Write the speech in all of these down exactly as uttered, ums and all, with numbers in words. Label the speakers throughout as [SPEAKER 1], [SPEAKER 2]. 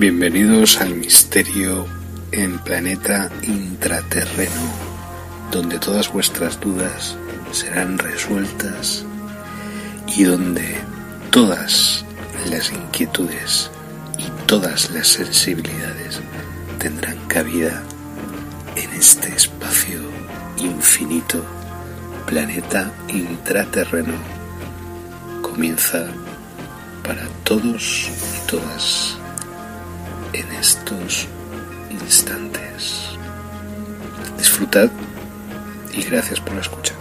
[SPEAKER 1] Bienvenidos al misterio en planeta intraterreno, donde todas vuestras dudas serán resueltas y donde todas las inquietudes y todas las sensibilidades tendrán cabida en este espacio infinito, planeta intraterreno. Comienza para todos y todas en estos instantes. Disfrutad y gracias por la escucha.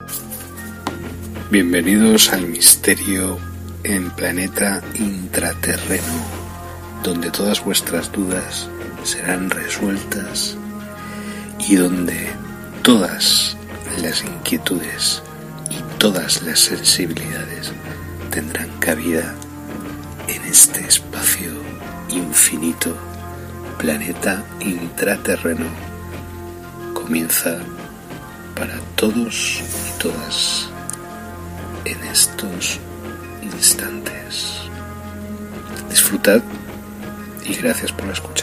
[SPEAKER 1] Bienvenidos al misterio en planeta intraterreno, donde todas vuestras dudas serán resueltas y donde todas las inquietudes y todas las sensibilidades tendrán cabida en este espacio infinito, planeta intraterreno. Comienza para todos y todas en estos instantes. Disfrutad y gracias por la escucha.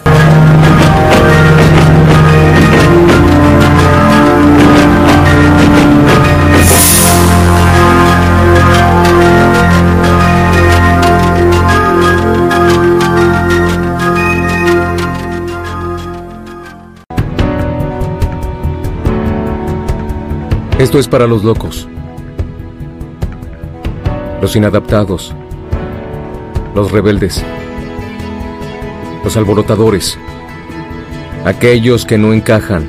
[SPEAKER 2] Esto es para los locos, los inadaptados, los rebeldes, los alborotadores, aquellos que no encajan,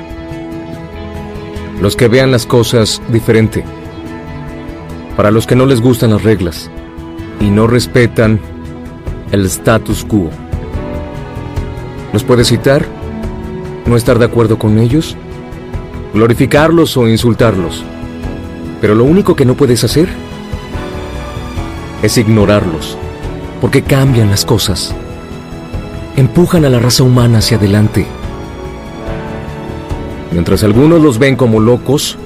[SPEAKER 2] los que vean las cosas diferente, para los que no les gustan las reglas y no respetan el status quo. ¿Los puedes citar? ¿No estar de acuerdo con ellos? Glorificarlos o insultarlos, pero lo único que no puedes hacer es ignorarlos, porque cambian las cosas, empujan a la raza humana hacia adelante. Mientras algunos los ven como locos,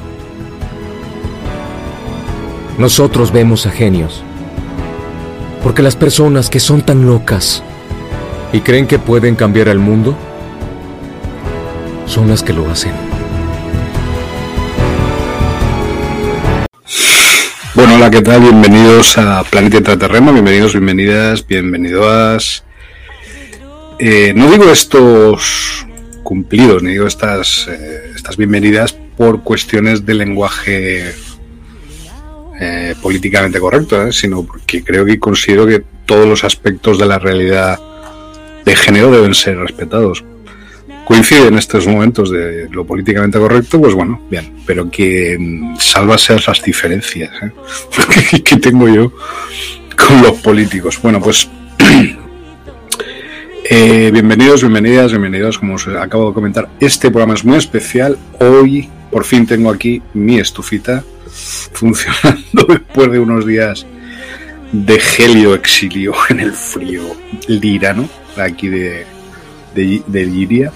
[SPEAKER 2] nosotros vemos a genios, porque las personas que son tan locas y creen que pueden cambiar al mundo son las que lo hacen.
[SPEAKER 1] Bueno, hola, ¿qué tal? Bienvenidos a Planeta Intraterreno, bienvenidos, bienvenidas, bienvenidas. Eh, no digo estos cumplidos, ni digo estas, eh, estas bienvenidas por cuestiones de lenguaje eh, políticamente correcto, eh, sino porque creo que considero que todos los aspectos de la realidad de género deben ser respetados. Coincide en estos momentos de lo políticamente correcto, pues bueno, bien, pero que salva sean las diferencias, ¿eh? que tengo yo con los políticos. Bueno, pues eh, bienvenidos, bienvenidas, bienvenidos, como os acabo de comentar, este programa es muy especial. Hoy por fin tengo aquí mi estufita funcionando después de unos días de gelio exilio en el frío lirano, aquí de, de, de Liria.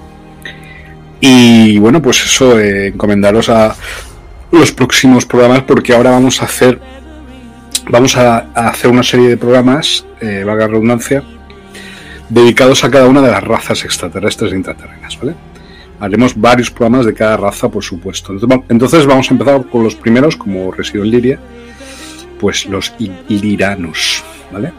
[SPEAKER 1] Y bueno, pues eso, eh, encomendaros a los próximos programas, porque ahora vamos a hacer vamos a, a hacer una serie de programas, eh, valga la redundancia, dedicados a cada una de las razas extraterrestres e intraterrenas, ¿vale? Haremos varios programas de cada raza, por supuesto. Entonces vamos a empezar con los primeros, como resido en Liria, pues los iliranos, ¿vale?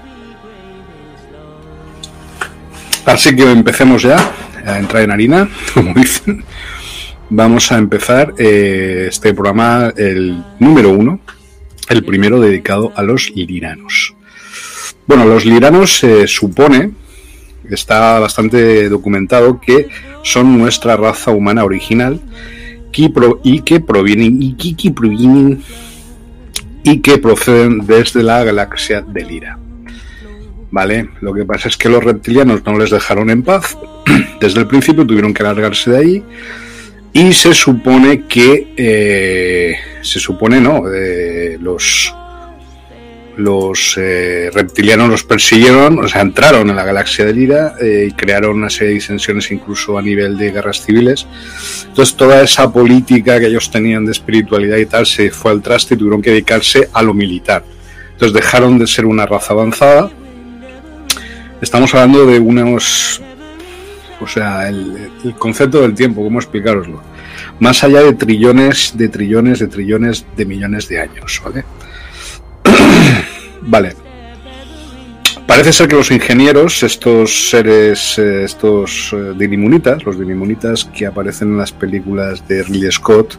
[SPEAKER 1] Así que empecemos ya a entrar en harina, como dicen. Vamos a empezar eh, este programa, el número uno, el primero dedicado a los liranos. Bueno, los liranos se supone, está bastante documentado, que son nuestra raza humana original y que provienen y que, que provienen y que proceden desde la galaxia de Lira. Vale, lo que pasa es que los reptilianos no les dejaron en paz. Desde el principio tuvieron que largarse de ahí y se supone que eh, se supone no eh, los los eh, reptilianos los persiguieron, o sea, entraron en la galaxia de Lira eh, y crearon una serie de disensiones incluso a nivel de guerras civiles. Entonces toda esa política que ellos tenían de espiritualidad y tal se fue al traste y tuvieron que dedicarse a lo militar. Entonces dejaron de ser una raza avanzada estamos hablando de unos... O sea, el, el concepto del tiempo, ¿cómo explicároslo? Más allá de trillones, de trillones, de trillones de millones de años, ¿vale? Vale. Parece ser que los ingenieros, estos seres, eh, estos eh, dinimunitas, los dinimunitas que aparecen en las películas de Ridley Scott,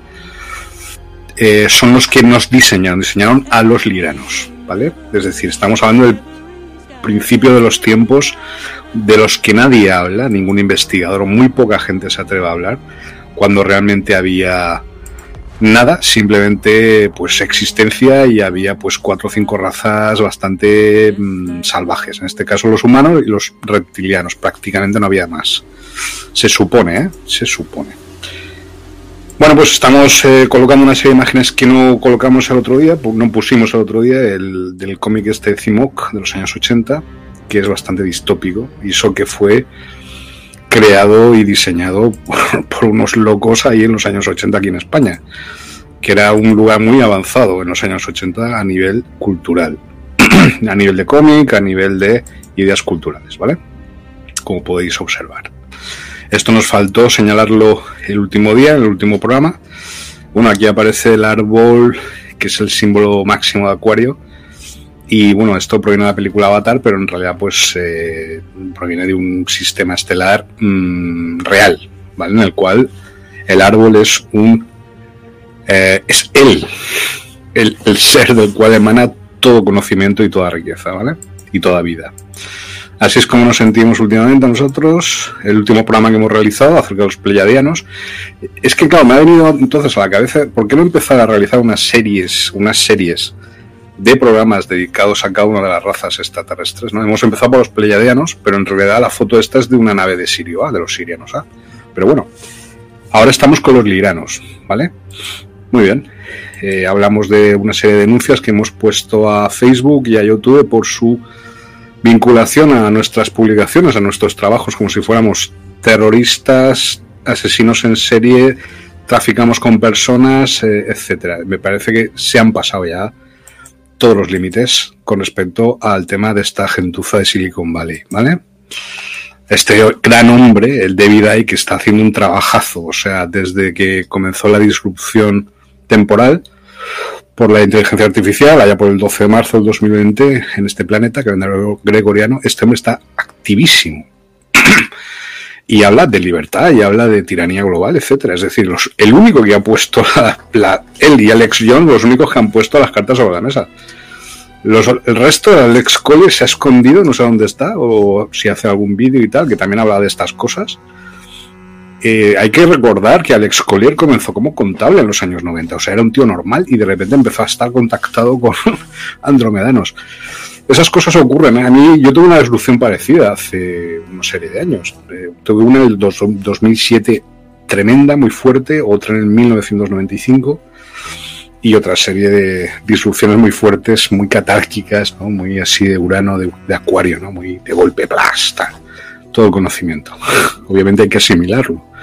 [SPEAKER 1] eh, son los que nos diseñaron, diseñaron a los liranos, ¿vale? Es decir, estamos hablando del principio de los tiempos de los que nadie habla, ningún investigador, muy poca gente se atreve a hablar, cuando realmente había nada, simplemente pues existencia, y había pues cuatro o cinco razas bastante mmm, salvajes, en este caso los humanos y los reptilianos, prácticamente no había más. Se supone, ¿eh? Se supone. Bueno, pues estamos eh, colocando una serie de imágenes que no colocamos el otro día, no pusimos el otro día, el del cómic este Cimoc de los años ochenta, que es bastante distópico, y eso que fue creado y diseñado por, por unos locos ahí en los años ochenta aquí en España, que era un lugar muy avanzado en los años ochenta a nivel cultural, a nivel de cómic, a nivel de ideas culturales, ¿vale? Como podéis observar. Esto nos faltó señalarlo el último día, en el último programa. Bueno, aquí aparece el árbol, que es el símbolo máximo de Acuario. Y bueno, esto proviene de la película Avatar, pero en realidad pues eh, proviene de un sistema estelar mmm, real, ¿vale? En el cual el árbol es un eh, es él, el, el ser del cual emana todo conocimiento y toda riqueza, ¿vale? Y toda vida. Así es como nos sentimos últimamente nosotros, el último programa que hemos realizado acerca de los pleyadianos. Es que claro, me ha venido entonces a la cabeza, ¿por qué no empezar a realizar unas series, unas series de programas dedicados a cada una de las razas extraterrestres, ¿no? Hemos empezado por los pleyadianos, pero en realidad la foto esta es de una nave de Sirio A, de los sirianos A. Pero bueno, ahora estamos con los liranos, ¿vale? Muy bien. Eh, hablamos de una serie de denuncias que hemos puesto a Facebook y a YouTube por su vinculación a nuestras publicaciones, a nuestros trabajos, como si fuéramos terroristas, asesinos en serie, traficamos con personas, eh, etcétera. Me parece que se han pasado ya todos los límites con respecto al tema de esta gentuza de Silicon Valley, ¿vale? Este gran hombre, el David Icke, que está haciendo un trabajazo, o sea, desde que comenzó la disrupción temporal por la inteligencia artificial, allá por el doce de marzo del dos mil veinte, en este planeta, calendario gregoriano, este hombre está activísimo. Y habla de libertad, y habla de tiranía global, etcétera. Es decir, los, el único que ha puesto, la, la, él y Alex Jones, los únicos que han puesto las cartas sobre la mesa. Los, el resto, Alex Collier se ha escondido, no sé dónde está, o si hace algún vídeo y tal, que también habla de estas cosas. Eh, hay que recordar que Alex Collier comenzó como contable en los años noventa, o sea, era un tío normal y de repente empezó a estar contactado con andromedanos. Esas cosas ocurren, ¿eh? A mí, yo tuve una disrupción parecida hace una serie de años. Eh, tuve una en el dos, dos mil siete tremenda, muy fuerte, otra en el mil novecientos noventa y cinco y otra serie de disrupciones muy fuertes, muy catárquicas, ¿no? Muy así de Urano, de, de Acuario, ¿no? Muy de golpe, plasta, todo el conocimiento. Obviamente hay que asimilarlo.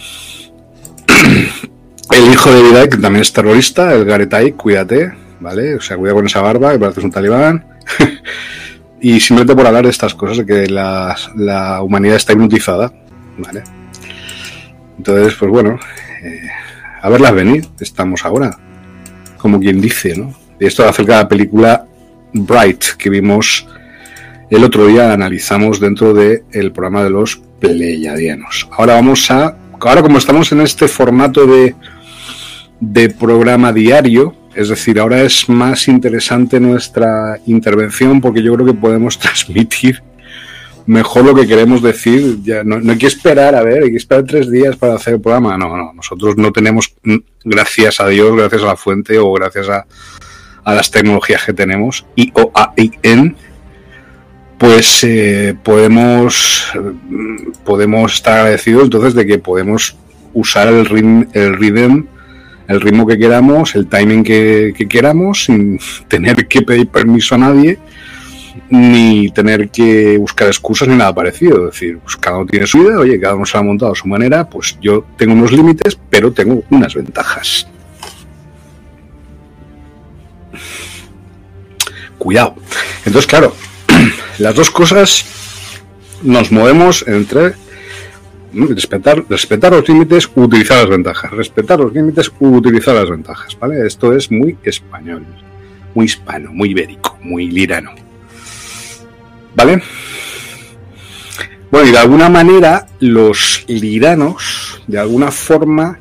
[SPEAKER 1] El hijo de David Icke, que también es terrorista, el Gareth Icke, cuídate, ¿vale? O sea, cuida con esa barba, que pareces un talibán. Y simplemente por hablar de estas cosas, de que la, la humanidad está hipnotizada, ¿vale? Entonces, pues bueno, eh, a verlas venir, estamos ahora, como quien dice, ¿no? Y esto acerca de la película Bright, que vimos el otro día, analizamos dentro del programa de los pleyadianos. Ahora vamos a, ahora como estamos en este formato de, de programa diario, es decir, ahora es más interesante nuestra intervención porque yo creo que podemos transmitir mejor lo que queremos decir. Ya no, no hay que esperar, a ver, hay que esperar tres días para hacer el programa. No, no, nosotros no tenemos, gracias a Dios, gracias a la fuente o gracias a, a las tecnologías que tenemos, I O A I N, pues eh, podemos, podemos estar agradecidos entonces de que podemos usar el ritmo, el ritmo el ritmo que queramos, el timing que, que queramos, sin tener que pedir permiso a nadie, ni tener que buscar excusas ni nada parecido. Es decir, pues cada uno tiene su vida, oye, cada uno se ha montado a su manera, pues yo tengo unos límites, pero tengo unas ventajas. Cuidado. Entonces, claro, las dos cosas nos movemos entre respetar, respetar los límites, utilizar las ventajas. Respetar los límites, utilizar las ventajas, ¿vale? Esto es muy español, muy hispano, muy ibérico, muy lirano, ¿vale? Bueno, y de alguna manera los liranos, de alguna forma,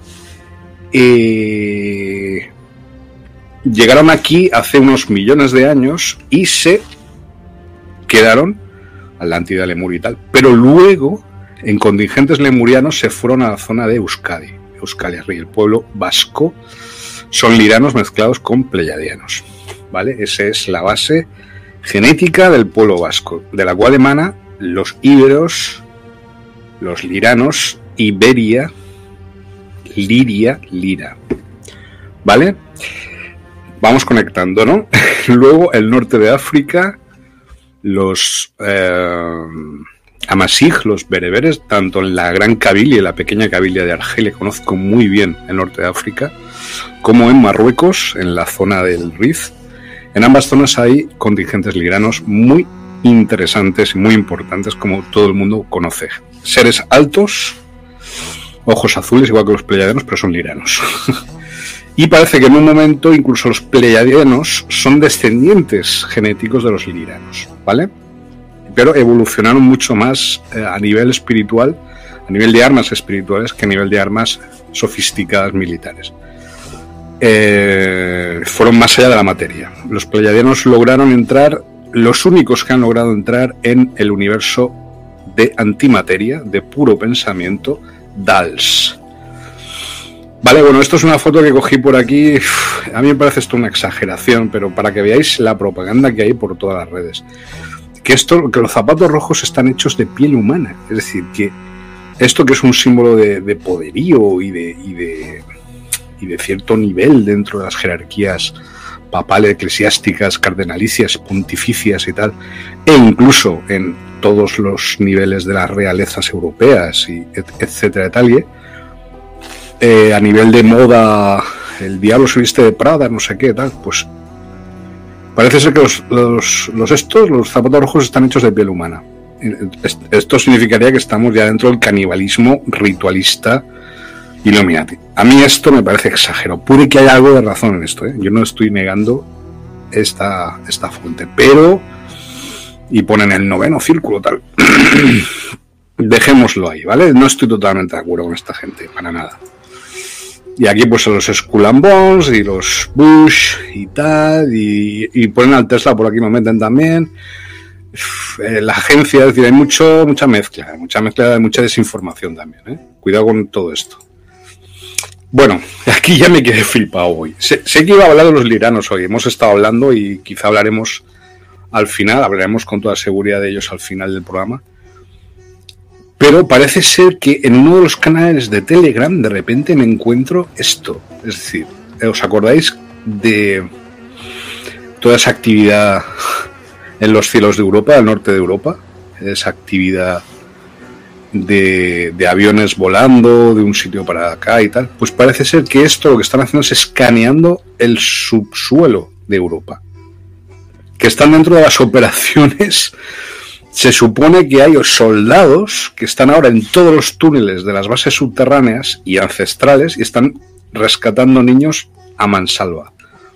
[SPEAKER 1] eh, llegaron aquí hace unos millones de años y se quedaron, Atlántida, Lemuria y tal, pero luego, en contingentes lemurianos, se fueron a la zona de Euskadi, Euskal Herria, el pueblo vasco, son liranos mezclados con pleyadianos, ¿vale? Esa es la base genética del pueblo vasco, de la cual emana los íberos, los liranos, Iberia, Liria, Lira, ¿vale? Vamos conectando, ¿no? Luego el norte de África, los eh, Amasij, los bereberes, tanto en la Gran Cabilia y la pequeña Cabilia de Argelia, conozco muy bien el norte de África, como en Marruecos, en la zona del Rif. En ambas zonas hay contingentes liranos muy interesantes y muy importantes, como todo el mundo conoce. Seres altos, ojos azules, igual que los pleyadianos, pero son liranos. Y parece que en un momento incluso los pleyadianos son descendientes genéticos de los liranos, ¿vale? Pero evolucionaron mucho más eh, a nivel espiritual, a nivel de armas espirituales, que a nivel de armas sofisticadas militares. Eh, fueron más allá de la materia. Los pleyadianos lograron entrar, los únicos que han logrado entrar en el universo de antimateria, de puro pensamiento, D A L S. Vale, bueno, esto es una foto que cogí por aquí. Uf, a mí me parece esto una exageración, pero para que veáis la propaganda que hay por todas las redes. Que esto, que los zapatos rojos están hechos de piel humana. Es decir, que esto que es un símbolo de, de poderío y de, y de y de cierto nivel dentro de las jerarquías papales, eclesiásticas, cardenalicias, pontificias y tal, e incluso en todos los niveles de las realezas europeas, y et, etcétera, y tal, y, eh, a nivel de moda, el diablo se viste de Prada, no sé qué, tal, pues parece ser que los, los, los estos, los zapatos rojos, están hechos de piel humana. Esto significaría que estamos ya dentro del canibalismo ritualista Illuminati. A mí esto me parece exagerado. Puede que haya algo de razón en esto, ¿eh? Yo no estoy negando esta, esta fuente, pero... Y ponen el noveno círculo, tal. Dejémoslo ahí, ¿vale? No estoy totalmente de acuerdo con esta gente, para nada. Y aquí pues los Skull and Bones y los Bush y tal, y, y ponen al Tesla por aquí, lo meten también. La agencia, es decir, hay mucho, mucha mezcla, mucha mezcla, mucha desinformación también, ¿eh? Cuidado con todo esto. Bueno, aquí ya me quedé flipado hoy. Sé, sé que iba a hablar de los liranos hoy, hemos estado hablando y quizá hablaremos al final, hablaremos con toda seguridad de ellos al final del programa. Pero parece ser que en uno de los canales de Telegram de repente me encuentro esto. Es decir, ¿os acordáis de toda esa actividad en los cielos de Europa, al norte de Europa? Esa actividad de, de aviones volando de un sitio para acá y tal. Pues parece ser que esto lo que están haciendo es escaneando el subsuelo de Europa. Que están dentro de las operaciones. Se supone que hay soldados que están ahora en todos los túneles de las bases subterráneas y ancestrales y están rescatando niños a mansalva.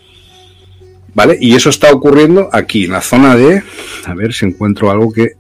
[SPEAKER 1] ¿Vale? Y eso está ocurriendo aquí, en la zona de... A ver si encuentro algo que...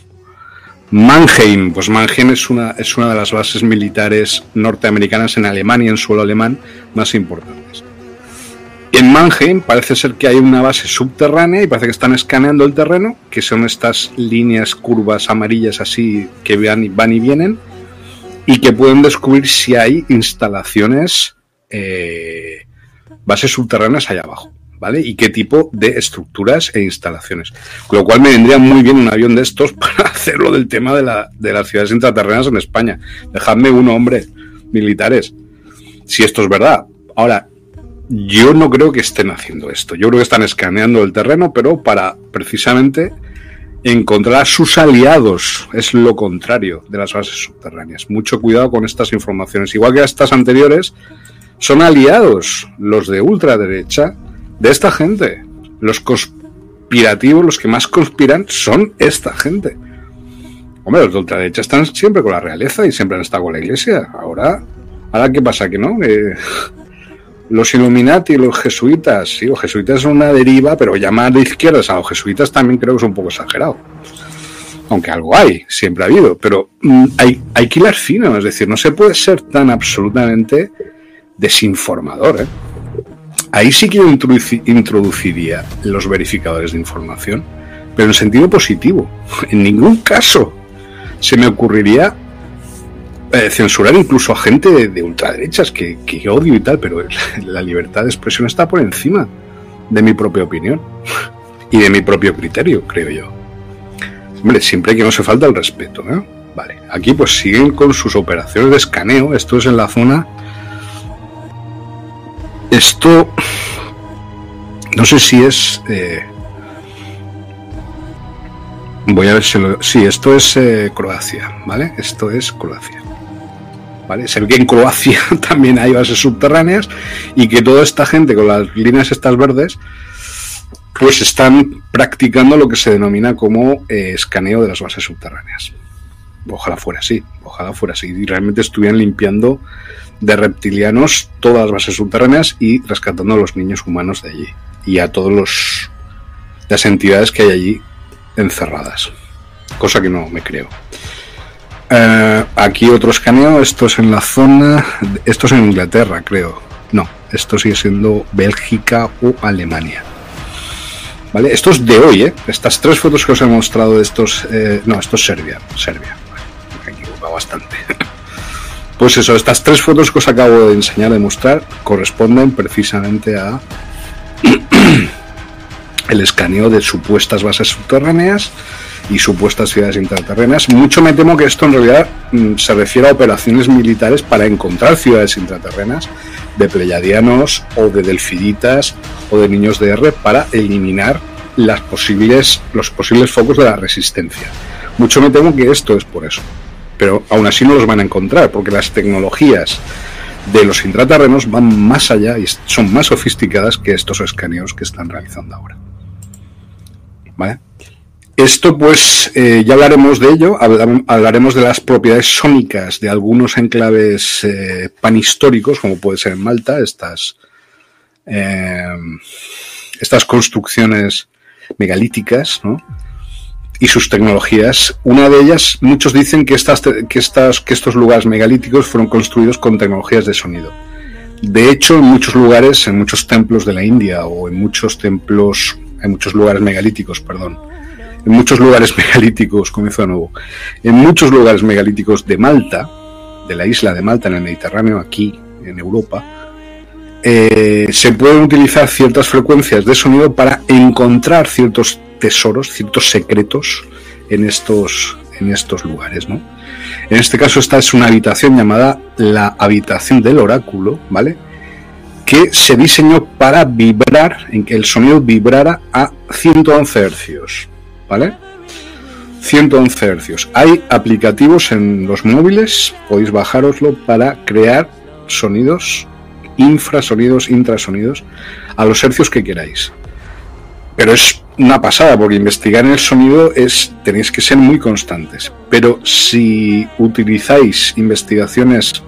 [SPEAKER 1] Mannheim. Pues Mannheim es una, es una de las bases militares norteamericanas en Alemania, en suelo alemán, más importantes. En Mannheim parece ser que hay una base subterránea y parece que están escaneando el terreno, que son estas líneas curvas amarillas así que van y, van y vienen, y que pueden descubrir si hay instalaciones, eh, bases subterráneas allá abajo, ¿vale? Y qué tipo de estructuras e instalaciones. Con lo cual me vendría muy bien un avión de estos para hacerlo del tema de, la, de las ciudades intraterrenas en España. Dejadme uno, hombre, militares, si esto es verdad. Ahora, yo no creo que estén haciendo esto. Yo creo que están escaneando el terreno, pero para precisamente encontrar a sus aliados. Es lo contrario de las bases subterráneas. Mucho cuidado con estas informaciones. Igual que estas anteriores, son aliados los de ultraderecha de esta gente. Los conspirativos, los que más conspiran, son esta gente. Hombre, los de ultraderecha están siempre con la realeza y siempre han estado con la iglesia. Ahora, ¿ahora qué pasa? Que no, que los Illuminati y los jesuitas, sí, los jesuitas son una deriva, pero llamar de izquierdas a los jesuitas también creo que es un poco exagerado. Aunque algo hay, siempre ha habido, pero mmm, hay, hay que hilar fino, es decir, no se puede ser tan absolutamente desinformador, ¿eh? Ahí sí que yo introduci- introduciría los verificadores de información, pero en sentido positivo. En ningún caso se me ocurriría eh, censurar incluso a gente de, de ultraderechas que, que odio y tal, pero la, la libertad de expresión está por encima de mi propia opinión y de mi propio criterio, creo yo. Hombre, siempre que no se falta el respeto, ¿eh? Vale, aquí pues siguen con sus operaciones de escaneo. Esto es en la zona... Esto... No sé si es... Eh... Voy a ver si lo... Sí, esto es eh, Croacia, ¿vale? Esto es Croacia. ¿Vale? Se ve que en Croacia también hay bases subterráneas y que toda esta gente con las líneas estas verdes pues están practicando lo que se denomina como eh, escaneo de las bases subterráneas. Ojalá fuera así, ojalá fuera así. Y realmente estuvieran limpiando de reptilianos todas las bases subterráneas y rescatando a los niños humanos de allí. Y a todas los, las entidades que hay allí encerradas. Cosa que no me creo. Eh, aquí otro escaneo, esto es en la zona... Esto es en Inglaterra, creo. No, esto sigue siendo Bélgica o Alemania. ¿Vale? Esto es de hoy, ¿eh? Estas tres fotos que os he mostrado de estos... Eh, no, esto es Serbia. Serbia. Me he equivocado bastante. Pues eso, estas tres fotos que os acabo de enseñar, de mostrar, corresponden precisamente a el escaneo de supuestas bases subterráneas y supuestas ciudades intraterrenas. Mucho me temo que esto en realidad mmm, se refiere a operaciones militares para encontrar ciudades intraterrenas de pleyadianos o de delfiditas o de niños de R para eliminar las posibles, los posibles focos de la resistencia. Mucho me temo que esto es por eso, pero aún así no los van a encontrar porque las tecnologías de los intraterrenos van más allá y son más sofisticadas que estos escaneos que están realizando ahora. ¿Vale? Esto pues eh, ya hablaremos de ello, hablaremos de las propiedades sónicas de algunos enclaves eh, panhistóricos, como puede ser en Malta, estas, eh, estas construcciones megalíticas, ¿no? Y sus tecnologías. Una de ellas, muchos dicen que, estas, que, estas, que estos lugares megalíticos fueron construidos con tecnologías de sonido. De hecho, en muchos lugares, en muchos templos de la India o en muchos templos, en muchos lugares megalíticos, perdón, en muchos lugares megalíticos, comienzo de nuevo, en muchos lugares megalíticos de Malta, de la isla de Malta en el Mediterráneo, aquí en Europa, eh, se pueden utilizar ciertas frecuencias de sonido para encontrar ciertos tesoros, ciertos secretos en estos, en estos lugares, ¿no? En este caso esta es una habitación llamada la habitación del oráculo, ¿vale? Que se diseñó para vibrar, en que el sonido vibrara a ciento once hercios. ¿Vale? ciento once hercios. Hay aplicativos en los móviles, podéis bajároslo para crear sonidos, infrasonidos, intrasonidos, a los hercios que queráis. Pero es una pasada, porque investigar en el sonido es, tenéis que ser muy constantes. Pero si utilizáis investigaciones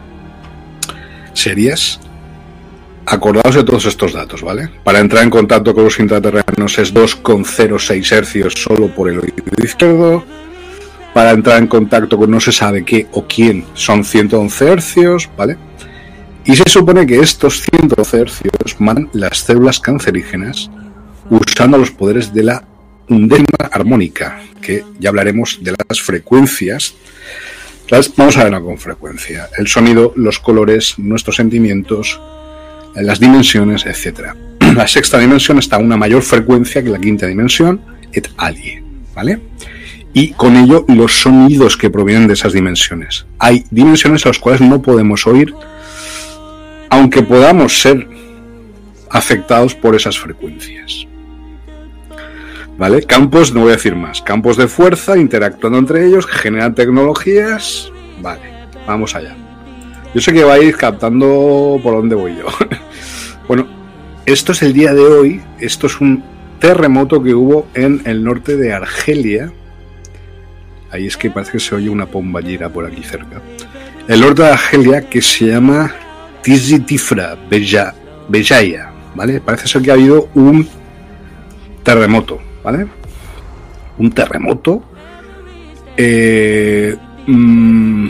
[SPEAKER 1] serias, acordaos de todos estos datos, ¿vale? Para entrar en contacto con los intraterrenos es dos coma cero seis hercios solo por el oído izquierdo. Para entrar en contacto con no se sabe qué o quién son ciento once hercios, ¿vale? Y se supone que estos ciento once hercios mandan las células cancerígenas usando los poderes de la undécima armónica, que ya hablaremos de las frecuencias. Las, vamos a verlo con frecuencia. El sonido, los colores, nuestros sentimientos, las dimensiones, etcétera. La sexta dimensión está a una mayor frecuencia que la quinta dimensión, et alie, ¿vale? Y con ello los sonidos que provienen de esas dimensiones. Hay dimensiones a las cuales no podemos oír, aunque podamos ser afectados por esas frecuencias. ¿Vale? Campos, no voy a decir más, campos de fuerza interactuando entre ellos, que generan tecnologías. Vale, vamos allá. Yo sé que vais captando por dónde voy yo. Bueno, esto es el día de hoy. Esto es un terremoto que hubo en el norte de Argelia. ahí es que parece que se oye una bomballera por aquí cerca. El norte de Argelia, que se llama Tizi Tifra Beja, Bejaya, ¿vale? Parece ser que ha habido un terremoto, ¿vale? Un terremoto. Eh, mmm,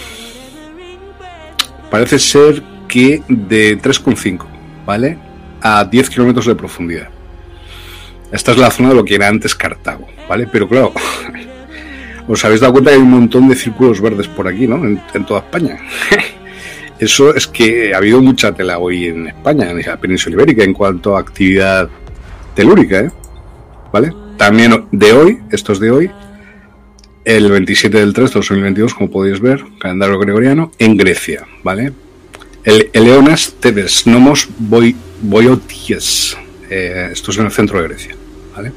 [SPEAKER 1] parece ser que de tres coma cinco, ¿vale? A diez kilómetros de profundidad. Esta es la zona de lo que era antes Cartago, ¿vale? Pero claro, os habéis dado cuenta que hay un montón de círculos verdes por aquí, ¿no? En, en toda España. Eso es que ha habido mucha tela hoy en España, en la península ibérica, en cuanto a actividad telúrica, ¿eh? ¿Vale? También de hoy, esto es de hoy, el veintisiete del tres de dos mil veintidós, como podéis ver, calendario gregoriano, en Grecia, ¿vale? El Eleonas Tebes Nomos Boy, Boioties. Eh, esto es en el centro de Grecia, ¿vale?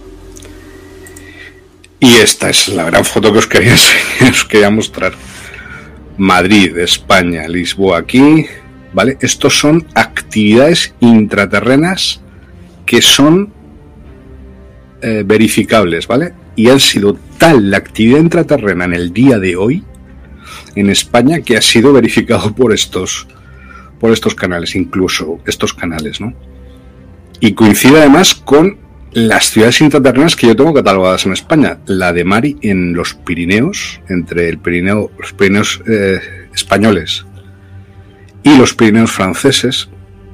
[SPEAKER 1] Y esta es la gran foto que os quería enseñar, os quería mostrar. Madrid, España, Lisboa aquí, ¿vale? Estos son actividades intraterrenas que son eh, verificables, ¿vale? Y han sido tal la actividad intraterrena en el día de hoy en España que ha sido verificado por estos por estos canales, incluso estos canales, ¿no? Y coincide además con las ciudades intraterrenas que yo tengo catalogadas en España. La de Mari en los Pirineos, entre el Pirineo, los Pirineos eh, españoles y los Pirineos franceses.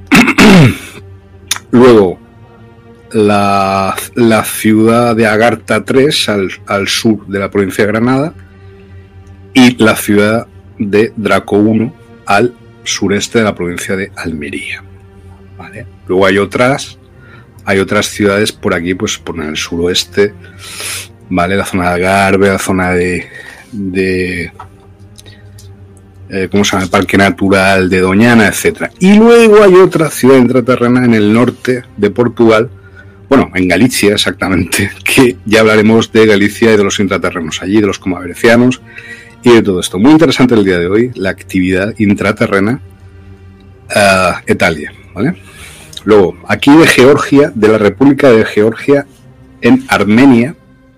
[SPEAKER 1] Luego, la, la ciudad de Agartha tres al, al sur de la provincia de Granada y la ciudad de Draco uno al sureste de la provincia de Almería, ¿vale? Luego hay otras hay otras ciudades por aquí, pues por el suroeste, ¿vale? La zona de Algarve, la zona de, de eh, ¿cómo se llama? El Parque Natural de Doñana, etcétera. Y luego hay otra ciudad intraterrena en el norte de Portugal, bueno, en Galicia exactamente, que ya hablaremos de Galicia y de los intraterrenos allí, de los comabercianos y de todo esto. Muy interesante el día de hoy, la actividad intraterrena uh, Italia, ¿vale? Luego, aquí de Georgia, de la República de Georgia en Armenia.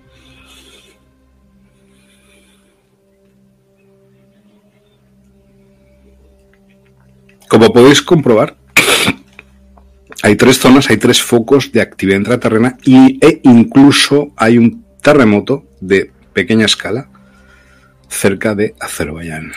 [SPEAKER 1] Como podéis comprobar, hay tres zonas, hay tres focos de actividad intraterrena y, e incluso hay un terremoto de pequeña escala cerca de Azerbaiyán.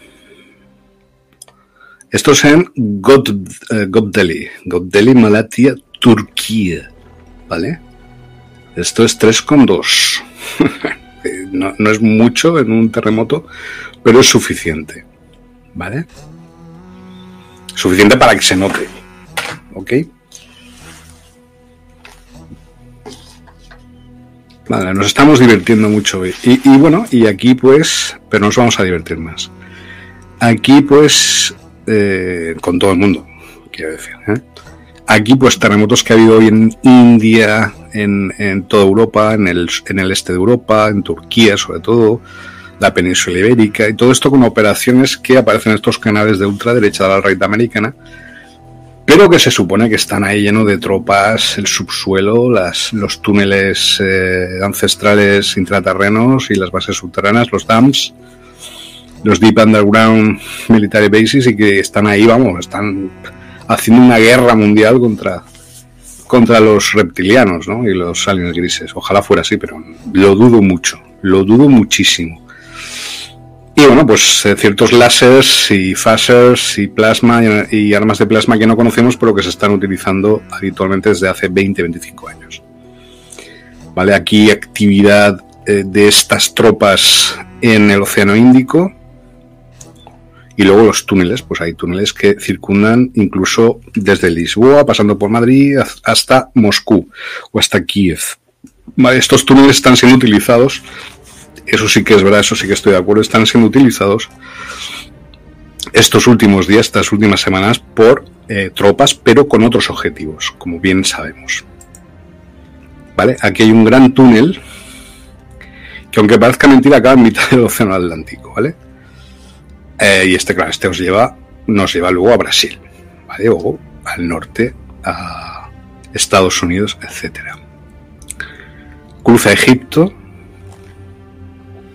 [SPEAKER 1] Esto es en God, uh, Gobdeli, Gobdeli, Malatya, Turquía, ¿vale? Esto es tres coma dos. no, no es mucho en un terremoto, pero es suficiente, ¿vale? Suficiente para que se note, ¿ok? Vale, nos estamos divirtiendo mucho hoy. Y, y bueno, y aquí pues, pero nos vamos a divertir más. Aquí pues... Eh, con todo el mundo, quiero decir, ¿eh? Aquí pues terremotos que ha habido hoy en India, en, en toda Europa, en el, en el este de Europa, en Turquía sobre todo, la península ibérica, y todo esto con operaciones que aparecen en estos canales de ultraderecha de la red americana, pero que se supone que están ahí llenos de tropas, el subsuelo, las, los túneles eh, ancestrales intraterrenos y las bases subterráneas, los dams, los Deep Underground Military Bases, y que están ahí, vamos, están haciendo una guerra mundial contra, contra los reptilianos, ¿no? Y los aliens grises. Ojalá fuera así, pero lo dudo mucho, lo dudo muchísimo. Y bueno, pues eh, ciertos láseres y phasers y plasma y, y armas de plasma que no conocemos, pero que se están utilizando habitualmente desde hace veinte a veinticinco años. Vale, aquí actividad eh, de estas tropas en el Océano Índico. Y luego los túneles, pues hay túneles que circundan incluso desde Lisboa, pasando por Madrid, hasta Moscú o hasta Kiev. Vale, estos túneles están siendo utilizados, eso sí que es verdad, eso sí que estoy de acuerdo, están siendo utilizados estos últimos días, estas últimas semanas, por eh, tropas, pero con otros objetivos, como bien sabemos. Vale, aquí hay un gran túnel que, aunque parezca mentira, acaba en mitad del Océano Atlántico, ¿vale? Eh, y este, claro, este os lleva, nos lleva luego a Brasil, ¿vale? O al norte, a Estados Unidos, etcétera. Cruza Egipto y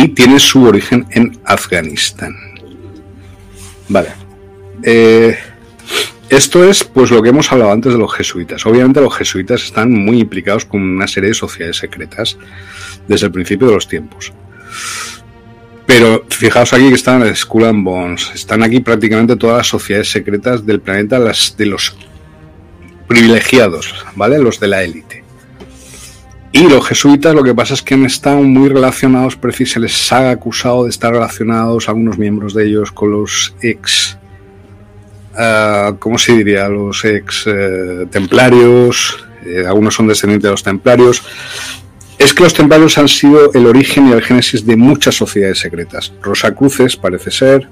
[SPEAKER 1] y tiene su origen en Afganistán. Vale. Eh, esto es pues lo que hemos hablado antes de los jesuitas. Obviamente los jesuitas están muy implicados con una serie de sociedades secretas desde el principio de los tiempos. Pero fijaos aquí que están en Skull and Bones, están aquí prácticamente todas las sociedades secretas del planeta, las de los privilegiados, ¿vale? Los de la élite. Y los jesuitas, lo que pasa es que han estado muy relacionados, se les ha acusado de estar relacionados, algunos miembros de ellos, con los ex, uh, ¿cómo se diría? Los ex uh, templarios, eh, algunos son descendientes de los templarios. Es que los templarios han sido el origen y el génesis de muchas sociedades secretas. Rosacruces, parece ser,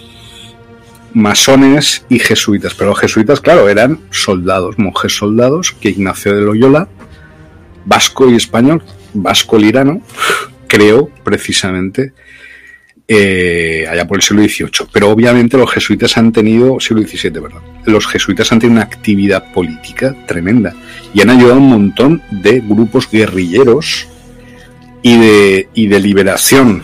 [SPEAKER 1] masones y jesuitas. Pero los jesuitas, claro, eran soldados, monjes soldados, que Ignacio de Loyola, vasco y español, vasco-lirano, creó precisamente eh, allá por el siglo dieciocho. Pero obviamente los jesuitas han tenido, siglo diecisiete, perdón, los jesuitas han tenido una actividad política tremenda y han ayudado a un montón de grupos guerrilleros y de, y de liberación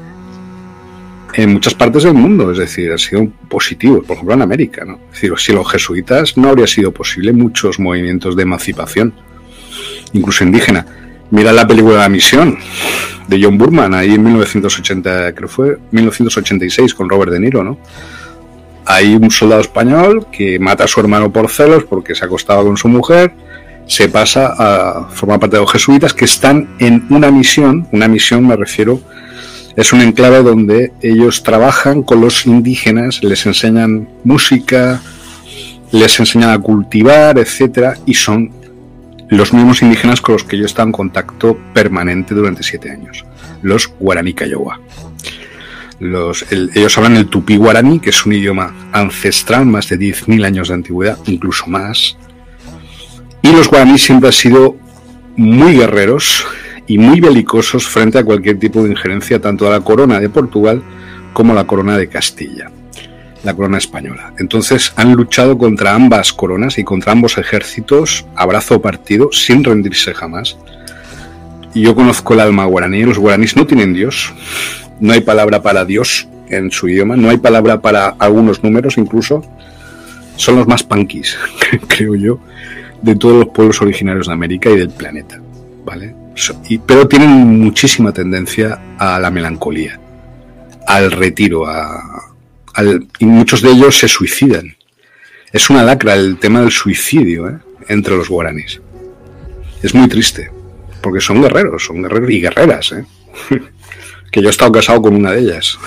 [SPEAKER 1] en muchas partes del mundo. Es decir, han sido positivos, por ejemplo en América, ¿no? Es decir, si los jesuitas no habría sido posible muchos movimientos de emancipación, incluso indígena. Mira la película La Misión de John Burman, ahí en mil novecientos ochenta, creo fue mil novecientos ochenta y seis, con Robert De Niro, ¿no? Hay un soldado español que mata a su hermano por celos porque se acostaba con su mujer, se pasa a formar parte de los jesuitas, que están en una misión, una misión me refiero, es un enclave donde ellos trabajan con los indígenas, les enseñan música, les enseñan a cultivar, etcétera, y son los mismos indígenas con los que yo estaba en contacto permanente durante siete años, los guaraní Kiowa. Los, el, ellos hablan el tupí guaraní, que es un idioma ancestral, más de diez mil años de antigüedad, incluso más. Y los guaraní siempre han sido muy guerreros y muy belicosos frente a cualquier tipo de injerencia, tanto a la corona de Portugal como a la corona de Castilla, la corona española. Entonces han luchado contra ambas coronas y contra ambos ejércitos a brazo partido, sin rendirse jamás. Y yo conozco el alma guaraní. Los guaraníes no tienen Dios, no hay palabra para Dios en su idioma, no hay palabra para algunos números, incluso son los más punkis, creo yo, de todos los pueblos originarios de América y del planeta, ¿vale? Y, pero tienen muchísima tendencia a la melancolía, al retiro, a Al, y muchos de ellos se suicidan. Es una lacra el tema del suicidio, ¿eh? Entre los guaraníes. Es muy triste, porque son guerreros, son guerreros y guerreras, ¿eh? Que yo he estado casado con una de ellas.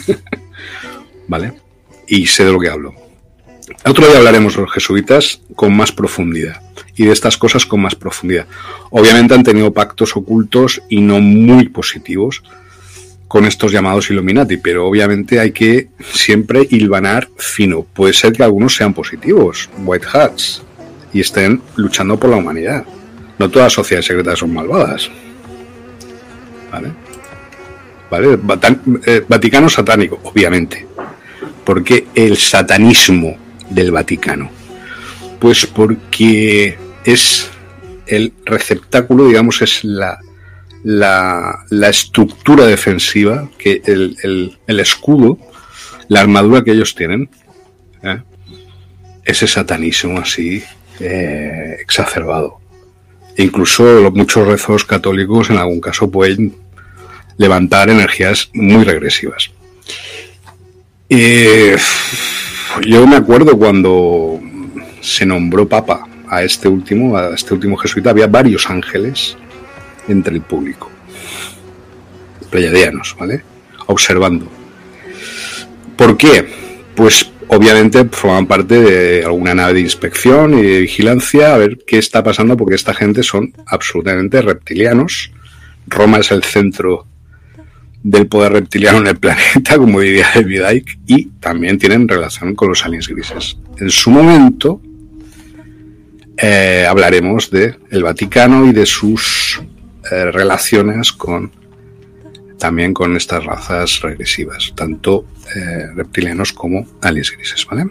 [SPEAKER 1] ¿Vale? Y sé de lo que hablo. Otro día hablaremos de los jesuitas con más profundidad y de estas cosas con más profundidad. Obviamente han tenido pactos ocultos y no muy positivos con estos llamados Illuminati, pero obviamente hay que siempre hilvanar fino. Puede ser que algunos sean positivos, white hats, y estén luchando por la humanidad. No todas las sociedades secretas son malvadas. ¿Vale? ¿Vale? Vatan- eh, Vaticano satánico, obviamente. ¿Por qué el satanismo del Vaticano? Pues porque es el receptáculo, digamos, es la La, la estructura defensiva, que el, el, el escudo, la armadura que ellos tienen, ¿eh? Ese satanismo así eh, exacerbado. E incluso los, muchos rezos católicos en algún caso pueden levantar energías muy regresivas. Eh, yo me acuerdo cuando se nombró papa a este último, a este último jesuita, había varios ángeles entre el público, pleiadianos, ¿vale? Observando. ¿Por qué? Pues obviamente forman parte de alguna nave de inspección y de vigilancia a ver qué está pasando, porque esta gente son absolutamente reptilianos. Roma es el centro del poder reptiliano en el planeta, como diría David Icke, y también tienen relación con los aliens grises. En su momento eh, hablaremos de el Vaticano y de sus Eh, relaciones con también con estas razas regresivas, tanto eh, reptilianos como aliens grises, ¿vale?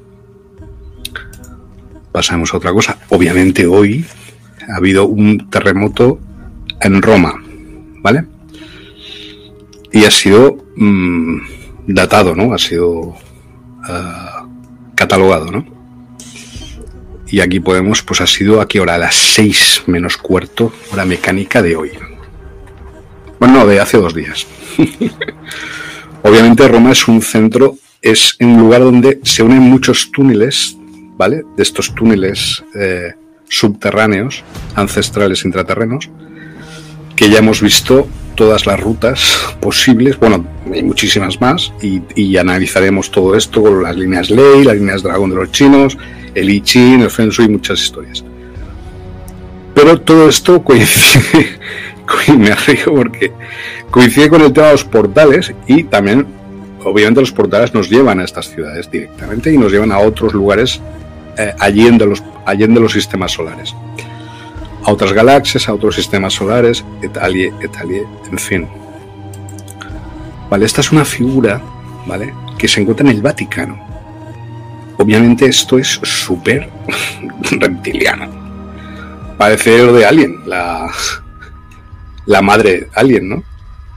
[SPEAKER 1] Pasamos a otra cosa. Obviamente hoy ha habido un terremoto en Roma, ¿vale? y ha sido mmm, datado, ¿no? Ha sido uh, catalogado, ¿no? Y aquí podemos, pues ha sido aquí ahora a las seis menos cuarto, hora mecánica de hoy. Bueno, no, de hace dos días. Obviamente Roma es un centro, es un lugar donde se unen muchos túneles, ¿vale? De estos túneles eh, subterráneos, ancestrales, intraterrenos, que ya hemos visto todas las rutas posibles, bueno, hay muchísimas más, y, y analizaremos todo esto con las líneas Ley, las líneas Dragón de los chinos, el I Ching, el Feng Shui, muchas historias. Pero todo esto coincide, me río porque coincide con el tema de los portales, y también, obviamente, los portales nos llevan a estas ciudades directamente y nos llevan a otros lugares eh, allende los, allende los sistemas solares, a otras galaxias, a otros sistemas solares, etalie, etalie, en fin. Vale, esta es una figura, ¿vale?, que se encuentra en el Vaticano. Obviamente esto es súper reptiliano. Parece lo de Alien, la, la madre Alien, ¿no?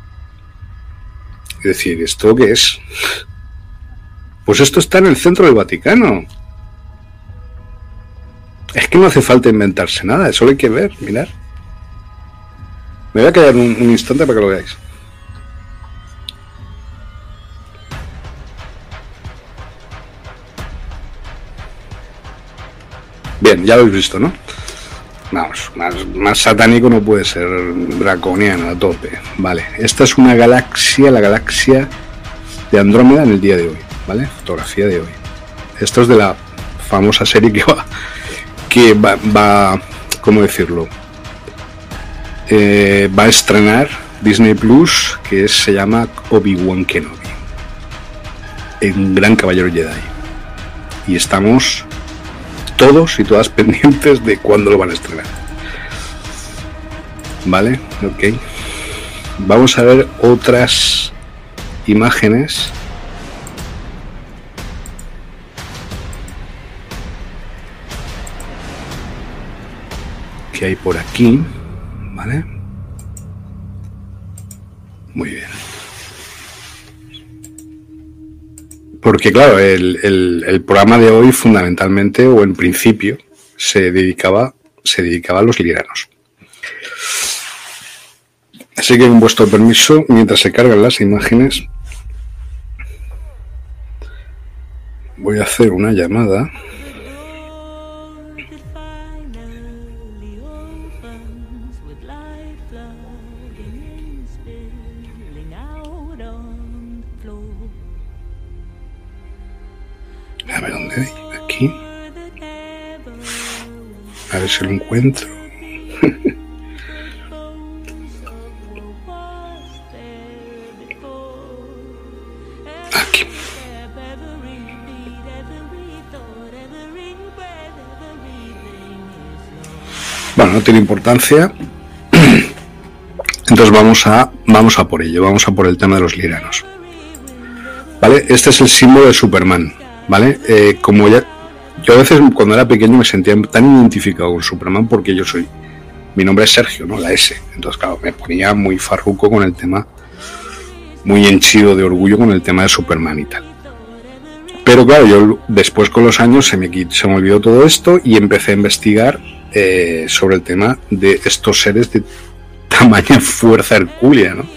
[SPEAKER 1] Es decir, ¿esto qué es? Pues esto está en el centro del Vaticano. Es que no hace falta inventarse nada, solo hay que ver, mirar. Me voy a callar un, un instante para que lo veáis. Bien, ya lo habéis visto, ¿no? Vamos, más, más satánico no puede ser, draconiano a tope. Vale, esta es una galaxia, la galaxia de Andrómeda en el día de hoy, ¿vale? Fotografía de hoy. Esto es de la famosa serie que va, que va, va ¿cómo decirlo? Eh, va a estrenar Disney Plus, que es, se llama Obi-Wan Kenobi, un gran caballero Jedi. Y estamos todos y todas pendientes de cuándo lo van a estrenar. Vale, ok. Vamos a ver otras imágenes. Que hay por aquí, ¿vale? Muy bien. Porque claro, el, el, el programa de hoy fundamentalmente, o en principio, se dedicaba, se dedicaba a los liranos. Así que con vuestro permiso, mientras se cargan las imágenes, voy a hacer una llamada. A ver dónde hay, aquí. A ver si lo encuentro. Aquí. Bueno, no tiene importancia. Entonces vamos a vamos a por ello, vamos a por el tema de los liranos. ¿Vale? Este es el símbolo de Superman. ¿Vale? Eh, como ya, yo a veces cuando era pequeño me sentía tan identificado con Superman porque yo soy, mi nombre es Sergio, ¿no? La S. Entonces, claro, me ponía muy farruco con el tema, muy henchido de orgullo con el tema de Superman y tal. Pero claro, yo después con los años se me, se me olvidó todo esto y empecé a investigar eh, sobre el tema de estos seres de tamaña fuerza hercúlea, ¿no?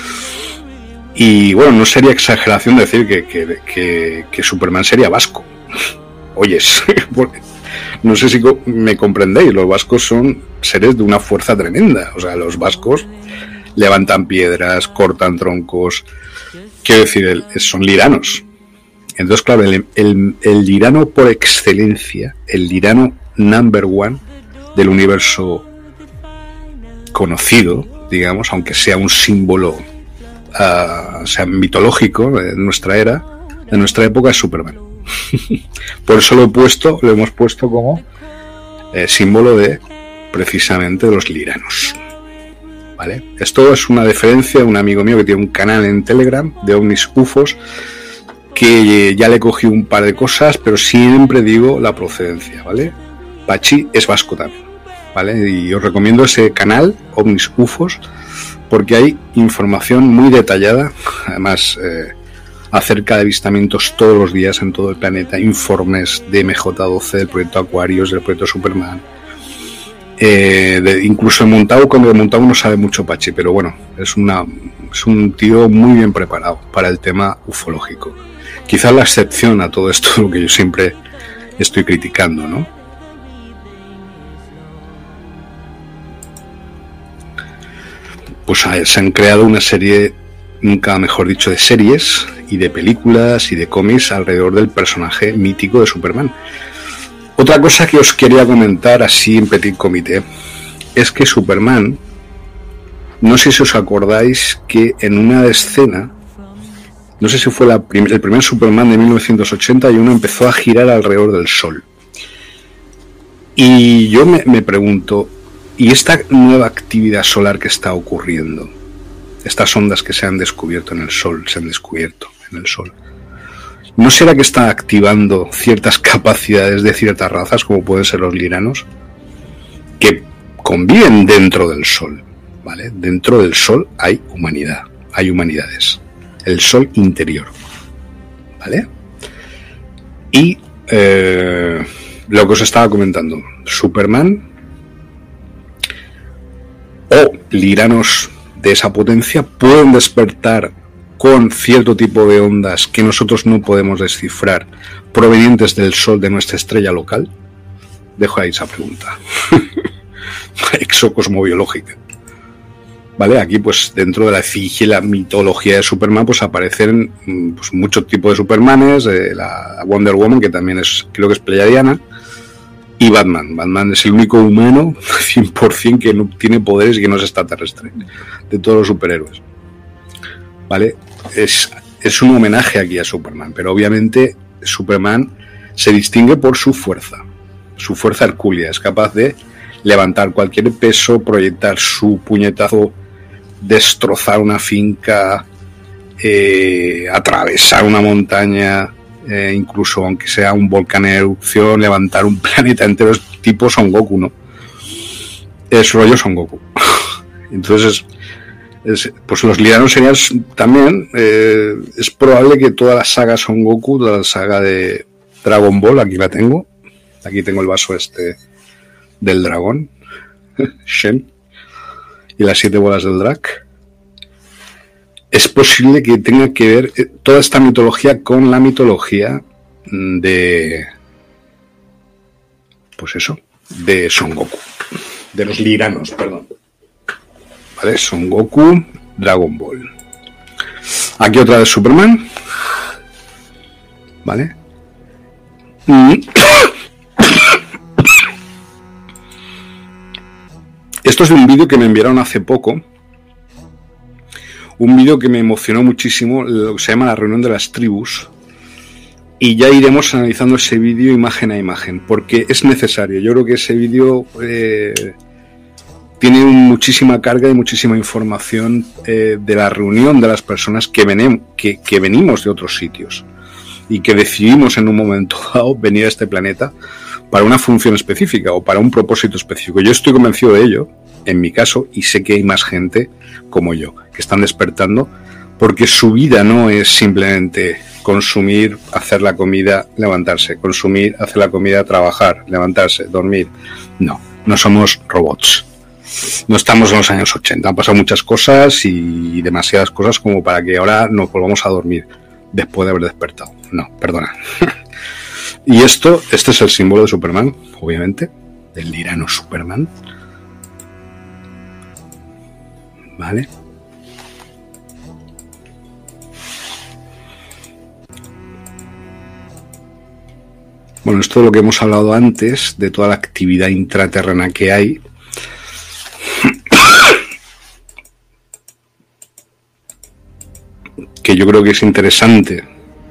[SPEAKER 1] Y bueno, no sería exageración decir que, que, que, que Superman sería vasco. Oyes, no sé si me comprendéis, los vascos son seres de una fuerza tremenda. O sea, los vascos levantan piedras, cortan troncos. Quiero decir, el, son liranos. Entonces, claro, el, el, el lirano por excelencia, el lirano number one del universo conocido, digamos, aunque sea un símbolo Uh, o sea, mitológico de nuestra era, de nuestra época, es Superman. Por eso lo he puesto, lo hemos puesto como eh, símbolo de, precisamente, de los liranos. ¿Vale? Esto es una deferencia de un amigo mío que tiene un canal en Telegram de ovnis ufos, que ya le cogí un par de cosas, pero siempre digo la procedencia, ¿vale? Pachi es vasco también, ¿vale? Y os recomiendo ese canal, ovnis ufos, porque hay información muy detallada, además eh, acerca de avistamientos todos los días en todo el planeta, informes de eme jota doce, del proyecto Aquarius, del proyecto Superman, eh, de, incluso en Montagu, cuando de Montagu no sabe mucho Pachi, pero bueno, es, una, es un tío muy bien preparado para el tema ufológico. Quizás la excepción a todo esto, lo que yo siempre estoy criticando, ¿no? Pues se han creado una serie, nunca mejor dicho, de series y de películas y de cómics alrededor del personaje mítico de Superman. Otra cosa que os quería comentar así en petit comité es que Superman, no sé si os acordáis que en una escena, no sé si fue la prim- el primer Superman de mil novecientos ochenta y uno, empezó a girar alrededor del Sol. Y yo me, me pregunto, ¿y esta nueva actividad solar que está ocurriendo? Estas ondas que se han descubierto en el Sol, se han descubierto en el Sol, ¿no será que está activando ciertas capacidades de ciertas razas, como pueden ser los liranos, que conviven dentro del Sol? ¿Vale? Dentro del Sol hay humanidad, hay humanidades. El Sol interior, ¿vale? Y eh, lo que os estaba comentando, Superman o liranos de esa potencia pueden despertar con cierto tipo de ondas que nosotros no podemos descifrar, provenientes del Sol de nuestra estrella local. Dejo ahí esa pregunta. Exocosmobiológica. Vale, aquí pues dentro de la efigie, la mitología de Superman, pues aparecen pues, muchos tipos de Supermanes, eh, la Wonder Woman, que también es, creo que es pleyadiana, y Batman. Batman es el único humano cien por ciento que no tiene poderes y que no es extraterrestre, de todos los superhéroes. Vale, es, es un homenaje aquí a Superman, pero obviamente Superman se distingue por su fuerza, su fuerza hercúlea, es capaz de levantar cualquier peso, proyectar su puñetazo, destrozar una finca, eh, atravesar una montaña, eh, incluso aunque sea un volcán en erupción, levantar un planeta entero, es tipo Son Goku, ¿no? Es rollo Son Goku. Entonces, es, pues los liranos serían también, eh, es probable que toda la saga Son Goku, toda la saga de Dragon Ball, aquí la tengo, aquí tengo el vaso este del dragón, Shen, y las siete bolas del Drak. Es posible que tenga que ver toda esta mitología con la mitología de, pues eso, de Son Goku, de los liranos, perdón. Vale, Son Goku, Dragon Ball. Aquí otra de Superman. Vale. Y esto es de un vídeo que me enviaron hace poco. Un vídeo que me emocionó muchísimo, lo que se llama La Reunión de las Tribus. Y ya iremos analizando ese vídeo imagen a imagen, porque es necesario. Yo creo que ese vídeo eh, tiene muchísima carga y muchísima información eh, de la reunión de las personas que, venem, que, que venimos de otros sitios y que decidimos en un momento dado venir a este planeta para una función específica o para un propósito específico. Yo estoy convencido de ello, en mi caso, y sé que hay más gente como yo, que están despertando, porque su vida no es simplemente consumir, hacer la comida, levantarse, consumir, hacer la comida, trabajar, levantarse, dormir. No, no somos robots. No estamos en los años ochenta, han pasado muchas cosas y demasiadas cosas como para que ahora nos volvamos a dormir después de haber despertado. No, perdona. Y esto, este es el símbolo de Superman, obviamente, del lirano Superman. ¿Vale? Bueno, esto es lo que hemos hablado antes, de toda la actividad intraterrena que hay. Que yo creo que es interesante.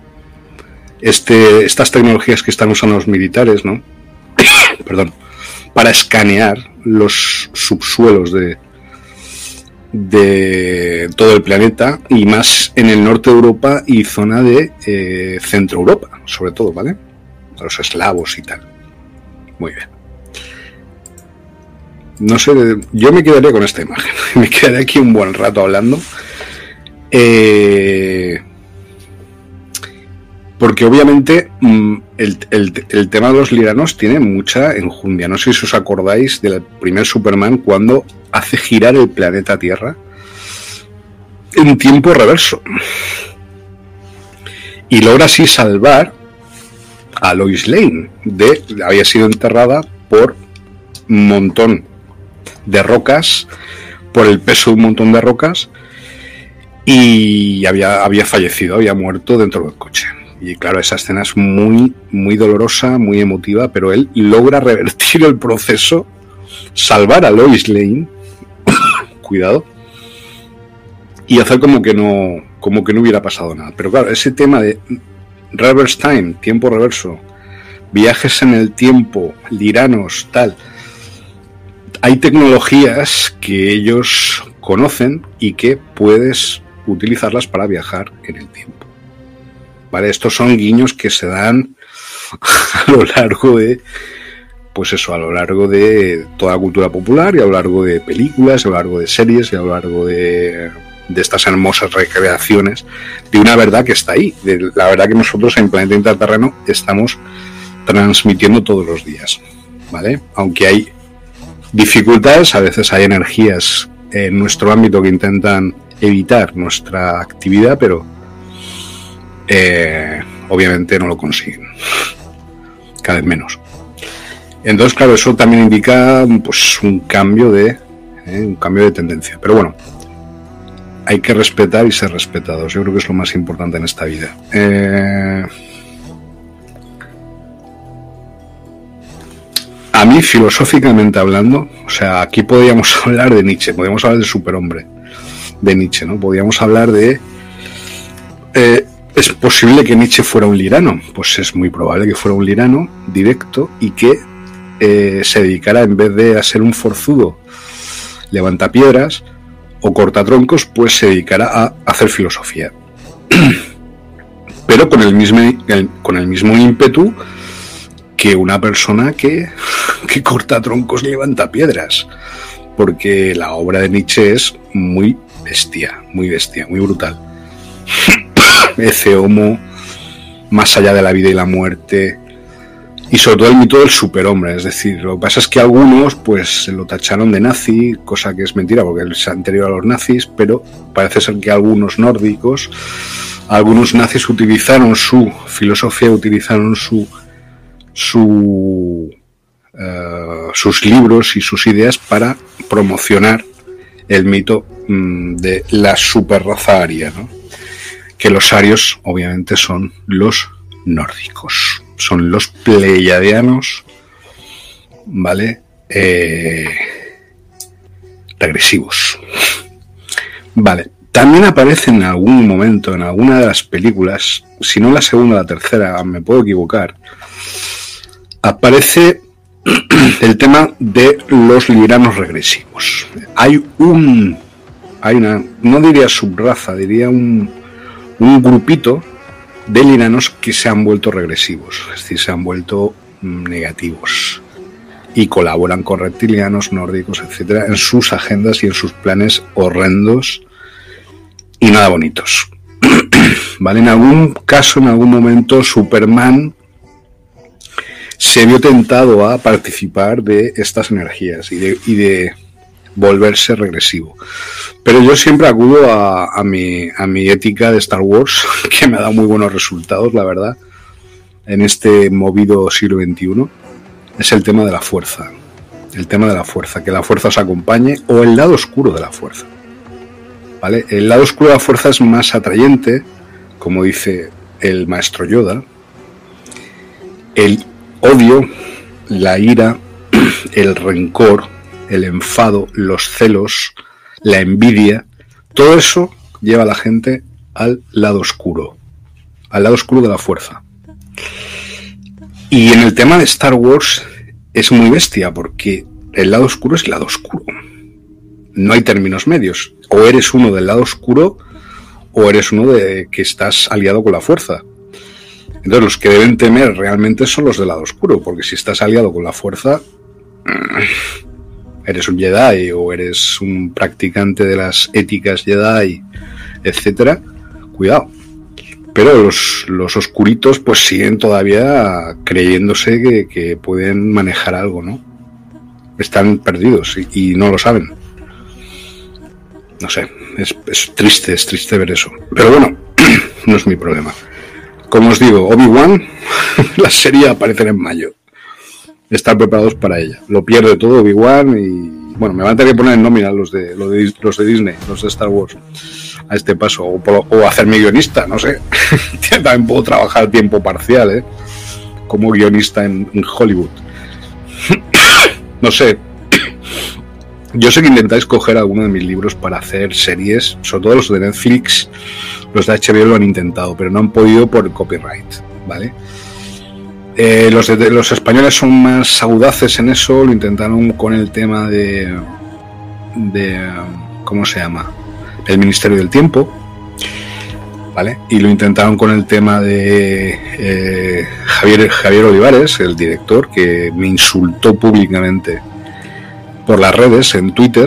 [SPEAKER 1] Este, estas tecnologías que están usando los militares, ¿no? Perdón, para escanear los subsuelos de, de todo el planeta, y más en el norte de Europa y zona de eh, Centro Europa, sobre todo, ¿vale? Los eslavos y tal. Muy bien. no sé, yo me quedaría con esta imagen. Me quedaría aquí un buen rato hablando. Eh, porque obviamente el, el, el tema de los liranos tiene mucha enjundia. No sé si os acordáis del primer Superman cuando hace girar el planeta Tierra en tiempo reverso. Y logra así salvar a Lois Lane. De, había sido enterrada por un montón de rocas, por el peso de un montón de rocas, y había, había fallecido, había muerto dentro del coche. Y claro, esa escena es muy, muy dolorosa, muy emotiva, pero él logra revertir el proceso, salvar a Lois Lane, cuidado, y hacer como que no, como que no hubiera pasado nada. Pero claro, ese tema de reverse time, tiempo reverso, viajes en el tiempo, liranos, tal, hay tecnologías que ellos conocen y que puedes utilizarlas para viajar en el tiempo. ¿Vale? Estos son guiños que se dan a lo largo de, pues eso, a lo largo de toda la cultura popular y a lo largo de películas, a lo largo de series y a lo largo de, de estas hermosas recreaciones de una verdad que está ahí, de la verdad que nosotros en Planeta Intraterreno estamos transmitiendo todos los días, ¿vale? Aunque hay dificultades, a veces hay energías en nuestro ámbito que intentan evitar nuestra actividad, pero eh, obviamente no lo consiguen, cada vez menos. Entonces, claro, eso también indica pues un cambio de eh, un cambio de tendencia. Pero bueno, hay que respetar y ser respetados. Yo creo que es lo más importante en esta vida. Eh, a mí, filosóficamente hablando, o sea, aquí podríamos hablar de Nietzsche, podríamos hablar del superhombre de Nietzsche, ¿no? Podríamos hablar de eh, ¿es posible que Nietzsche fuera un lirano? Pues es muy probable que fuera un lirano directo y que eh, se dedicara, en vez de a ser un forzudo levantapiedras o cortatroncos, pues se dedicara a hacer filosofía. Pero con el mismo, el, con el mismo ímpetu que una persona que, que corta troncos y levanta piedras. Porque la obra de Nietzsche es muy bestia, muy bestia, muy brutal. Ese homo, más allá de la vida y la muerte, y sobre todo el mito del superhombre. Es decir, lo que pasa es que algunos pues lo tacharon de nazi, cosa que es mentira porque es anterior a los nazis, pero parece ser que algunos nórdicos, algunos nazis utilizaron su filosofía, utilizaron su su uh, sus libros y sus ideas para promocionar el mito um, de la superraza aria, ¿no? Que los arios obviamente son los nórdicos, son los pleiadianos, ¿vale? Eh, regresivos. Vale, también aparece en algún momento, en alguna de las películas, si no la segunda o la tercera, me puedo equivocar, aparece el tema de los liranos regresivos. Hay un, hay una, no diría subraza, diría un, un grupito de liranos que se han vuelto regresivos, es decir, se han vuelto negativos y colaboran con reptilianos, nórdicos, etcétera, en sus agendas y en sus planes horrendos y nada bonitos. Vale, en algún caso, en algún momento, Superman se vio tentado a participar de estas energías y de, y de volverse regresivo. Pero yo siempre acudo a, a, mi, a mi ética de Star Wars, que me ha dado muy buenos resultados, la verdad, en este movido siglo veintiuno. Es el tema de la fuerza. El tema de la fuerza, que la fuerza os acompañe, o el lado oscuro de la fuerza. ¿Vale? El lado oscuro de la fuerza es más atrayente, como dice el maestro Yoda. El odio, la ira, el rencor, el enfado, los celos, la envidia, todo eso lleva a la gente al lado oscuro, al lado oscuro de la fuerza. Y en el tema de Star Wars es muy bestia, porque el lado oscuro es el lado oscuro. No hay términos medios. O eres uno del lado oscuro, o eres uno de que estás aliado con la fuerza. Entonces los que deben temer realmente son los del lado oscuro, porque si estás aliado con la fuerza, eres un Jedi o eres un practicante de las éticas Jedi, etcétera, cuidado. Pero los, los oscuritos pues siguen todavía creyéndose que, que pueden manejar algo, ¿no? Están perdidos y, y no lo saben. No sé, es, es triste, es triste ver eso. Pero bueno, no es mi problema. Como os digo, Obi-Wan, la serie aparecerá en mayo. Estar preparados para ella. Lo pierde todo Obi-Wan y... Bueno, me van a tener que poner en nómina los de, los de, los de Disney, los de Star Wars, a este paso. O, o hacerme guionista, no sé. También puedo trabajar a tiempo parcial, ¿eh? Como guionista en, en Hollywood. No sé. Yo sé que intentáis coger alguno de mis libros para hacer series, sobre todo los de Netflix, los de H B O lo han intentado, pero no han podido por el copyright, ¿vale? Eh, los, de, los españoles son más audaces en eso, lo intentaron con el tema de, de ¿cómo se llama? El Ministerio del Tiempo, ¿vale? Y lo intentaron con el tema de eh, Javier, Javier Olivares, el director, que me insultó públicamente por las redes, en Twitter,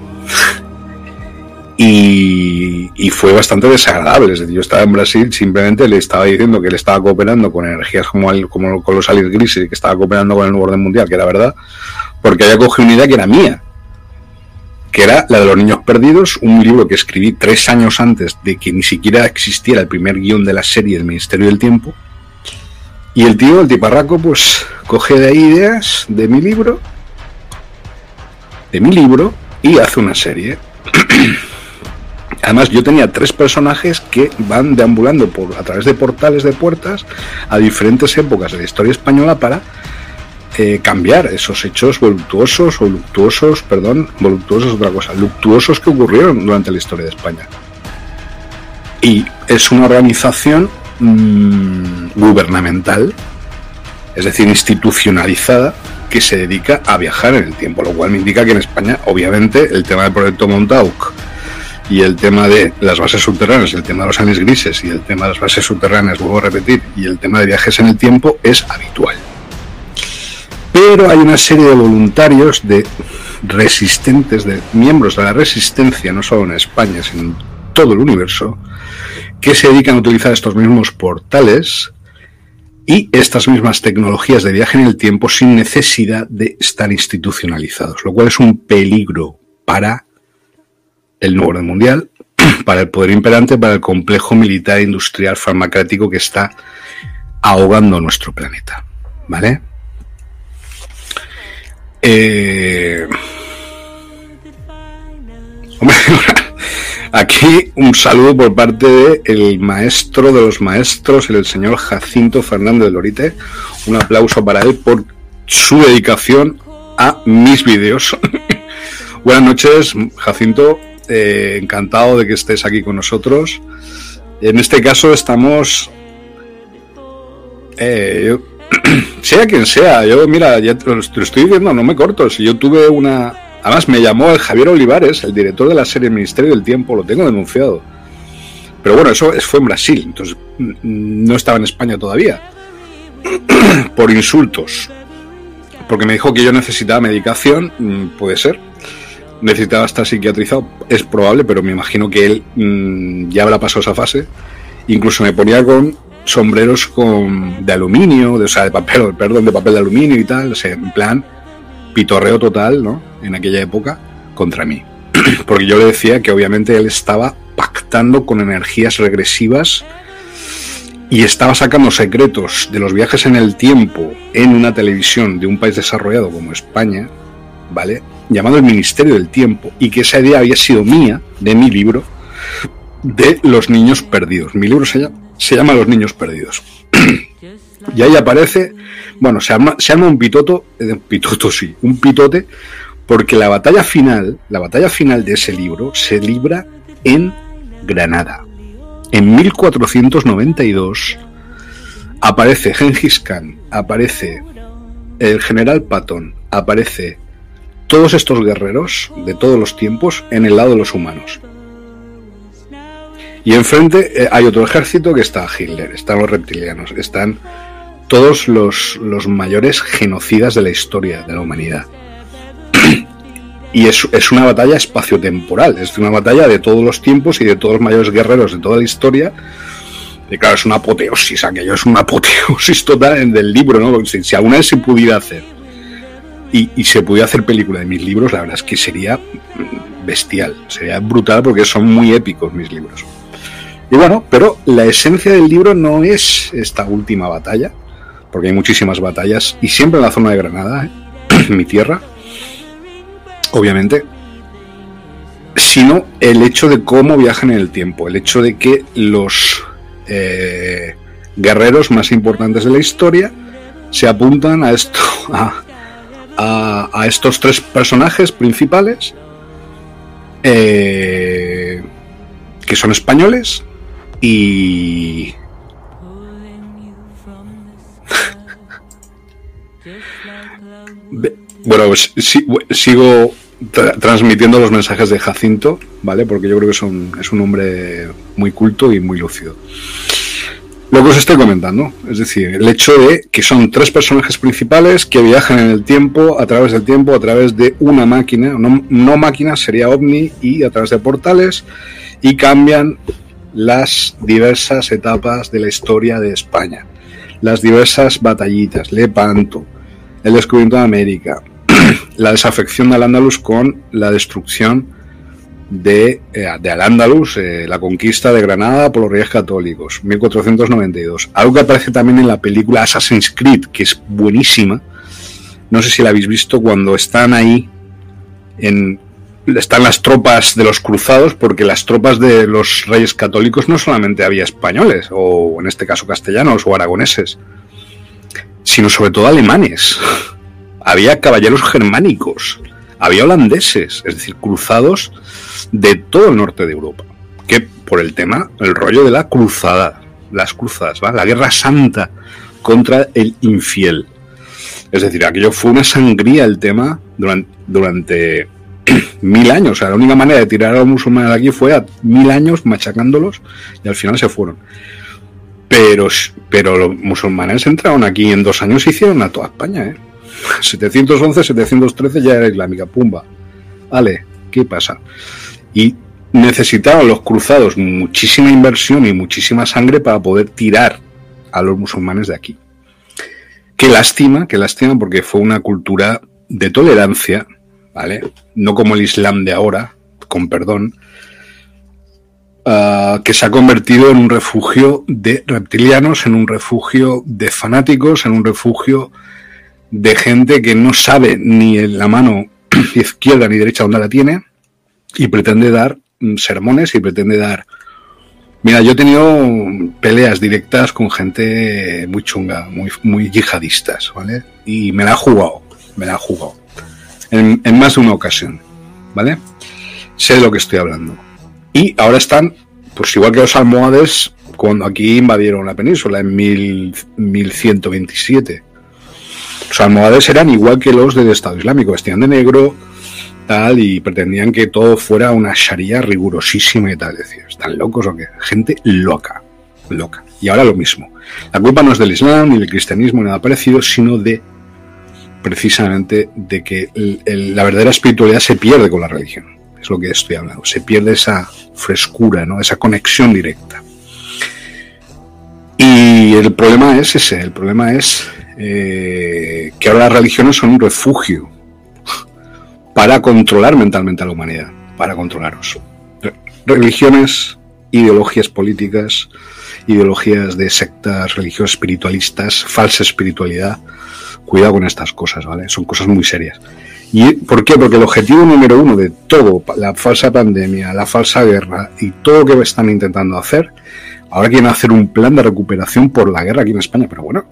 [SPEAKER 1] y, y fue bastante desagradable. Es decir, yo estaba en Brasil, simplemente le estaba diciendo que él estaba cooperando con energías como, el, como con los aliens grises y que estaba cooperando con el nuevo orden mundial, que era verdad, porque había cogido una idea que era mía, que era la de los niños perdidos, un libro que escribí tres años antes de que ni siquiera existiera el primer guión de la serie El Ministerio del Tiempo, y el tío, el tiparraco, pues coge de ahí ideas de mi libro, de mi libro y hace una serie. Además, yo tenía tres personajes que van deambulando por a través de portales de puertas a diferentes épocas de la historia española para eh, cambiar esos hechos voluptuosos o luctuosos, perdón, voluptuosos es otra cosa, luctuosos que ocurrieron durante la historia de España. Y es una organización mmm, gubernamental, es decir, institucionalizada, que se dedica a viajar en el tiempo, lo cual me indica que en España, obviamente, el tema del proyecto Montauk y el tema de las bases subterráneas, el tema de los aliens grises y el tema de las bases subterráneas, vuelvo a repetir, y el tema de viajes en el tiempo es habitual. Pero hay una serie de voluntarios, de resistentes, de miembros de la resistencia, no solo en España, sino en todo el universo, que se dedican a utilizar estos mismos portales y estas mismas tecnologías de viaje en el tiempo sin necesidad de estar institucionalizados, lo cual es un peligro para el nuevo orden mundial, para el poder imperante, para el complejo militar, industrial, farmacéutico que está ahogando nuestro planeta, ¿vale? Eh... Hombre, aquí un saludo por parte del maestro de los maestros, el señor Jacinto Fernández de Lorite. Un aplauso para él por su dedicación a mis vídeos. Buenas noches, Jacinto. Eh, encantado de que estés aquí con nosotros. En este caso estamos... Eh, yo, sea quien sea, yo mira, ya te lo estoy diciendo, no me corto. Si yo tuve una... Además me llamó el Javier Olivares, el director de la serie El Ministerio del Tiempo, lo tengo denunciado. Pero bueno, eso fue en Brasil, entonces no estaba en España todavía. Por insultos. Porque me dijo que yo necesitaba medicación, puede ser. Necesitaba estar psiquiatrizado, es probable, pero me imagino que él mmm, ya habrá pasado esa fase. Incluso me ponía con sombreros con de aluminio, de, o sea, de papel, perdón, de papel de aluminio y tal, o sea, en plan pitorreo total, ¿no? En aquella época, contra mí. Porque yo le decía que obviamente él estaba pactando con energías regresivas y estaba sacando secretos de los viajes en el tiempo en una televisión de un país desarrollado como España, ¿vale? Llamado El Ministerio del Tiempo, y que esa idea había sido mía, de mi libro, de Los Niños Perdidos. Mi libro se llama, se llama Los Niños Perdidos. Y ahí aparece, bueno, se arma, se arma un pitoto, eh, pitoto sí, un pitote, porque la batalla final, la batalla final de ese libro se libra en Granada. En mil cuatrocientos noventa y dos aparece Gengis Khan, aparece el general Patton, aparece todos estos guerreros de todos los tiempos en el lado de los humanos. Y enfrente eh, hay otro ejército que está Hitler, están los reptilianos, están todos los, los mayores genocidas de la historia de la humanidad. y es, es una batalla espaciotemporal, es una batalla de todos los tiempos y de todos los mayores guerreros de toda la historia. Y claro, es una apoteosis, aquello es una apoteosis total del libro, ¿no? Porque si, si alguna vez se pudiera hacer y, y se pudiera hacer película de mis libros, la verdad es que sería bestial, sería brutal porque son muy épicos mis libros. Y bueno, pero la esencia del libro no es esta última batalla, porque hay muchísimas batallas y siempre en la zona de Granada, ¿eh? Mi tierra, obviamente, sino el hecho de cómo viajan en el tiempo, el hecho de que los eh, guerreros más importantes de la historia se apuntan a esto, a, a, a estos tres personajes principales, eh, que son españoles y bueno, pues, si, sigo tra- transmitiendo los mensajes de Jacinto, ¿vale? Porque yo creo que son, es un hombre muy culto y muy lúcido. Lo que os estoy comentando, es decir, el hecho de que son tres personajes principales que viajan en el tiempo, a través del tiempo, a través de una máquina, no, no máquina, sería ovni, y a través de portales, y cambian las diversas etapas de la historia de España, las diversas batallitas, Lepanto, el descubrimiento de América, la desafección de Al-Ándalus con la destrucción de, eh, de Al-Ándalus, eh, la conquista de Granada por los Reyes Católicos, mil cuatrocientos noventa y dos. Algo que aparece también en la película Assassin's Creed, que es buenísima. No sé si la habéis visto, cuando están ahí, en, están las tropas de los cruzados, porque las tropas de los Reyes Católicos no solamente había españoles, o en este caso castellanos o aragoneses, sino sobre todo alemanes. Había caballeros germánicos, había holandeses, es decir, cruzados de todo el norte de Europa, que por el tema, el rollo de la cruzada, las cruzadas, ¿va? La guerra santa contra el infiel. Es decir, aquello fue una sangría el tema durante, durante mil años. O sea, la única manera de tirar a los musulmanes de aquí fue a mil años machacándolos y al final se fueron. Pero, pero los musulmanes entraron aquí en dos años y hicieron a toda España, ¿eh? setecientos once, setecientos trece ya era islámica, pumba. Vale, ¿qué pasa? Y necesitaron los cruzados muchísima inversión y muchísima sangre para poder tirar a los musulmanes de aquí. Qué lástima, qué lástima, porque fue una cultura de tolerancia, ¿vale? No como el Islam de ahora, con perdón, Uh, que se ha convertido en un refugio de reptilianos, en un refugio de fanáticos, en un refugio de gente que no sabe ni en la mano izquierda ni derecha dónde la tiene y pretende dar sermones y pretende dar... Mira, yo he tenido peleas directas con gente muy chunga, muy, muy yihadistas, ¿vale? Y me la ha jugado, me la ha jugado en, en más de una ocasión, ¿vale? Sé de lo que estoy hablando. Y ahora están, pues igual que los almohades, cuando aquí invadieron la península en mil ciento veintisiete. Los almohades eran igual que los del Estado Islámico, vestían de negro, tal, y pretendían que todo fuera una sharia rigurosísima y tal. Decir, ¿están locos o qué? Gente loca, loca. Y ahora lo mismo. La culpa no es del Islam ni del cristianismo ni nada parecido, sino de, precisamente, de que el, el, la verdadera espiritualidad se pierde con la religión. Es lo que estoy hablando. Se pierde esa frescura, ¿no? Esa conexión directa. Y el problema es ese. El problema es eh, que ahora las religiones son un refugio para controlar mentalmente a la humanidad, para controlaros. Religiones, ideologías políticas, ideologías de sectas religiosas espiritualistas, falsa espiritualidad. Cuidado con estas cosas, ¿vale? Son cosas muy serias. ¿Y por qué? Porque el objetivo número uno de todo, la falsa pandemia, la falsa guerra y todo lo que están intentando hacer, ahora quieren hacer un plan de recuperación por la guerra aquí en España, pero bueno,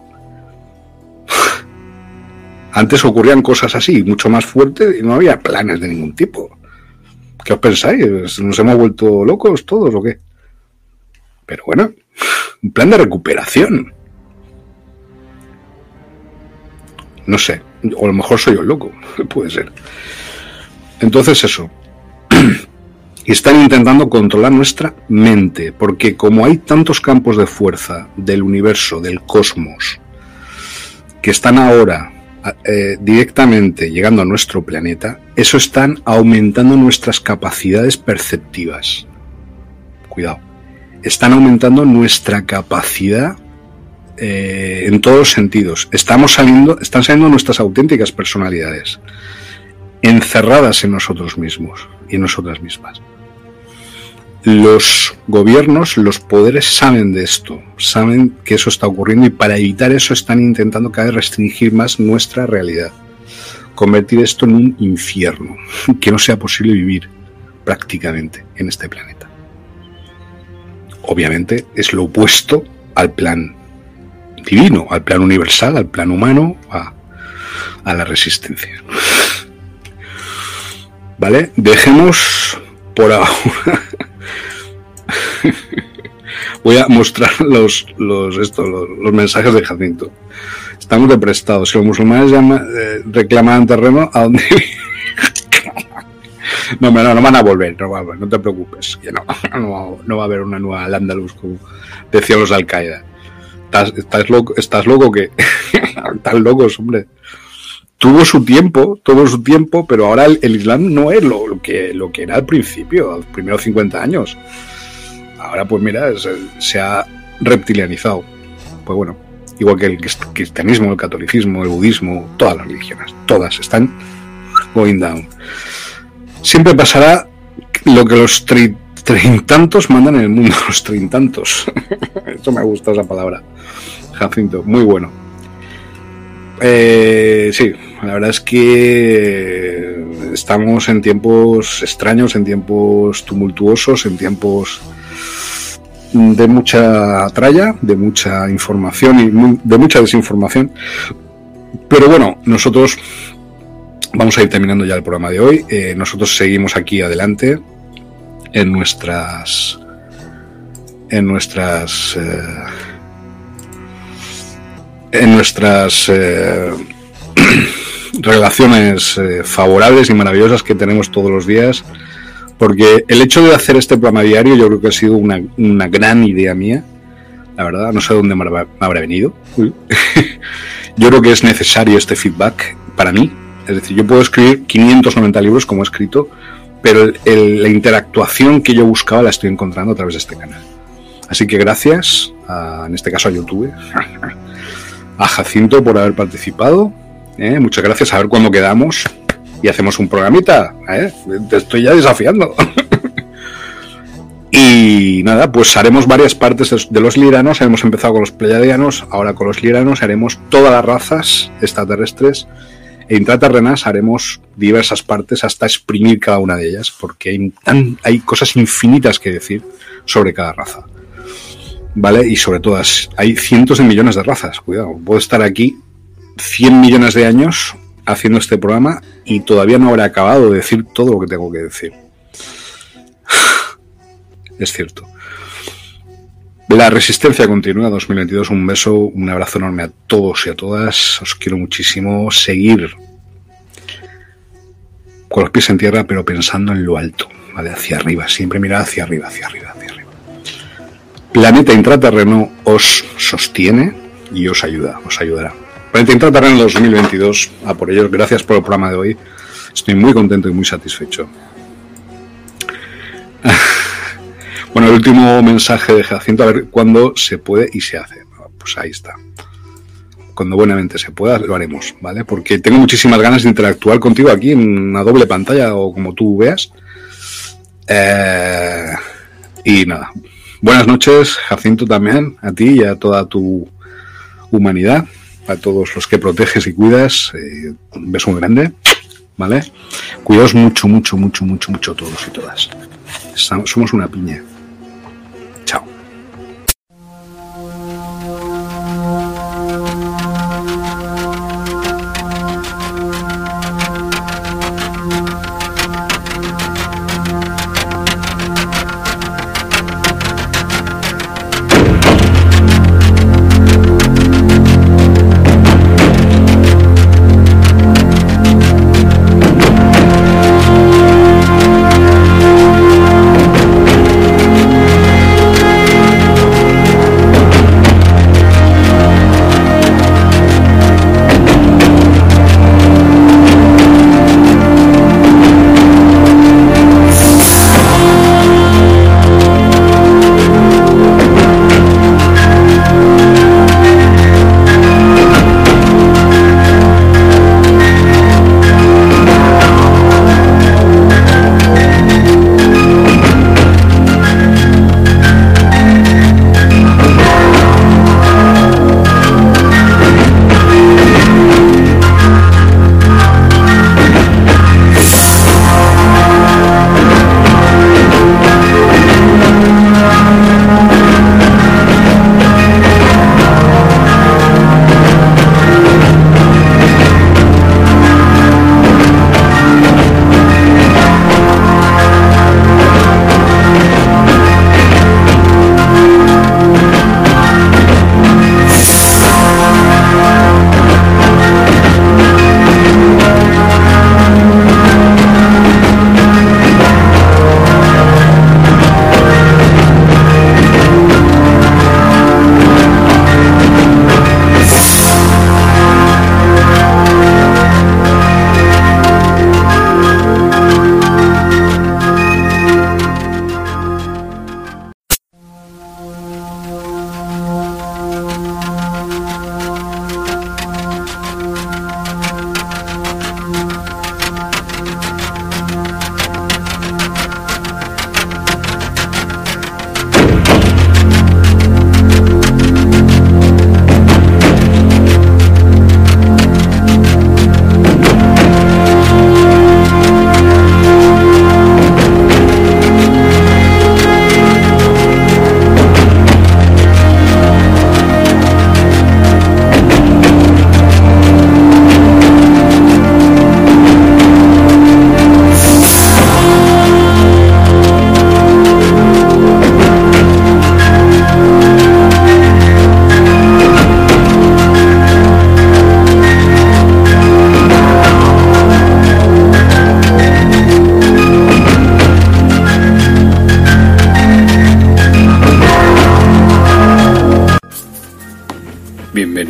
[SPEAKER 1] antes ocurrían cosas así, mucho más fuertes, y no había planes de ningún tipo. ¿Qué os pensáis? ¿Nos hemos vuelto locos todos o qué? Pero bueno, un plan de recuperación. No sé, o a lo mejor soy yo el loco, puede ser. Entonces eso, están intentando controlar nuestra mente, porque como hay tantos campos de fuerza del universo, del cosmos, que están ahora eh, directamente llegando a nuestro planeta, eso están aumentando nuestras capacidades perceptivas. Cuidado. Están aumentando nuestra capacidad eh, en todos los sentidos. Estamos saliendo, están saliendo nuestras auténticas personalidades, encerradas en nosotros mismos y en nosotras mismas. Los gobiernos, los poderes saben de esto, saben que eso está ocurriendo y para evitar eso están intentando cada vez restringir más nuestra realidad, convertir esto en un infierno, que no sea posible vivir prácticamente en este planeta. Obviamente es lo opuesto al plan divino, al plan universal, al plan humano, a, a la resistencia. ¿Vale? Dejemos por ahora. Voy a mostrar los los, esto, los, los mensajes de Jacinto. Estamos de prestados. Si los musulmanes llaman, eh, reclaman terreno, ¿a dónde? No, no, no van a volver, no, va a volver, no te preocupes. Que no, no, no va a haber una nueva Al-Ándalus, como decían los Al-Qaeda. ¿Estás, estás loco? ¿Estás loco que? Están locos, hombre. Tuvo su tiempo, tuvo su tiempo, pero ahora el, el Islam no es lo, lo que lo que era al principio, a los primeros cincuenta años. Ahora, pues mira, se, se ha reptilianizado. Pues bueno, igual que el cristianismo, el catolicismo, el budismo, todas las religiones, todas están going down. Siempre pasará lo que los tri, treintantos mandan en el mundo, los treintantos. Eso me ha gustado esa palabra, Jacinto, muy bueno. Eh, sí, la verdad es que estamos en tiempos extraños, en tiempos tumultuosos, en tiempos de mucha tralla, de mucha información y de mucha desinformación. Pero bueno, nosotros vamos a ir terminando ya el programa de hoy. Eh, nosotros seguimos aquí adelante en nuestras en nuestras eh, en nuestras eh, relaciones eh, favorables y maravillosas que tenemos todos los días, porque el hecho de hacer este programa diario yo creo que ha sido una, una gran idea mía, la verdad, no sé de dónde me habrá, me habrá venido. Yo creo que es necesario este feedback para mí, es decir, yo puedo escribir quinientos noventa libros como he escrito, pero el, el, la interactuación que yo buscaba la estoy encontrando a través de este canal. Así que gracias, a, en este caso a YouTube, a Jacinto por haber participado, ¿eh? Muchas gracias, a ver cuándo quedamos y hacemos un programita, ¿eh? Te estoy ya desafiando. Y nada, pues haremos varias partes de los liranos. Hemos empezado con los pleiadianos, ahora con los liranos haremos todas las razas extraterrestres e intraterrenas, haremos diversas partes hasta exprimir cada una de ellas, porque hay, tan, hay cosas infinitas que decir sobre cada raza, ¿vale? Y sobre todas, hay cientos de millones de razas, cuidado, puedo estar aquí cien millones de años haciendo este programa y todavía no habré acabado de decir todo lo que tengo que decir. Es cierto. La resistencia continúa, dos mil veintidós, un beso, un abrazo enorme a todos y a todas, os quiero muchísimo, seguir con los pies en tierra pero pensando en lo alto, ¿vale? Hacia arriba, siempre mirad hacia arriba, hacia arriba, hacia arriba. Planeta Intraterreno os sostiene y os ayuda, os ayudará. Planeta Intraterreno dos mil veintidós, a por ello, gracias por el programa de hoy, estoy muy contento y muy satisfecho. Bueno, el último mensaje de Jacinto, a ver cuándo se puede y se hace. Pues ahí está. Cuando buenamente se pueda, lo haremos, ¿vale? Porque tengo muchísimas ganas de interactuar contigo aquí en una doble pantalla o como tú veas. Eh, y nada. Buenas noches, Jacinto, también, a ti y a toda tu humanidad, a todos los que proteges y cuidas. Eh, un beso muy grande, ¿vale? Cuidaos mucho, mucho, mucho, mucho, mucho todos y todas. Somos una piña. Chao.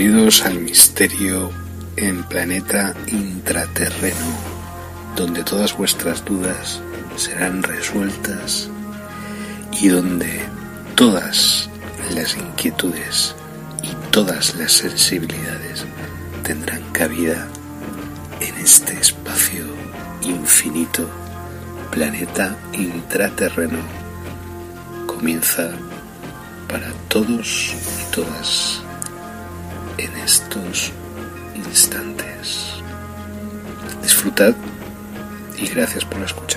[SPEAKER 1] Bienvenidos al misterio en planeta intraterreno, donde todas vuestras dudas serán resueltas y donde todas las inquietudes y todas las sensibilidades tendrán cabida en este espacio infinito, planeta intraterreno. Comienza para todos y todas en estos instantes. Disfrutad y gracias por la escucha.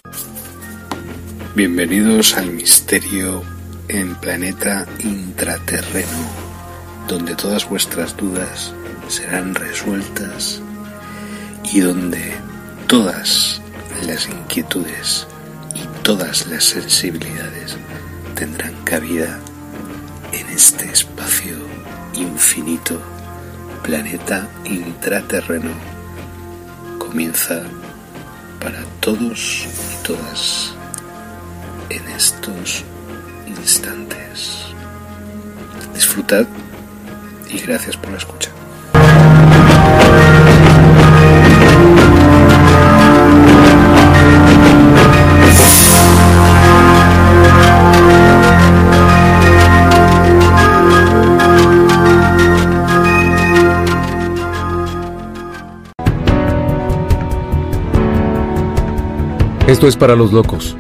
[SPEAKER 1] Bienvenidos al misterio en planeta intraterreno, donde todas vuestras dudas serán resueltas y donde todas las inquietudes y todas las sensibilidades tendrán cabida en este espacio infinito, planeta intraterreno. Comienza para todos y todas en estos instantes. Disfrutad y gracias por la escucha.
[SPEAKER 2] Esto es para los locos,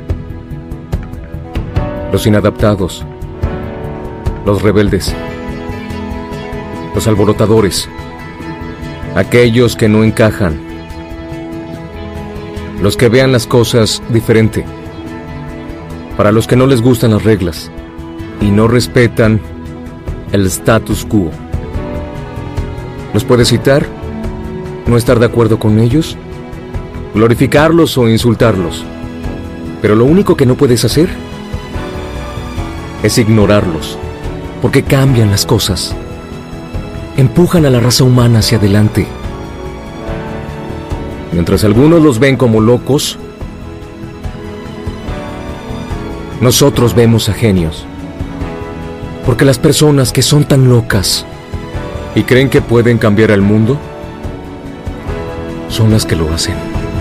[SPEAKER 2] los inadaptados, los rebeldes, los alborotadores, aquellos que no encajan, los que vean las cosas diferente, para los que no les gustan las reglas y no respetan el status quo. ¿Los puedes citar? ¿No estar de acuerdo con ellos? Glorificarlos o insultarlos. Pero lo único que no puedes hacer es ignorarlos, porque cambian las cosas. Empujan a la raza humana hacia adelante. Mientras algunos los ven como locos, nosotros vemos a genios. Porque las personas que son tan locas y creen que pueden cambiar el mundo son las que lo hacen.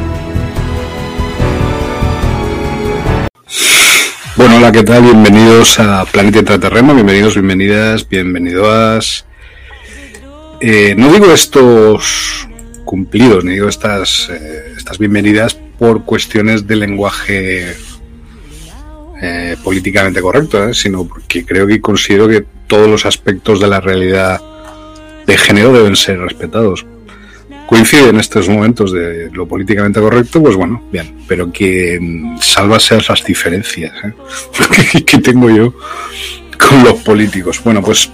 [SPEAKER 1] Bueno, hola, ¿qué tal? Bienvenidos a Planeta Intraterreno, bienvenidos, bienvenidas, bienvenidas. Eh, no digo estos cumplidos, ni digo estas, eh, estas bienvenidas por cuestiones de lenguaje eh, políticamente correcto, eh, sino porque creo que considero que todos los aspectos de la realidad de género deben ser respetados. Coincide en estos momentos de lo políticamente correcto, pues bueno, bien, pero que sálvase las diferencias, ¿eh? que tengo yo con los políticos. Bueno, pues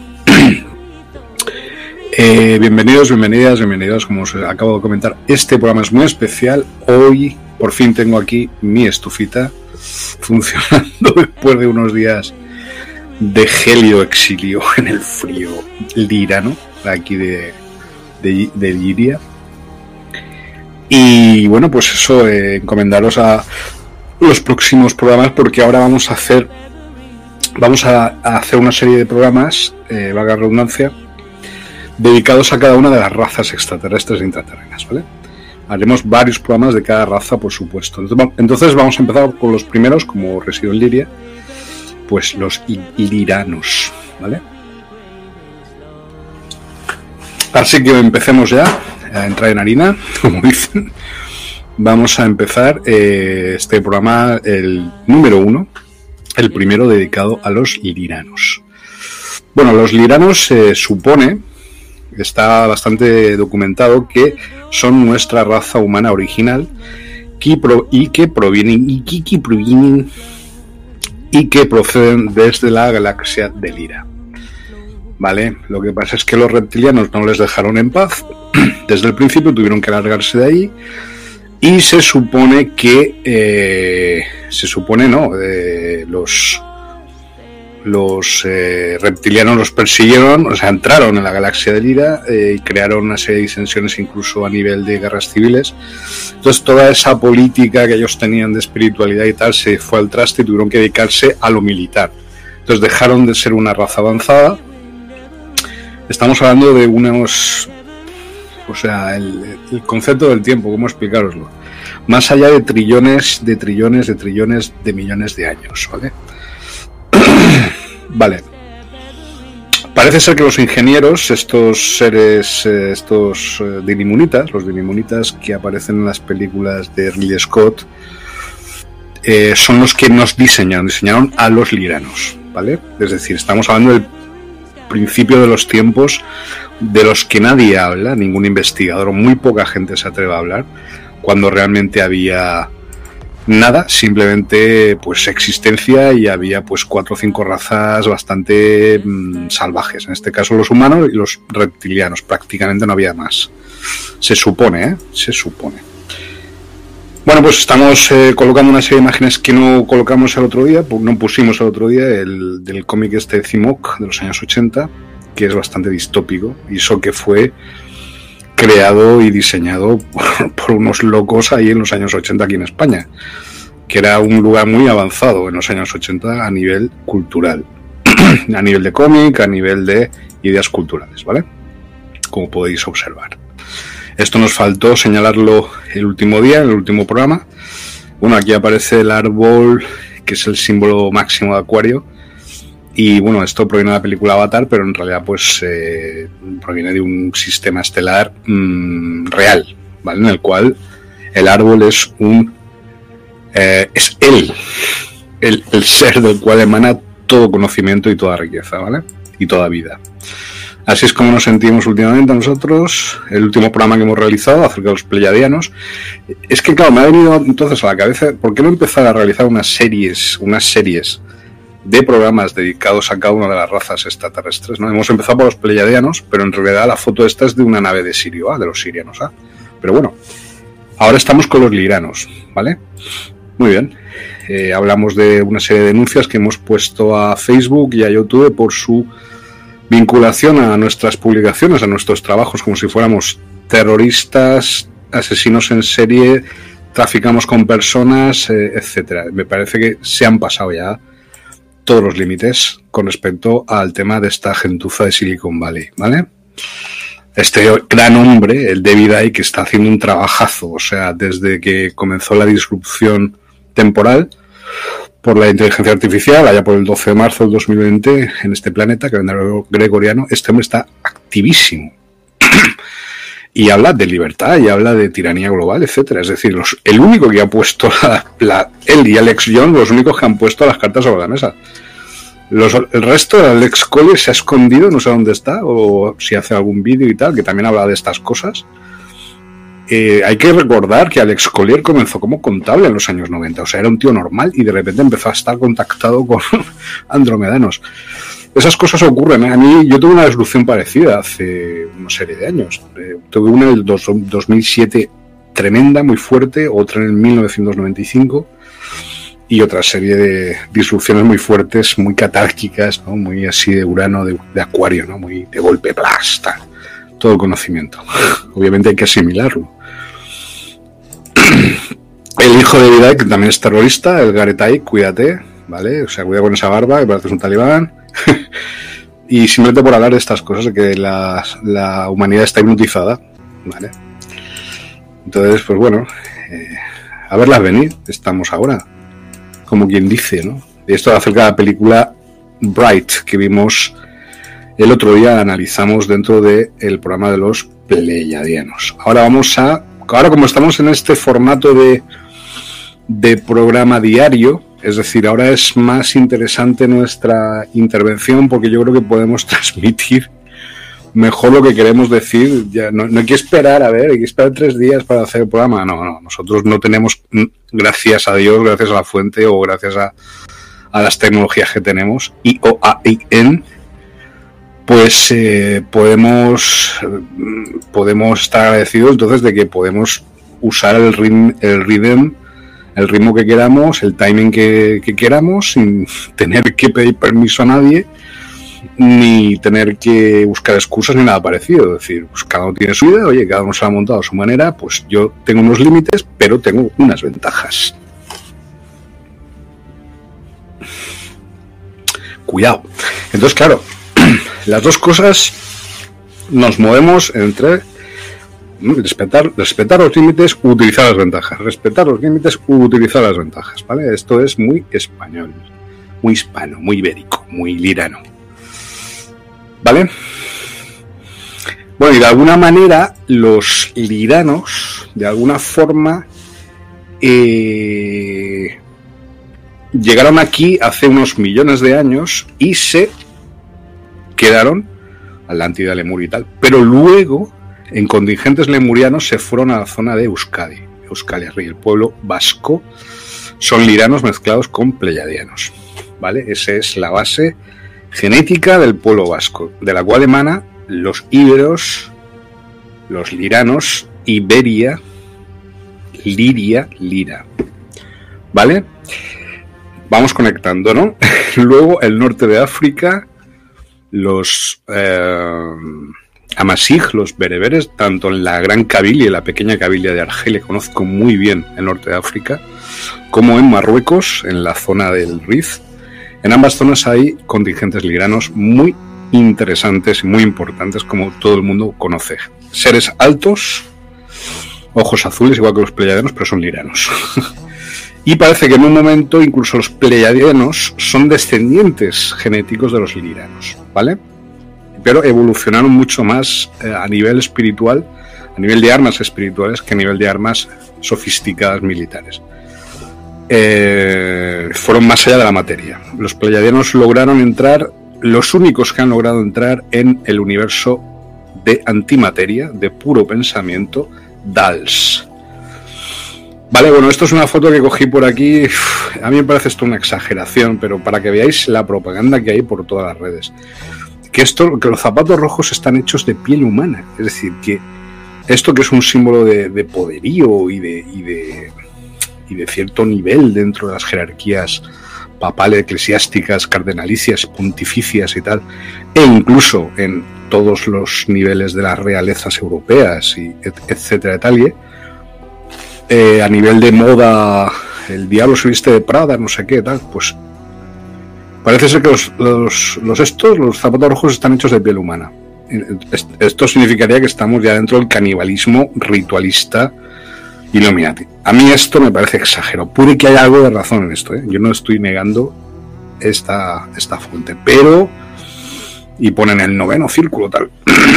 [SPEAKER 1] eh, bienvenidos, bienvenidas, bienvenidos, como os acabo de comentar. Este programa es muy especial. Hoy por fin tengo aquí mi estufita funcionando después de unos días de gelio exilio en el frío lirano, aquí de, de, de Liria. Y bueno, pues eso, eh, encomendaros a los próximos programas, porque ahora vamos a hacer vamos a, a hacer una serie de programas, eh, valga la redundancia, dedicados a cada una de las razas extraterrestres e intraterrenas, ¿vale? Haremos varios programas de cada raza, por supuesto. Entonces vamos a empezar con los primeros, como resido en Liria, pues los iliranos, ¿vale? Así que empecemos ya a entrar en harina, como dicen. Vamos a empezar eh, este programa, el número uno, el primero dedicado a los liranos. Bueno, los liranos se supone, está bastante documentado, que son nuestra raza humana original y que provienen y que, que provienen y que proceden desde la galaxia de Lira. Vale, lo que pasa es que los reptilianos no les dejaron en paz. Desde el principio tuvieron que largarse de ahí y se supone que eh, se supone no eh, los los eh, reptilianos los persiguieron, o sea, entraron en la galaxia de Lira eh, y crearon una serie de disensiones incluso a nivel de guerras civiles. Entonces toda esa política que ellos tenían de espiritualidad y tal se fue al traste y tuvieron que dedicarse a lo militar. Entonces dejaron de ser una raza avanzada estamos hablando de unos... O sea, el, el concepto del tiempo, ¿cómo explicároslo? Más allá de trillones, de trillones, de trillones de millones de años, ¿vale? Vale. Parece ser que los ingenieros, estos seres, eh, estos eh, dinimunitas, los dinimunitas que aparecen en las películas de Ridley Scott, eh, son los que nos diseñaron, diseñaron a los liranos, ¿vale? Es decir, estamos hablando del principio de los tiempos de los que nadie habla, ningún investigador o muy poca gente se atreve a hablar, cuando realmente había nada, simplemente pues existencia, y había pues cuatro o cinco razas bastante mmm, salvajes, en este caso los humanos y los reptilianos, prácticamente no había más, se supone, ¿eh? se supone. Bueno, pues estamos eh, colocando una serie de imágenes que no colocamos el otro día, no pusimos el otro día, el del cómic este Cimoc de los años ochenta, que es bastante distópico, y eso que fue creado y diseñado por, por unos locos ahí en los años ochenta aquí en España, que era un lugar muy avanzado en los años ochenta a nivel cultural, a nivel de cómic, a nivel de ideas culturales, ¿vale? Como podéis observar. Esto nos faltó señalarlo el último día, en el último programa. Bueno, aquí aparece el árbol, que es el símbolo máximo de Acuario. Y bueno, esto proviene de la película Avatar, pero en realidad pues eh, proviene de un sistema estelar mmm, real, ¿vale? En el cual el árbol es un eh, es él, el, el ser del cual emana todo conocimiento y toda riqueza, ¿vale? Y toda vida. Así es como nos sentimos últimamente nosotros, el último programa que hemos realizado acerca de los pleiadianos. Es que claro, me ha venido entonces a la cabeza, ¿por qué no empezar a realizar unas series, unas series de programas dedicados a cada una de las razas extraterrestres, ¿no? Hemos empezado por los pleiadianos, pero en realidad la foto esta es de una nave de Sirio A, de los sirianos A. Pero bueno, ahora estamos con los liranos, ¿vale? Muy bien. Eh, hablamos de una serie de denuncias que hemos puesto a Facebook y a YouTube por su vinculación a nuestras publicaciones, a nuestros trabajos, como si fuéramos terroristas, asesinos en serie, traficamos con personas, eh, etcétera. Me parece que se han pasado ya todos los límites con respecto al tema de esta gentuza de Silicon Valley, ¿vale? Este gran hombre, el David Icke, que está haciendo un trabajazo, o sea, desde que comenzó la disrupción temporal por la inteligencia artificial, allá por el doce de marzo del dos mil veinte, en este planeta, calendario gregoriano, este hombre está activísimo. Y habla de libertad, y habla de tiranía global, etcétera. Es decir, los, el único que ha puesto, la, la, él y Alex Jones, los únicos que han puesto las cartas sobre la mesa. Los, el resto de Alex Collier se ha escondido, no sé dónde está, o si hace algún vídeo y tal, que también habla de estas cosas. Eh, hay que recordar que Alex Collier comenzó como contable en los años noventa, o sea, era un tío normal y de repente empezó a estar contactado con andromedanos. Esas cosas ocurren, ¿eh? A mí, yo tuve una disrupción parecida hace una serie de años. Eh, tuve una en el dos, dos mil siete tremenda, muy fuerte, otra en el mil novecientos noventa y cinco y otra serie de disrupciones muy fuertes, muy catárquicas, ¿no? Muy así de Urano, de, de Acuario, ¿no? Muy de golpe, plasta, todo el conocimiento. Obviamente hay que asimilarlo. El hijo de David Icke, que también es terrorista, el Gareth Icke, cuídate, ¿vale? O sea, cuidado con esa barba, que pareces un talibán. Y simplemente por hablar de estas cosas, de que la, la humanidad está hipnotizada, ¿vale? Entonces, pues bueno, eh, a verlas venir, estamos ahora, como quien dice, ¿no? Y esto acerca de la película Bright, que vimos el otro día, analizamos dentro del programa de los pleiadianos. Ahora vamos a, ahora como estamos en este formato de, de programa diario, es decir, ahora es más interesante nuestra intervención porque yo creo que podemos transmitir mejor lo que queremos decir. Ya no, no hay que esperar, a ver, hay que esperar tres días para hacer el programa. No, no, nosotros no tenemos, gracias a Dios, gracias a la fuente o gracias a, a las tecnologías que tenemos, I O A I N, pues eh, podemos, podemos estar agradecidos entonces de que podemos usar el ritmo, el ritmo el ritmo que queramos, el timing que, que queramos, sin tener que pedir permiso a nadie, ni tener que buscar excusas ni nada parecido. Es decir, pues cada uno tiene su vida, oye, cada uno se lo ha montado a su manera, pues yo tengo unos límites, pero tengo unas ventajas. Cuidado. Entonces, claro, las dos cosas nos movemos entre respetar, respetar los límites, utilizar las ventajas. Respetar los límites, utilizar las ventajas, ¿vale? Esto es muy español, muy hispano, muy ibérico, muy lirano, ¿vale? Bueno, y de alguna manera los liranos, de alguna forma, eh, llegaron aquí hace unos millones de años y se quedaron, Atlántida, Lemuria y tal, pero luego, en contingentes lemurianos, se fueron a la zona de Euskadi, Euskal Herria, el pueblo vasco, son liranos mezclados con pleyadianos, ¿vale? Esa es la base genética del pueblo vasco, de la cual emana los íberos, los liranos, Iberia, Liria, Lira, ¿vale? Vamos conectando, ¿no? Luego el norte de África, los eh, Amasij, los bereberes, tanto en la Gran Cabilia y la pequeña Cabilia de Argelia, conozco muy bien el norte de África, como en Marruecos, en la zona del Rif. En ambas zonas hay contingentes liranos muy interesantes y muy importantes, como todo el mundo conoce. Seres altos, ojos azules, igual que los pleyadianos, pero son liranos. Y parece que en un momento incluso los pleyadianos son descendientes genéticos de los liranos, ¿vale? Pero evolucionaron mucho más eh, a nivel espiritual, a nivel de armas espirituales, que a nivel de armas sofisticadas militares. Eh, fueron más allá de la materia. Los pleyadianos lograron entrar, los únicos que han logrado entrar en el universo de antimateria, de puro pensamiento, Dals. Vale, bueno, esto es una foto que cogí por aquí. A mí me parece esto una exageración, pero para que veáis la propaganda que hay por todas las redes. Que esto, que los zapatos rojos están hechos de piel humana. Es decir, que esto que es un símbolo de, de poderío y de, y de y de cierto nivel dentro de las jerarquías papales, eclesiásticas, cardenalicias, pontificias y tal, e incluso en todos los niveles de las realezas europeas y et, etcétera, tal, eh, a nivel de moda, el diablo se viste de Prada, no sé qué, tal, pues parece ser que los, los, los estos, los zapatos rojos están hechos de piel humana. Esto significaría que estamos ya dentro del canibalismo ritualista Illuminati. A mí esto me parece exagerado. Puede que haya algo de razón en esto, ¿eh? Yo no estoy negando esta, esta fuente, pero... Y ponen el noveno círculo, tal.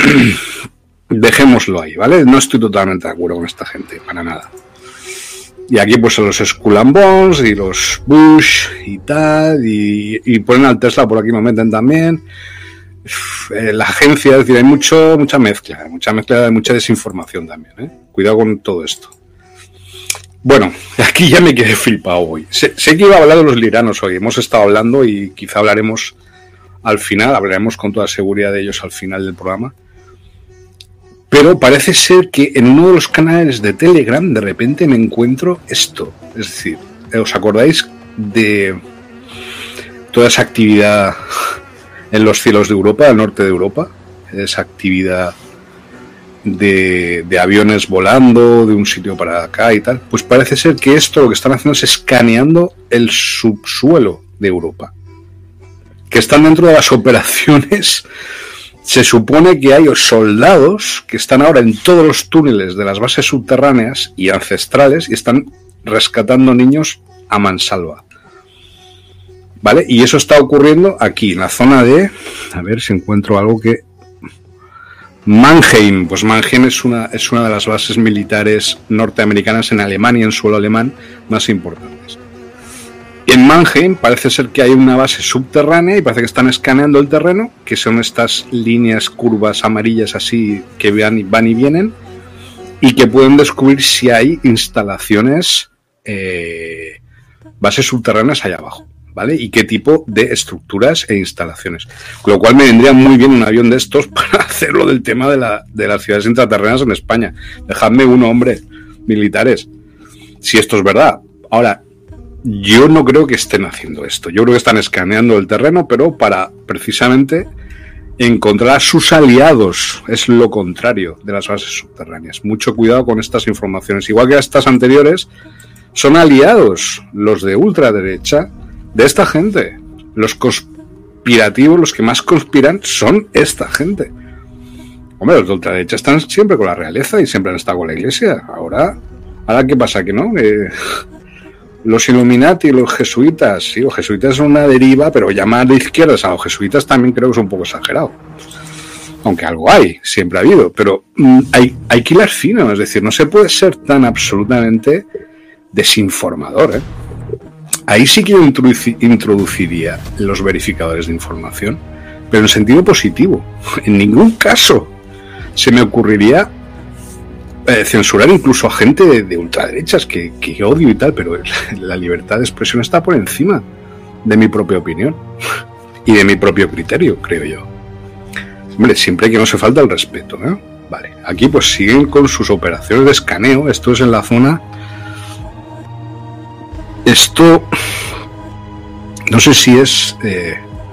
[SPEAKER 1] Dejémoslo ahí, ¿vale? No estoy totalmente de acuerdo con esta gente, para nada. Y aquí pues los Skull and Bones y los Bush y tal, y, y ponen al Tesla por aquí, lo meten también. Eh, la agencia, es decir, hay mucho, mucha mezcla, mucha mezcla, mucha desinformación también, ¿eh? Cuidado con todo esto. Bueno, aquí ya me quedé flipado hoy. Sé, sé que iba a hablar de los liranos hoy, hemos estado hablando y quizá hablaremos al final, hablaremos con toda seguridad de ellos al final del programa. Pero parece ser que en uno de los canales de Telegram de repente me encuentro esto. Es decir, ¿os acordáis de toda esa actividad en los cielos de Europa, del norte de Europa? Esa actividad de, de aviones volando de un sitio para acá y tal. Pues parece ser que esto lo que están haciendo es escaneando el subsuelo de Europa. Que están dentro de las operaciones. Se supone que hay soldados que están ahora en todos los túneles de las bases subterráneas y ancestrales y están rescatando niños a mansalva. ¿Vale? Y eso está ocurriendo aquí, en la zona de... A ver si encuentro algo que... Mannheim. Pues Mannheim es una, es una de las bases militares norteamericanas en Alemania, en suelo alemán, más importantes. En Mannheim parece ser que hay una base subterránea y parece que están escaneando el terreno, que son estas líneas curvas amarillas así que van y, van y vienen, y que pueden descubrir si hay instalaciones, eh, bases subterráneas allá abajo, ¿vale? Y qué tipo de estructuras e instalaciones. Con lo cual me vendría muy bien un avión de estos para hacerlo del tema de, la, de las ciudades intraterrenas en España. Dejadme uno, hombre, militares, si esto es verdad. Ahora, yo no creo que estén haciendo esto. Yo creo que están escaneando el terreno, pero para precisamente encontrar a sus aliados. Es lo contrario de las bases subterráneas. Mucho cuidado con estas informaciones. Igual que estas anteriores, son aliados los de ultraderecha de esta gente. Los conspirativos, los que más conspiran, son esta gente. Hombre, los de ultraderecha están siempre con la realeza y siempre han estado con la iglesia. Ahora, ¿ahora qué pasa? ¿Que no? Eh, los Illuminati y los jesuitas, sí, los jesuitas son una deriva, pero llamar de izquierdas a los jesuitas también creo que es un poco exagerado. Aunque algo hay, siempre ha habido, pero mm, hay, hay que hilar fino, es decir, no se puede ser tan absolutamente desinformador, ¿eh? Ahí sí que yo introduci- introduciría los verificadores de información, pero en sentido positivo. En ningún caso se me ocurriría eh, censurar incluso a gente de, de ultraderechas que, que odio y tal, pero la libertad de expresión está por encima de mi propia opinión y de mi propio criterio, creo yo. Hombre, siempre que no se falta el respeto, ¿eh? Vale, aquí pues siguen con sus operaciones de escaneo. Esto es en la zona... Esto... No sé si es... Eh...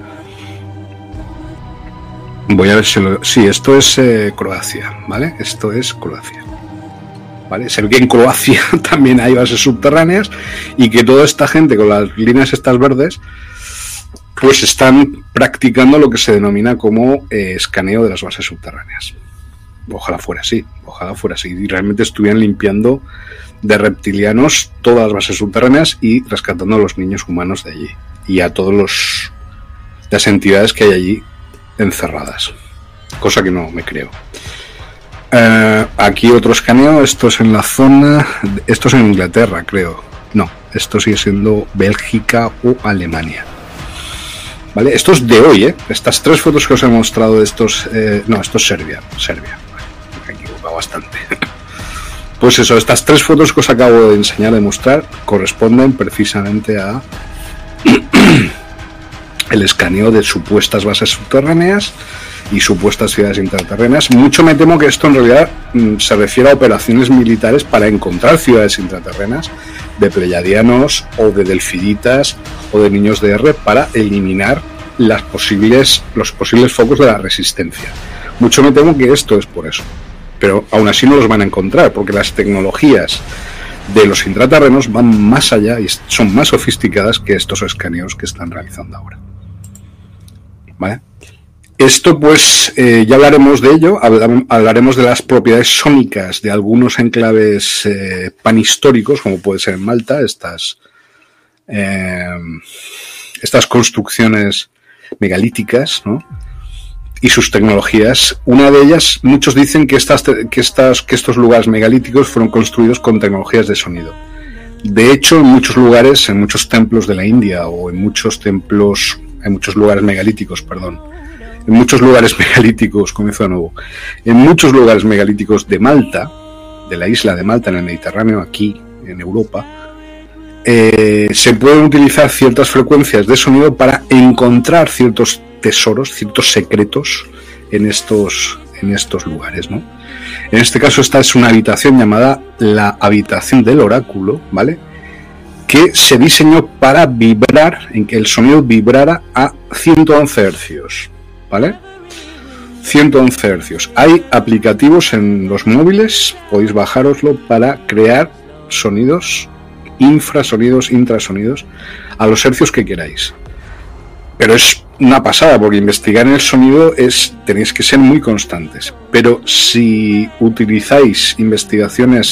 [SPEAKER 1] Voy a ver si lo... Sí, esto es eh, Croacia, ¿vale? Esto es Croacia. ¿Vale? Se ve que en Croacia también hay bases subterráneas y que toda esta gente con las líneas estas verdes pues están practicando lo que se denomina como eh, escaneo de las bases subterráneas. Ojalá fuera así, ojalá fuera así. Y realmente estuvieran limpiando de reptilianos todas las bases subterráneas y rescatando a los niños humanos de allí. Y a todos los las entidades que hay allí encerradas. Cosa que no me creo. Eh, aquí otro escaneo, esto es en la zona... Esto es en Inglaterra, creo. No, esto sigue siendo Bélgica o Alemania. ¿Vale? Esto es de hoy, ¿eh? Estas tres fotos que os he mostrado de estos... Eh, no, esto es Serbia. Serbia. Vale, me he equivocado bastante. Pues eso, estas tres fotos que os acabo de enseñar, de mostrar, corresponden precisamente a el escaneo de supuestas bases subterráneas y supuestas ciudades intraterrenas. Mucho me temo que esto en realidad mm, se refiere a operaciones militares para encontrar ciudades intraterrenas de pleyadianos o de delfiditas o de niños de R para eliminar las posibles, los posibles focos de la resistencia. Mucho me temo que esto es por eso, pero aún así no los van a encontrar porque las tecnologías de los intraterrenos van más allá y son más sofisticadas que estos escaneos que están realizando ahora. ¿Vale? Esto pues eh, ya hablaremos de ello, hablaremos de las propiedades sónicas de algunos enclaves eh, panhistóricos, como puede ser en Malta, estas, eh, estas construcciones megalíticas, ¿no? Y sus tecnologías. Una de ellas, muchos dicen que, estas, que, estas, que estos lugares megalíticos fueron construidos con tecnologías de sonido. De hecho, en muchos lugares, en muchos templos de la India o en muchos templos, en muchos lugares megalíticos, perdón, en muchos lugares megalíticos, comienzo de nuevo, en muchos lugares megalíticos de Malta, de la isla de Malta en el Mediterráneo, aquí en Europa, eh, se pueden utilizar ciertas frecuencias de sonido para encontrar ciertos tesoros, ciertos secretos en estos, en estos lugares, ¿no? En este caso esta es una habitación llamada la habitación del oráculo, ¿vale? Que se diseñó para vibrar, en que el sonido vibrara a ciento once hercios. ¿Vale? ciento once hercios. Hay aplicativos en los móviles, podéis bajároslo para crear sonidos, infrasonidos, intrasonidos, a los hercios que queráis. Pero es una pasada, porque investigar en el sonido es, tenéis que ser muy constantes. Pero si utilizáis investigaciones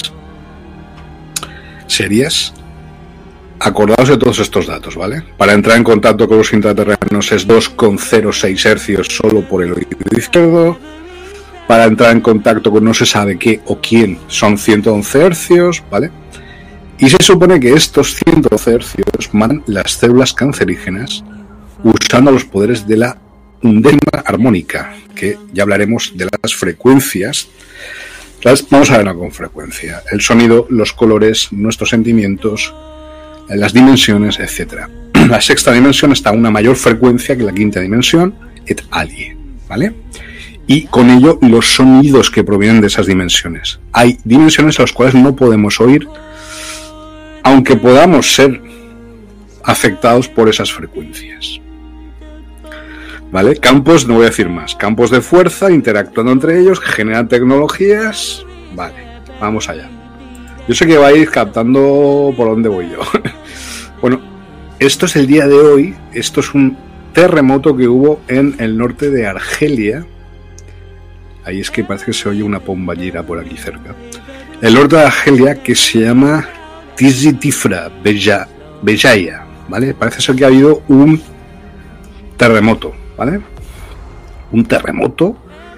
[SPEAKER 1] serias, acordaos de todos estos datos, ¿vale? Para entrar en contacto con los intraterrenos es dos coma cero seis hercios solo por el oído izquierdo. Para entrar en contacto con no se sabe qué o quién son ciento once hercios, ¿vale? Y se supone que estos ciento once hercios mandan las células cancerígenas usando los poderes de la undécima armónica, que ya hablaremos de las frecuencias. Las vamos a ver con frecuencia. El sonido, los colores, nuestros sentimientos, las dimensiones, etcétera. La sexta dimensión está a una mayor frecuencia que la quinta dimensión, et alie, ¿vale? Y con ello los sonidos que provienen de esas dimensiones. Hay dimensiones a las cuales no podemos oír, aunque podamos ser afectados por esas frecuencias. ¿Vale? Campos, no voy a decir más. Campos de fuerza interactuando entre ellos, que generan tecnologías. Vale, vamos allá. Yo sé que vais captando por dónde voy yo. Bueno, esto es el día de hoy. Esto es un terremoto que hubo en el norte de Argelia Ahí es que parece que se oye una bomballera por aquí cerca. El norte de Argelia, que se llama Tizi Tifra Beja, Bejaya, ¿vale? Parece ser que ha habido un terremoto, ¿vale? Un terremoto.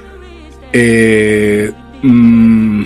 [SPEAKER 1] Eh, mmm,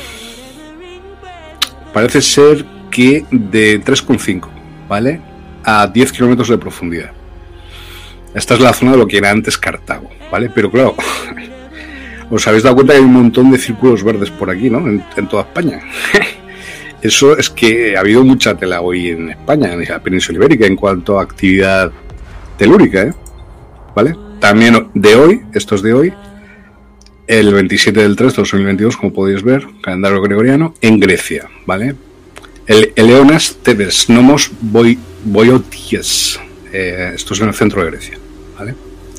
[SPEAKER 1] parece ser que de tres coma cinco, ¿vale? A diez kilómetros de profundidad. Esta es la zona de lo que era antes Cartago, ¿vale? Pero claro, os habéis dado cuenta que hay un montón de círculos verdes por aquí, ¿no? En, en toda España. Eso es que ha habido mucha tela hoy en España, en la península ibérica, en cuanto a actividad telúrica, ¿eh? ¿Vale? También de hoy, esto es de hoy, el veintisiete del tres de dos mil veintidós, como podéis ver, calendario gregoriano, en Grecia, ¿vale? El Eleonas Tebes Nomos Boy, Boioties. Eh, esto es en el centro de Grecia, ¿vale?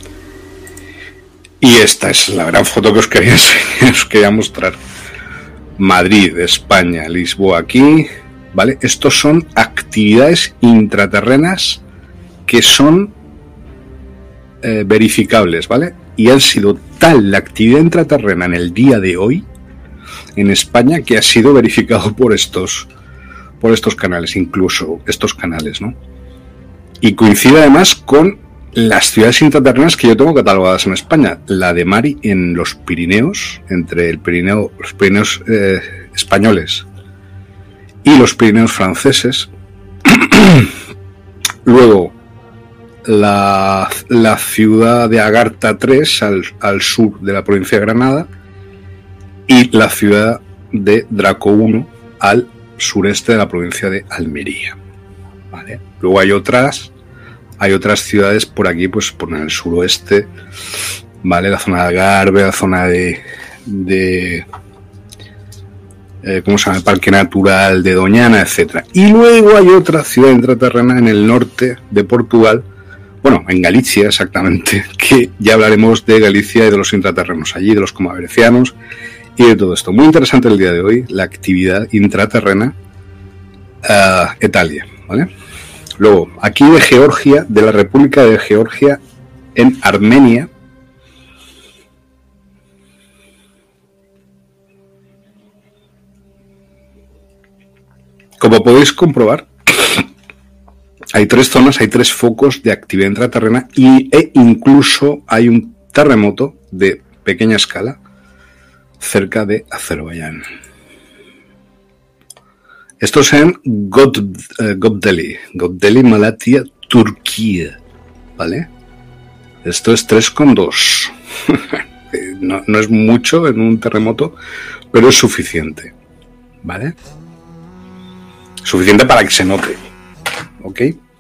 [SPEAKER 1] Y esta es la gran foto que os quería enseñar, os quería mostrar. Madrid, España, Lisboa aquí, ¿vale? Estos son actividades intraterrenas que son eh, verificables, ¿vale? Y han sido tal la actividad intraterrena en el día de hoy en España que ha sido verificado por estos por estos canales, incluso estos canales, ¿no? Y coincide además con las ciudades intraterrenas que yo tengo catalogadas en España. La de Mari en los Pirineos, entre el Pirineo, los Pirineos eh, españoles y los Pirineos franceses. Luego, la, la ciudad de Agartha tres al, al sur de la provincia de Granada y la ciudad de Draco uno al sureste de la provincia de Almería, ¿vale? Luego hay otras hay otras ciudades por aquí, pues por el suroeste, ¿vale? La zona de Algarve, la zona de, de eh, ¿cómo se llama? El Parque Natural de Doñana, etcétera. Y luego hay otra ciudad intraterrena en el norte de Portugal, bueno, en Galicia exactamente, que ya hablaremos de Galicia y de los intraterrenos allí, de los comaverecianos y de todo esto. Muy interesante el día de hoy, la actividad intraterrena uh, Italia, ¿vale? Luego, aquí de Georgia, de la República de Georgia en Armenia. Como podéis comprobar, hay tres zonas, hay tres focos de actividad intraterrena y, e incluso hay un terremoto de pequeña escala cerca de Azerbaiyán. Esto es en God, uh, Gobdeli, Gobdeli, Malatya, Turquía, ¿vale? Esto es tres coma dos. no, no es mucho en un terremoto, pero es suficiente, ¿vale? Suficiente para que se note, ¿ok?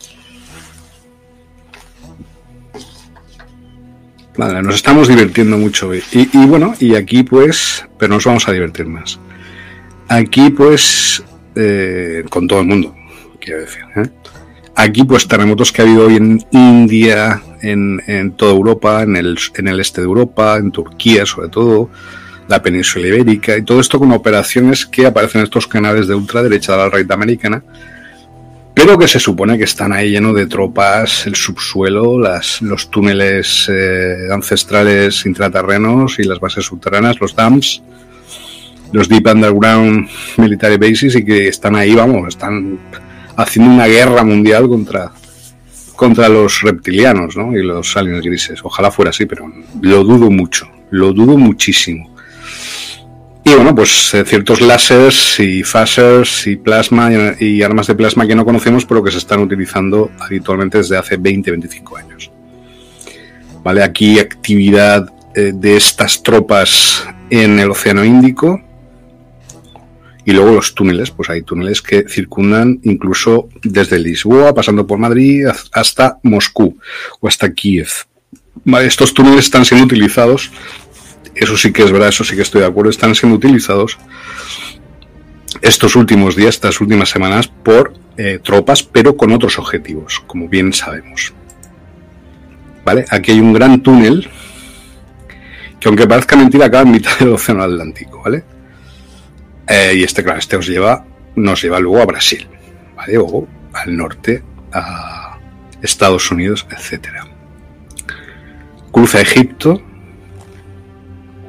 [SPEAKER 1] Vale, nos estamos divirtiendo mucho hoy. Y, y bueno, y aquí pues, pero nos vamos a divertir más. Aquí pues... Eh, con todo el mundo, quiero decir, ¿eh? Aquí pues terremotos que ha habido hoy en India, en, en toda Europa, en el, en el este de Europa, en Turquía sobre todo, la península ibérica, y todo esto con operaciones que aparecen en estos canales de ultraderecha de la red americana, pero que se supone que están ahí llenos de tropas, el subsuelo, las, los túneles eh, ancestrales intraterrenos y las bases subterráneas, los dams, los Deep Underground Military Bases, y que están ahí, vamos, están haciendo una guerra mundial contra, contra los reptilianos, ¿no? Y los aliens grises. Ojalá fuera así, pero lo dudo mucho, lo dudo muchísimo. Y bueno, pues eh, ciertos láseres y phasers y plasma y, y armas de plasma que no conocemos, pero que se están utilizando habitualmente desde hace veinte a veinticinco años. Vale, aquí actividad eh, de estas tropas en el Océano Índico. Y luego los túneles, pues hay túneles que circundan incluso desde Lisboa, pasando por Madrid, hasta Moscú o hasta Kiev. Vale, estos túneles están siendo utilizados, eso sí que es verdad, eso sí que estoy de acuerdo, están siendo utilizados estos últimos días, estas últimas semanas, por eh, tropas, pero con otros objetivos, como bien sabemos. Vale, aquí hay un gran túnel que, aunque parezca mentira, acaba en mitad del Océano Atlántico, ¿vale? Eh, y este, claro, este os lleva, nos lleva luego a Brasil, ¿vale? O al norte, a Estados Unidos, etcétera. Cruza Egipto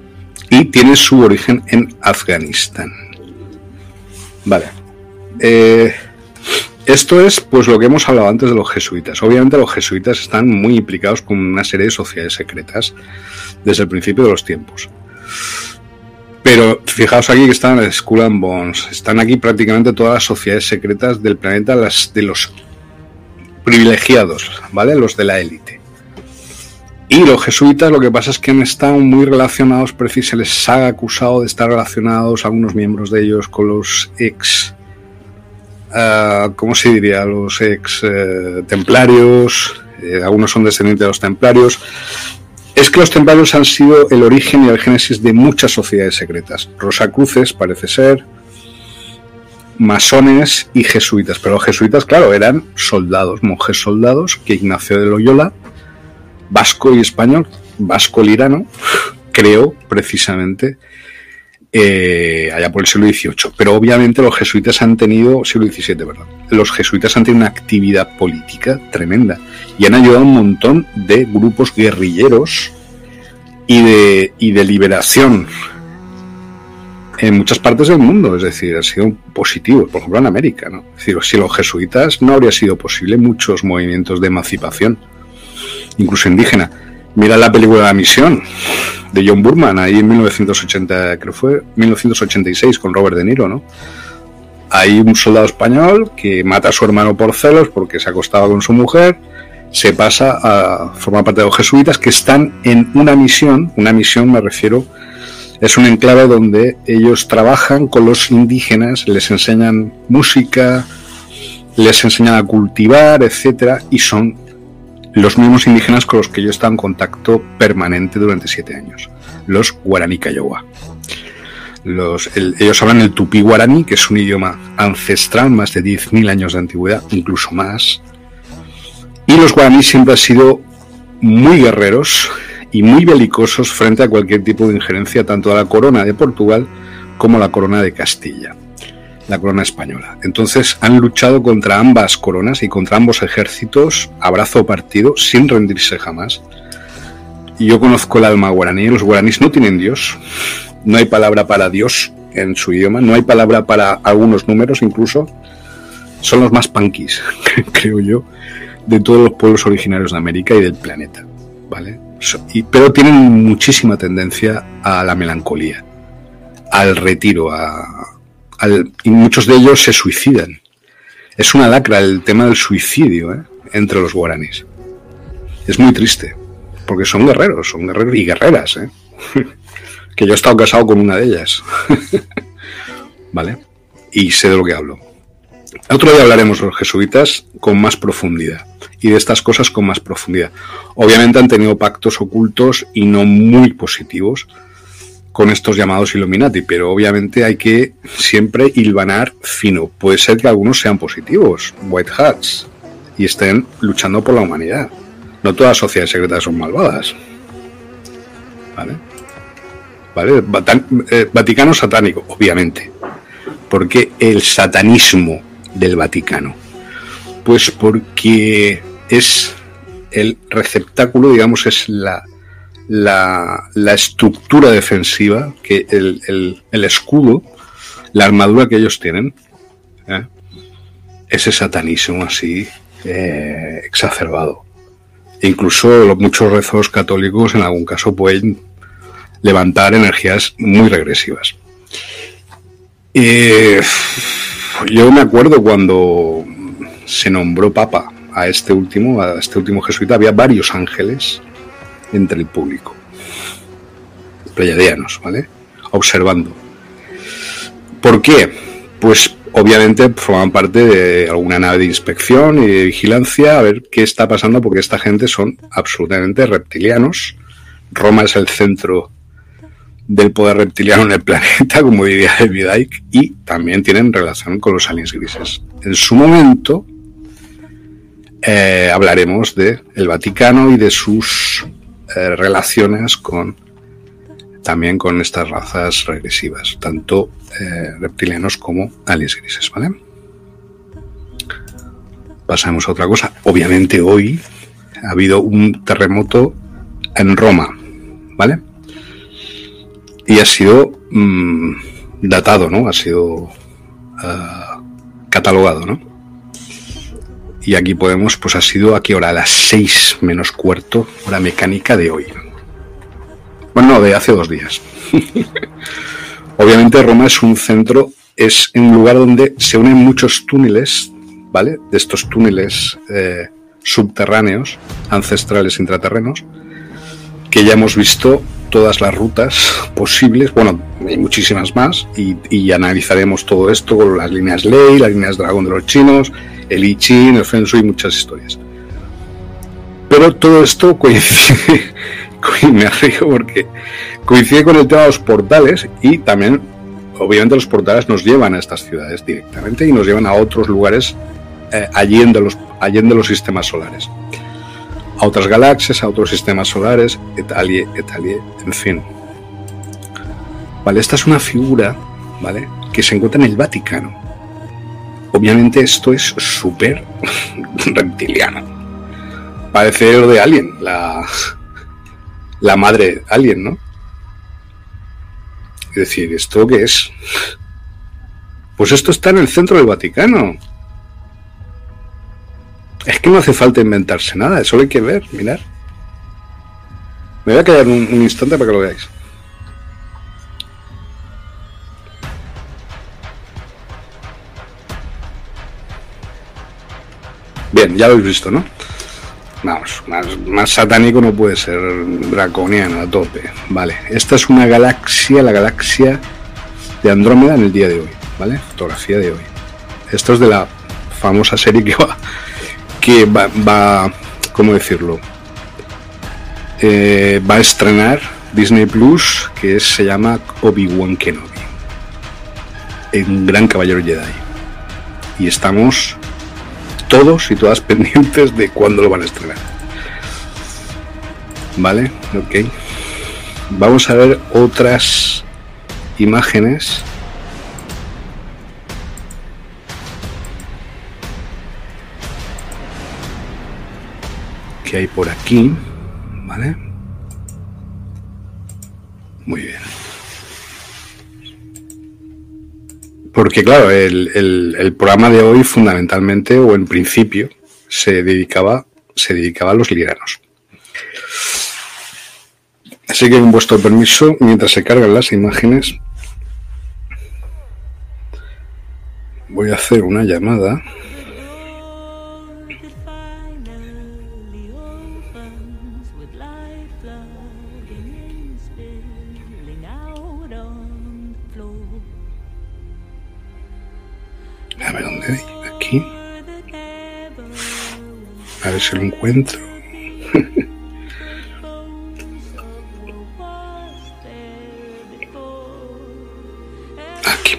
[SPEAKER 1] y tiene su origen en Afganistán. Vale. Eh, esto es pues lo que hemos hablado antes de los jesuitas. Obviamente los jesuitas están muy implicados con una serie de sociedades secretas desde el principio de los tiempos. Pero fijaos aquí que están Skull and Bones, están aquí prácticamente todas las sociedades secretas del planeta, las de los privilegiados, ¿vale? Los de la élite. Y los jesuitas lo que pasa es que han estado muy relacionados, precisamente se les ha acusado de estar relacionados, algunos miembros de ellos, con los ex, uh, ¿cómo se diría? Los ex uh, templarios, eh, algunos son descendientes de los templarios. Es que los templarios han sido el origen y el génesis de muchas sociedades secretas. Rosacruces, parece ser, masones y jesuitas. Pero los jesuitas, claro, eran soldados, monjes soldados, que Ignacio de Loyola, vasco y español, vasco-lirano, creó precisamente eh, allá por el siglo dieciocho. Pero obviamente los jesuitas han tenido, siglo diecisiete, perdón, los jesuitas han tenido una actividad política tremenda y han ayudado a un montón de grupos guerrilleros y de, y de liberación en muchas partes del mundo. Es decir, ha sido positivo, por ejemplo en América, ¿no? Es decir, si los jesuitas no habría sido posible muchos movimientos de emancipación, incluso indígena. Mira la película La Misión de John Burman, ahí en mil novecientos ochenta, creo que fue mil novecientos ochenta y seis, con Robert De Niro, ¿no? Hay un soldado español que mata a su hermano por celos porque se acostaba con su mujer, se pasa a formar parte de los jesuitas, que están en una misión, una misión me refiero, es un enclave donde ellos trabajan con los indígenas, les enseñan música, les enseñan a cultivar, etcétera, y son los mismos indígenas con los que yo he estado en contacto permanente durante siete años, los guaraní Kiowa. Los, el, ellos hablan el tupí guaraní, que es un idioma ancestral, más de diez mil años de antigüedad, incluso más. Y los guaraní siempre han sido muy guerreros y muy belicosos frente a cualquier tipo de injerencia, tanto a la corona de Portugal como a la corona de Castilla, la corona española. Entonces han luchado contra ambas coronas y contra ambos ejércitos a brazo partido, sin rendirse jamás. Y yo conozco el alma guaraní. Los guaraníes no tienen Dios, no hay palabra para Dios en su idioma, no hay palabra para algunos números, incluso son los más punkis, creo yo, de todos los pueblos originarios de América y del planeta, ¿vale? Y, pero tienen muchísima tendencia a la melancolía, al retiro, a Al, y muchos de ellos se suicidan. Es una lacra el tema del suicidio, ¿eh? Entre los guaraníes. Es muy triste, porque son guerreros, son guerreros y guerreras, ¿eh? Que yo he estado casado con una de ellas. ¿Vale? Y sé de lo que hablo. Otro día hablaremos de los jesuitas con más profundidad y de estas cosas con más profundidad. Obviamente han tenido pactos ocultos y no muy positivos con estos llamados Illuminati, pero obviamente hay que siempre hilvanar fino. Puede ser que algunos sean positivos, white hats, y estén luchando por la humanidad. No todas las sociedades secretas son malvadas. ¿Vale? ¿Vale? Vaticano satánico, obviamente. ¿Por qué el satanismo del Vaticano? Pues porque es el receptáculo, digamos, es la La, la estructura defensiva, que el, el, el escudo, la armadura que ellos tienen, ¿eh? Ese satanismo así eh, exacerbado. E incluso los muchos rezos católicos en algún caso pueden levantar energías muy regresivas. Eh, yo me acuerdo cuando se nombró papa a este último, a este último jesuita, había varios ángeles entre el público, pleiadianos, ¿vale? Observando. ¿Por qué? Pues obviamente forman parte de alguna nave de inspección y de vigilancia a ver qué está pasando, porque esta gente son absolutamente reptilianos. Roma es el centro del poder reptiliano en el planeta, como diría David Icke, y también tienen relación con los aliens grises. En su momento eh, hablaremos de el Vaticano y de sus Eh, relaciones con también con estas razas regresivas, tanto eh, reptilianos como aliens grises, ¿vale? Pasamos a otra cosa. Obviamente hoy ha habido un terremoto en Roma, ¿vale? y ha sido mmm, datado, ¿no? Ha sido uh, catalogado, ¿no? Y aquí podemos, pues ha sido a qué hora, a las seis menos cuarto, hora mecánica de hoy. Bueno, no, de hace dos días. Obviamente Roma es un centro, es un lugar donde se unen muchos túneles, ¿vale? De estos túneles eh, subterráneos, ancestrales, intraterrenos, que ya hemos visto todas las rutas posibles, bueno, hay muchísimas más, y, y analizaremos todo esto con las líneas Ley, las líneas Dragón de los chinos, el I Ching, el Feng Shui, muchas historias. Pero todo esto coincide, me río porque coincide con el tema de los portales, y también, obviamente, los portales nos llevan a estas ciudades directamente y nos llevan a otros lugares eh, allende los, allende los sistemas solares, a otras galaxias, a otros sistemas solares, etalie, etalie, en fin. Vale, esta es una figura, ¿vale?, que se encuentra en el Vaticano. Obviamente esto es súper reptiliano. Parece lo de Alien, la, la madre Alien, ¿no? Es decir, ¿esto qué es? Pues esto está en el centro del Vaticano. Es que no hace falta inventarse nada, solo hay que ver, mirar. Me voy a callar un, un instante para que lo veáis. Bien, ya lo habéis visto, ¿no? Vamos, más, más satánico no puede ser, draconiano a tope. Vale, esta es una galaxia, la galaxia de Andrómeda en el día de hoy, ¿vale? Fotografía de hoy. Esto es de la famosa serie que va, que va, va ¿cómo decirlo? Eh, va a estrenar Disney Plus, que es, se llama Obi-Wan Kenobi, un gran caballero Jedi. Y estamos todos y todas pendientes de cuándo lo van a estrenar. Vale, ok. Vamos a ver otras imágenes. Que hay por aquí, ¿vale? Muy bien. Porque claro, el, el, el programa de hoy fundamentalmente, o en principio, se dedicaba, se dedicaba a los liranos. Así que con vuestro permiso, mientras se cargan las imágenes, voy a hacer una llamada. A ver dónde hay, aquí. A ver si lo encuentro. Aquí.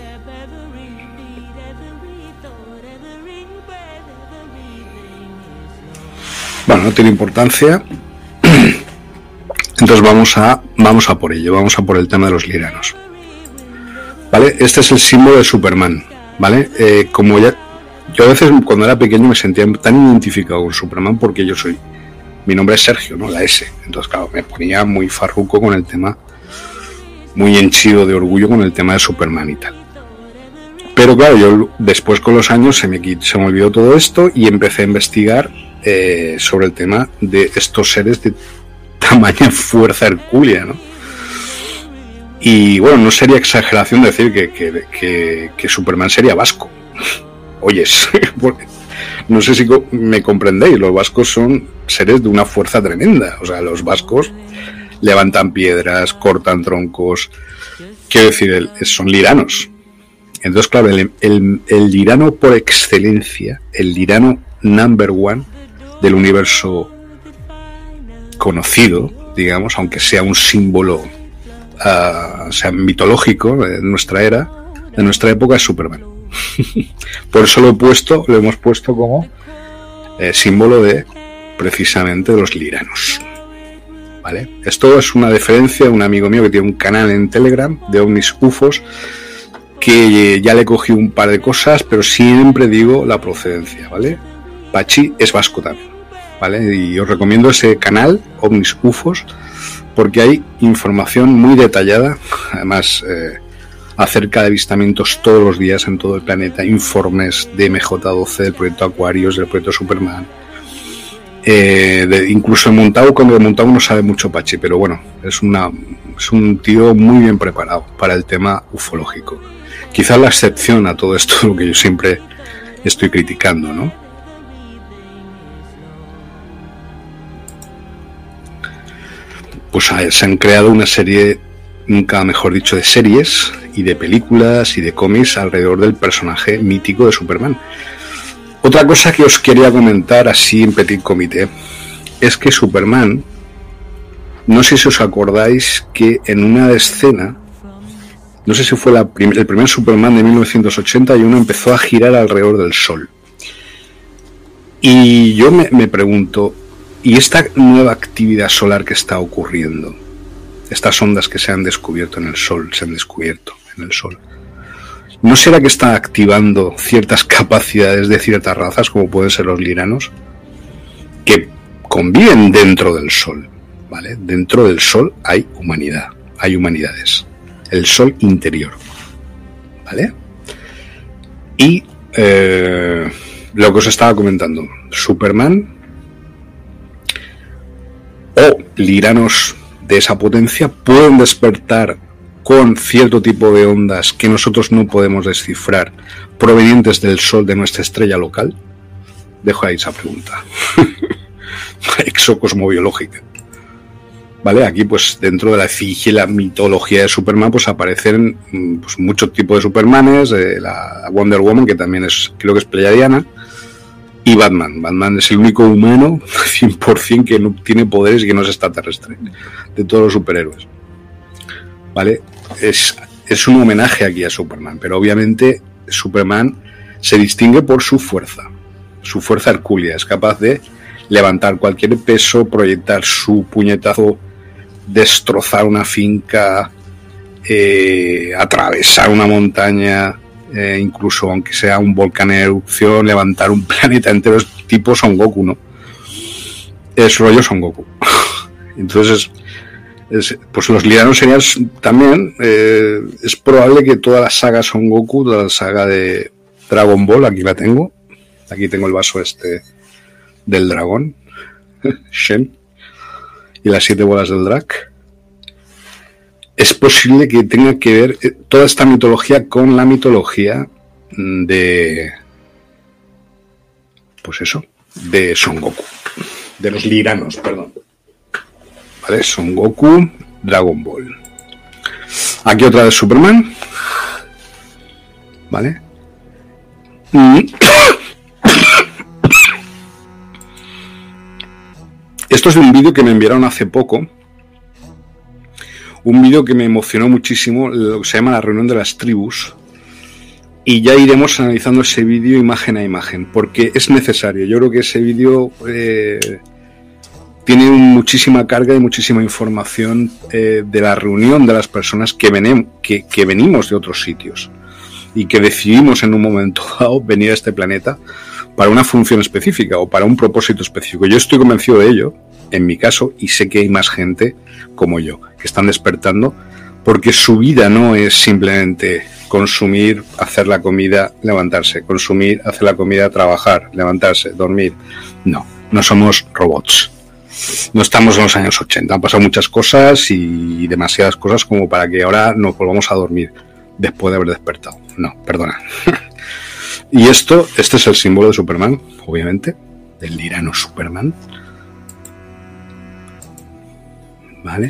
[SPEAKER 1] Bueno, no tiene importancia. Entonces vamos a vamos a por ello, vamos a por el tema de los liranos. Vale, este es el símbolo de Superman. ¿Vale? Eh, como ya, yo a veces cuando era pequeño me sentía tan identificado con Superman porque yo soy, mi nombre es Sergio, ¿no? La S. Entonces, claro, me ponía muy farruco con el tema, muy henchido de orgullo con el tema de Superman y tal. Pero claro, yo después con los años se me, se me olvidó todo esto y empecé a investigar eh, sobre el tema de estos seres de tamaña fuerza hercúlea, ¿no? Y bueno, no sería exageración decir que, que, que, que Superman sería vasco. Oyes, no sé si me comprendéis, los vascos son seres de una fuerza tremenda. O sea, los vascos levantan piedras, cortan troncos, quiero decir, el, son liranos. Entonces, claro, el, el, el lirano por excelencia, el lirano number one del universo conocido, digamos, aunque sea un símbolo Uh, o sea, mitológico de nuestra era, de nuestra época, es Superman. Por eso lo he puesto, lo hemos puesto como eh, símbolo de precisamente de los liranos. ¿Vale? Esto es una deferencia de un amigo mío que tiene un canal en Telegram de ovnis ufos, que ya le cogí un par de cosas, pero siempre digo la procedencia, ¿vale? Pachi es vasco también, ¿vale? Y os recomiendo ese canal, Ovnis U F Os, porque hay información muy detallada, además eh, acerca de avistamientos todos los días en todo el planeta, informes de M J doce, del proyecto Aquarius, del proyecto Superman, eh, de, incluso en Montagu, cuando de Montagu no sabe mucho Pachi, pero bueno, es, una, es un tío muy bien preparado para el tema ufológico. Quizás la excepción a todo esto, lo que yo siempre estoy criticando, ¿no? Pues se han creado una serie, nunca mejor dicho, de series y de películas y de cómics alrededor del personaje mítico de Superman. Otra cosa que os quería comentar así en petit comité es que Superman, no sé si os acordáis que en una escena, no sé si fue la prim- el primer Superman de mil novecientos ochenta y uno, empezó a girar alrededor del Sol. Y yo me, me pregunto, ¿y esta nueva actividad solar que está ocurriendo? Estas ondas que se han descubierto en el Sol, se han descubierto en el Sol, ¿no será que está activando ciertas capacidades de ciertas razas, como pueden ser los liranos, que conviven dentro del Sol? ¿Vale? Dentro del Sol hay humanidad, hay humanidades. El Sol interior, ¿vale? Y eh, lo que os estaba comentando, Superman o liranos de esa potencia pueden despertar con cierto tipo de ondas que nosotros no podemos descifrar, provenientes del Sol de nuestra estrella local. Dejo ahí esa pregunta. Exocosmobiológica. ¿Vale? Aquí, pues, dentro de la efigie, la mitología de Superman, pues aparecen pues, muchos tipos de Supermanes, eh, la Wonder Woman, que también es, creo que es pleyadiana, y Batman. Batman es el único humano, cien por ciento, que no tiene poderes y que no es extraterrestre, de todos los superhéroes. ¿Vale? Es, es un homenaje aquí a Superman, pero obviamente Superman se distingue por su fuerza, su fuerza hercúlea. Es capaz de levantar cualquier peso, proyectar su puñetazo, destrozar una finca, eh, atravesar una montaña, eh, incluso aunque sea un volcán en erupción, levantar un planeta entero. Es tipo Son Goku, ¿no? Es rollo Son Goku. Entonces, es, es, pues los liranos serían también, eh, es probable que toda la saga Son Goku, toda la saga de Dragon Ball, aquí la tengo, aquí tengo el vaso este del dragón, Shen, y las siete bolas del Drak. Es posible que tenga que ver eh, toda esta mitología con la mitología de, pues eso, de Son Goku, de los liranos, perdón. Vale, Son Goku, Dragon Ball. Aquí otra de Superman. Vale. Y esto es de un vídeo que me enviaron hace poco. Un vídeo que me emocionó muchísimo, lo que se llama La Reunión de las Tribus. Y ya iremos analizando ese vídeo imagen a imagen, porque es necesario. Yo creo que ese vídeo eh, tiene muchísima carga y muchísima información eh, de la reunión de las personas que, venem, que, que venimos de otros sitios y que decidimos en un momento dado venir a este planeta para una función específica o para un propósito específico. Yo estoy convencido de ello, en mi caso, y sé que hay más gente como yo que están despertando, porque su vida no es simplemente consumir, hacer la comida, levantarse, consumir, hacer la comida, trabajar, levantarse, dormir. No, no somos robots. No estamos en los años ochenta, han pasado muchas cosas y demasiadas cosas como para que ahora nos volvamos a dormir después de haber despertado. No, perdona. Y esto, este es el símbolo de Superman, obviamente, del lirano Superman. ¿Vale?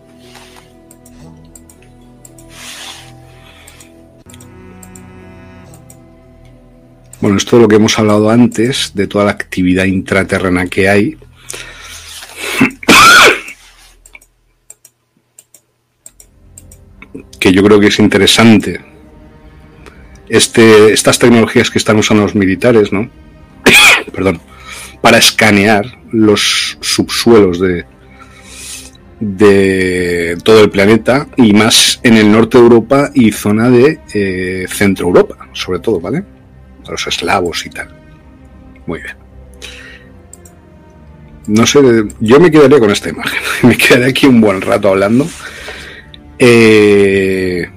[SPEAKER 1] Bueno, esto es lo que hemos hablado antes, de toda la actividad intraterrena que hay. Que yo creo que es interesante. Este, estas tecnologías que están usando los militares, ¿no? Perdón, para escanear los subsuelos de, de todo el planeta, y más en el norte de Europa y zona de eh, Centro Europa, sobre todo, ¿vale? Los eslavos y tal. Muy bien. no sé, yo me quedaría con esta imagen. Me quedaría aquí un buen rato hablando. Eh,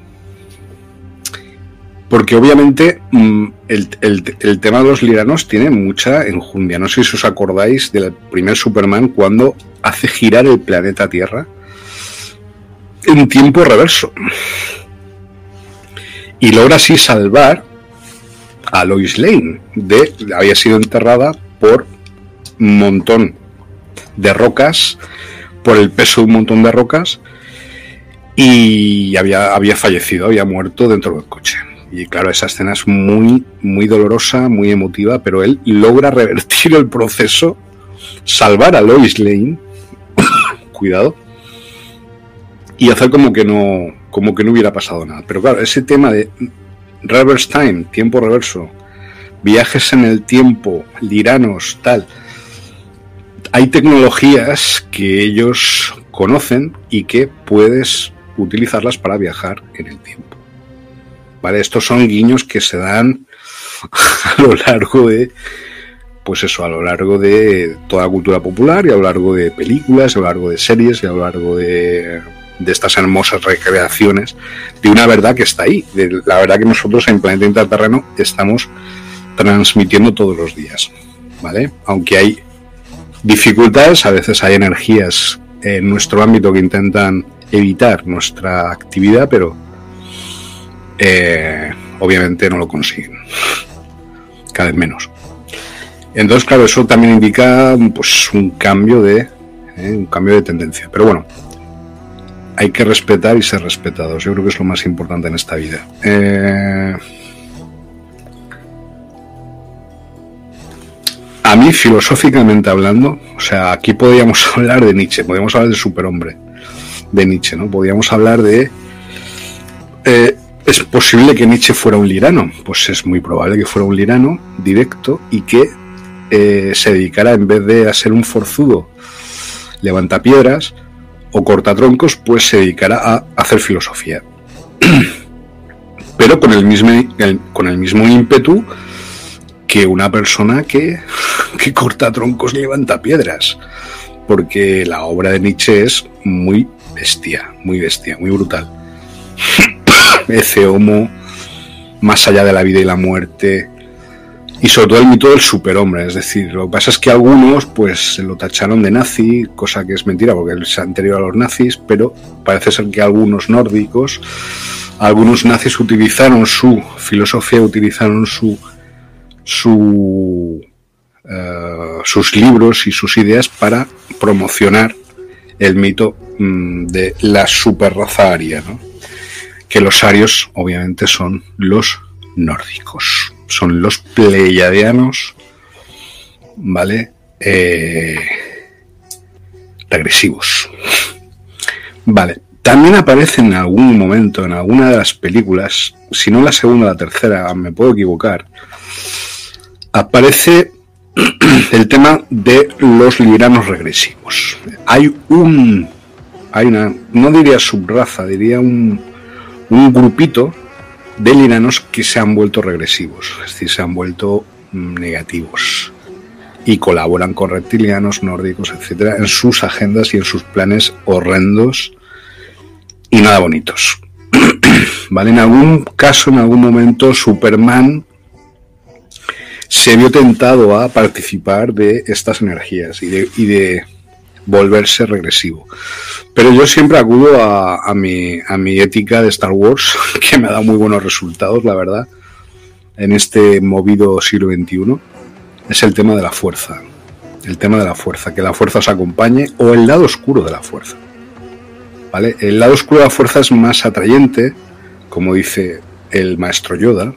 [SPEAKER 1] porque obviamente el, el, el tema de los liranos tiene mucha enjundia. No sé si os acordáis del primer Superman cuando hace girar el planeta Tierra en tiempo reverso. Y logra así salvar a Lois Lane. De, había sido enterrada por un montón de rocas, por el peso de un montón de rocas, y había, había fallecido, había muerto dentro del coche. Y claro, esa escena es muy, muy dolorosa, muy emotiva, pero él logra revertir el proceso, salvar a Lois Lane, cuidado, y hacer como que no, como que no hubiera pasado nada. Pero claro, ese tema de reverse time, tiempo reverso, viajes en el tiempo, liranos, tal, hay tecnologías que ellos conocen y que puedes utilizarlas para viajar en el tiempo. Vale, estos son guiños que se dan a lo largo de, pues eso, a lo largo de toda la cultura popular y a lo largo de películas, a lo largo de series y a lo largo de, de estas hermosas recreaciones de una verdad que está ahí, de la verdad que nosotros en Planeta Intraterreno estamos transmitiendo todos los días, ¿vale? Aunque hay dificultades, a veces hay energías en nuestro ámbito que intentan evitar nuestra actividad, pero eh, obviamente no lo consiguen, cada vez menos. Entonces, claro, eso también indica pues un cambio de eh, un cambio de tendencia. Pero bueno, hay que respetar y ser respetados. Yo creo que es lo más importante en esta vida. Eh, a mí, filosóficamente hablando, o sea, aquí podríamos hablar de Nietzsche, podríamos hablar del superhombre de Nietzsche, ¿no? Podríamos hablar de eh, ¿es posible que Nietzsche fuera un lirano? Pues es muy probable que fuera un lirano directo y que eh, se dedicara, en vez de a ser un forzudo levantapiedras o cortatroncos, pues se dedicara a hacer filosofía. Pero con el mismo, el, con el mismo ímpetu que una persona que, que corta troncos y levanta piedras. Porque la obra de Nietzsche es muy bestia, muy bestia, muy brutal. Ecce Homo, más allá de la vida y la muerte, y sobre todo el mito del superhombre. Es decir, lo que pasa es que algunos pues lo tacharon de nazi, cosa que es mentira porque es anterior a los nazis, pero parece ser que algunos nórdicos, algunos nazis utilizaron su filosofía, utilizaron su su uh, sus libros y sus ideas para promocionar el mito mmm, de la superraza aria, ¿no? Que los arios obviamente son los nórdicos, son los pleiadianos, ¿vale? Eh, regresivos. Vale, también aparece en algún momento, en alguna de las películas, si no la segunda o la tercera, me puedo equivocar, aparece el tema de los liranos regresivos. Hay un, hay una, no diría subraza, diría un, un grupito de liranos que se han vuelto regresivos, es decir, se han vuelto negativos y colaboran con reptilianos, nórdicos, etcétera, en sus agendas y en sus planes horrendos y nada bonitos. Vale, en algún caso, en algún momento, Superman se vio tentado a participar de estas energías y de, y de volverse regresivo. Pero yo siempre acudo a, a, mi, a mi ética de Star Wars, que me ha dado muy buenos resultados, la verdad, en este movido siglo veintiuno. Es el tema de la fuerza. El tema de la fuerza, que la fuerza os acompañe, o el lado oscuro de la fuerza. ¿Vale? El lado oscuro de la fuerza es más atrayente, como dice el maestro Yoda.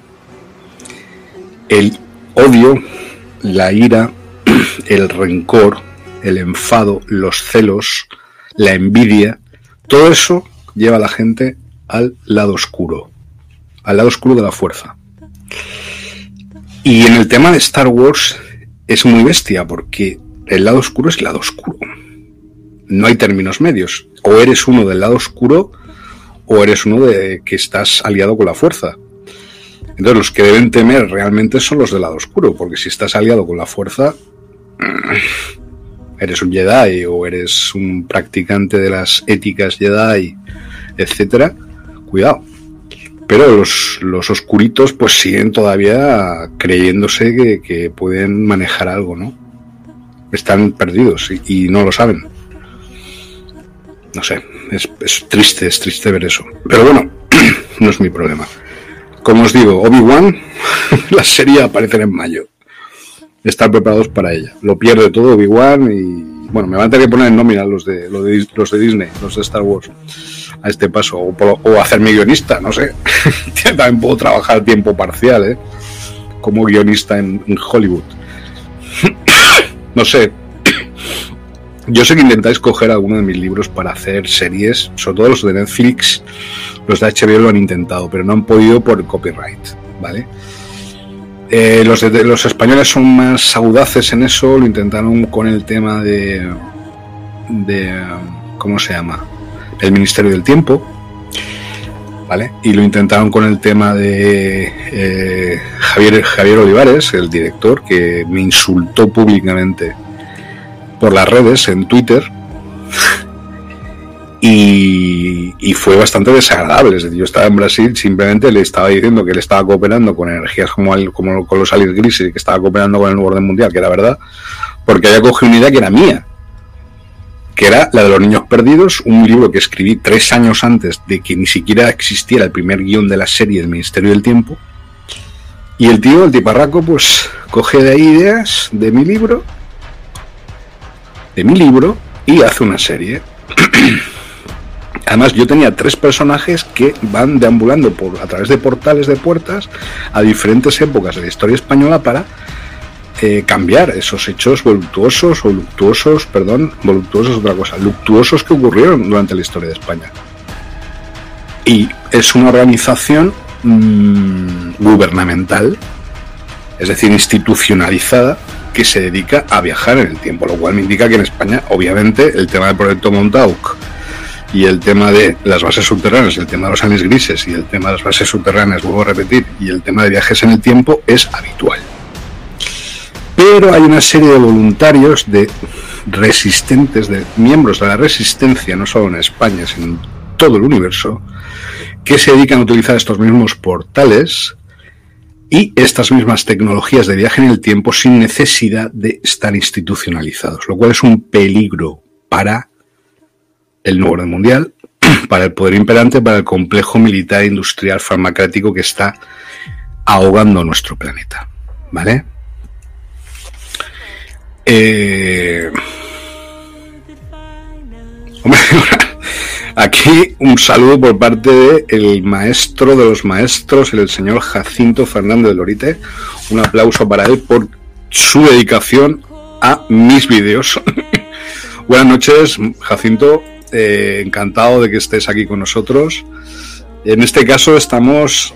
[SPEAKER 1] El odio, la ira, el rencor, el enfado, los celos, la envidia, todo eso lleva a la gente al lado oscuro, al lado oscuro de la fuerza. Y en el tema de Star Wars es muy bestia, porque el lado oscuro es el lado oscuro. No hay términos medios. O eres uno del lado oscuro, o eres uno de que estás aliado con la fuerza. Entonces los que deben temer realmente son los del lado oscuro, porque si estás aliado con la fuerza, eres un Jedi o eres un practicante de las éticas Jedi, etcétera, cuidado. Pero los, los oscuritos pues siguen todavía creyéndose que, que pueden manejar algo, ¿no? Están perdidos y, y no lo saben. No sé, es, es triste, es triste ver eso. Pero bueno, no es mi problema. Como os digo, Obi-Wan, la serie aparecerá en mayo. Estar preparados para ella. Lo pierde todo Obi-Wan y... Bueno, me van a tener que poner en nómina los de, los de, los de Disney, los de Star Wars, a este paso. O, por, o hacerme guionista, no sé. También puedo trabajar a tiempo parcial, ¿eh? Como guionista en, en Hollywood. No sé. Yo sé que intentáis coger alguno de mis libros para hacer series, sobre todo los de Netflix. Los de H B O lo han intentado, pero no han podido por copyright, ¿vale? Eh, los, de, los españoles son más audaces en eso, lo intentaron con el tema de, de ¿cómo se llama? El Ministerio del Tiempo, ¿vale? Y lo intentaron con el tema de eh, Javier, Javier Olivares, el director, que me insultó públicamente por las redes, en Twitter, y, y fue bastante desagradable. Es decir, yo estaba en Brasil, simplemente le estaba diciendo que él estaba cooperando con energías como, el, como con los aliens grises y que estaba cooperando con el nuevo orden mundial, que era verdad, porque había cogido una idea que era mía, que era la de los niños perdidos, un libro que escribí tres años antes de que ni siquiera existiera el primer guión de la serie del Ministerio del Tiempo, y el tío, el tiparraco, pues coge de ahí ideas de mi libro, de mi libro, y hace una serie. Además, yo tenía tres personajes que van deambulando por, a través de portales de puertas a diferentes épocas de la historia española para eh, cambiar esos hechos voluptuosos, o luctuosos, perdón, voluptuosos es otra cosa, luctuosos que ocurrieron durante la historia de España. Y es una organización mmm, gubernamental, es decir, institucionalizada, que se dedica a viajar en el tiempo, lo cual me indica que en España, obviamente, el tema del proyecto Montauk y el tema de las bases subterráneas, el tema de los aliens grises y el tema de las bases subterráneas, vuelvo a repetir, y el tema de viajes en el tiempo es habitual. Pero hay una serie de voluntarios, de resistentes, de miembros de la resistencia, no solo en España, sino en todo el universo, que se dedican a utilizar estos mismos portales y estas mismas tecnologías de viaje en el tiempo sin necesidad de estar institucionalizados, lo cual es un peligro para el nuevo orden mundial, para el poder imperante, para el complejo militar, industrial, farmacéutico que está ahogando nuestro planeta, ¿vale? Eh... Hombre, aquí un saludo por parte del maestro de los maestros, el señor Jacinto Fernández de Lorite. Un aplauso para él por su dedicación a mis vídeos. Buenas noches, Jacinto. Eh, encantado de que estés aquí con nosotros. En este caso estamos...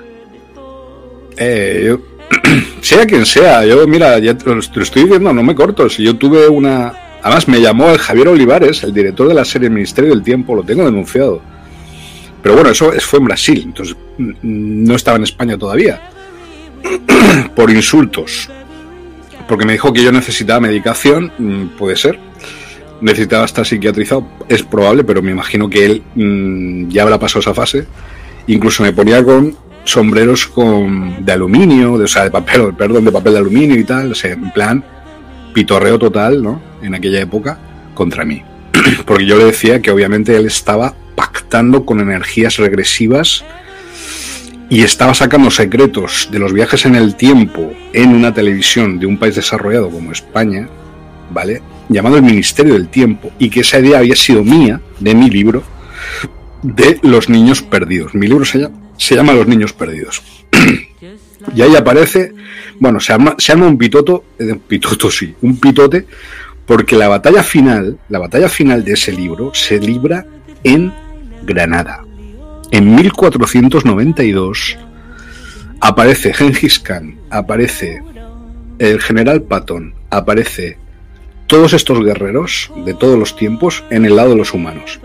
[SPEAKER 1] Eh, yo, sea quien sea, yo, mira, ya te lo, te lo estoy diciendo, no me corto. Si yo tuve una... Además me llamó el Javier Olivares, el director de la serie El Ministerio del Tiempo, lo tengo denunciado. Pero bueno, eso fue en Brasil, entonces no estaba en España todavía. Por insultos. Porque me dijo que yo necesitaba medicación, puede ser. Necesitaba estar psiquiatrizado, es probable, pero me imagino que él mmm, ya habrá pasado esa fase. Incluso me ponía con sombreros con de aluminio, de, o sea, de papel, perdón, de papel de aluminio y tal, o sea, en plan pitorreo total, ¿no? En aquella época, contra mí. Porque yo le decía que obviamente él estaba pactando con energías regresivas y estaba sacando secretos de los viajes en el tiempo en una televisión de un país desarrollado como España, ¿vale? Llamado El Ministerio del Tiempo, y que esa idea había sido mía, de mi libro, de los niños perdidos. Mi libro se llama, se llama Los niños perdidos. Y ahí aparece, bueno, se arma, se arma un pitoto, eh, un pitoto sí, un pitote, porque la batalla final, la batalla final de ese libro se libra en Granada. En mil cuatrocientos noventa y dos aparece Gengis Khan, aparece el general Patton, aparece todos estos guerreros de todos los tiempos en el lado de los humanos.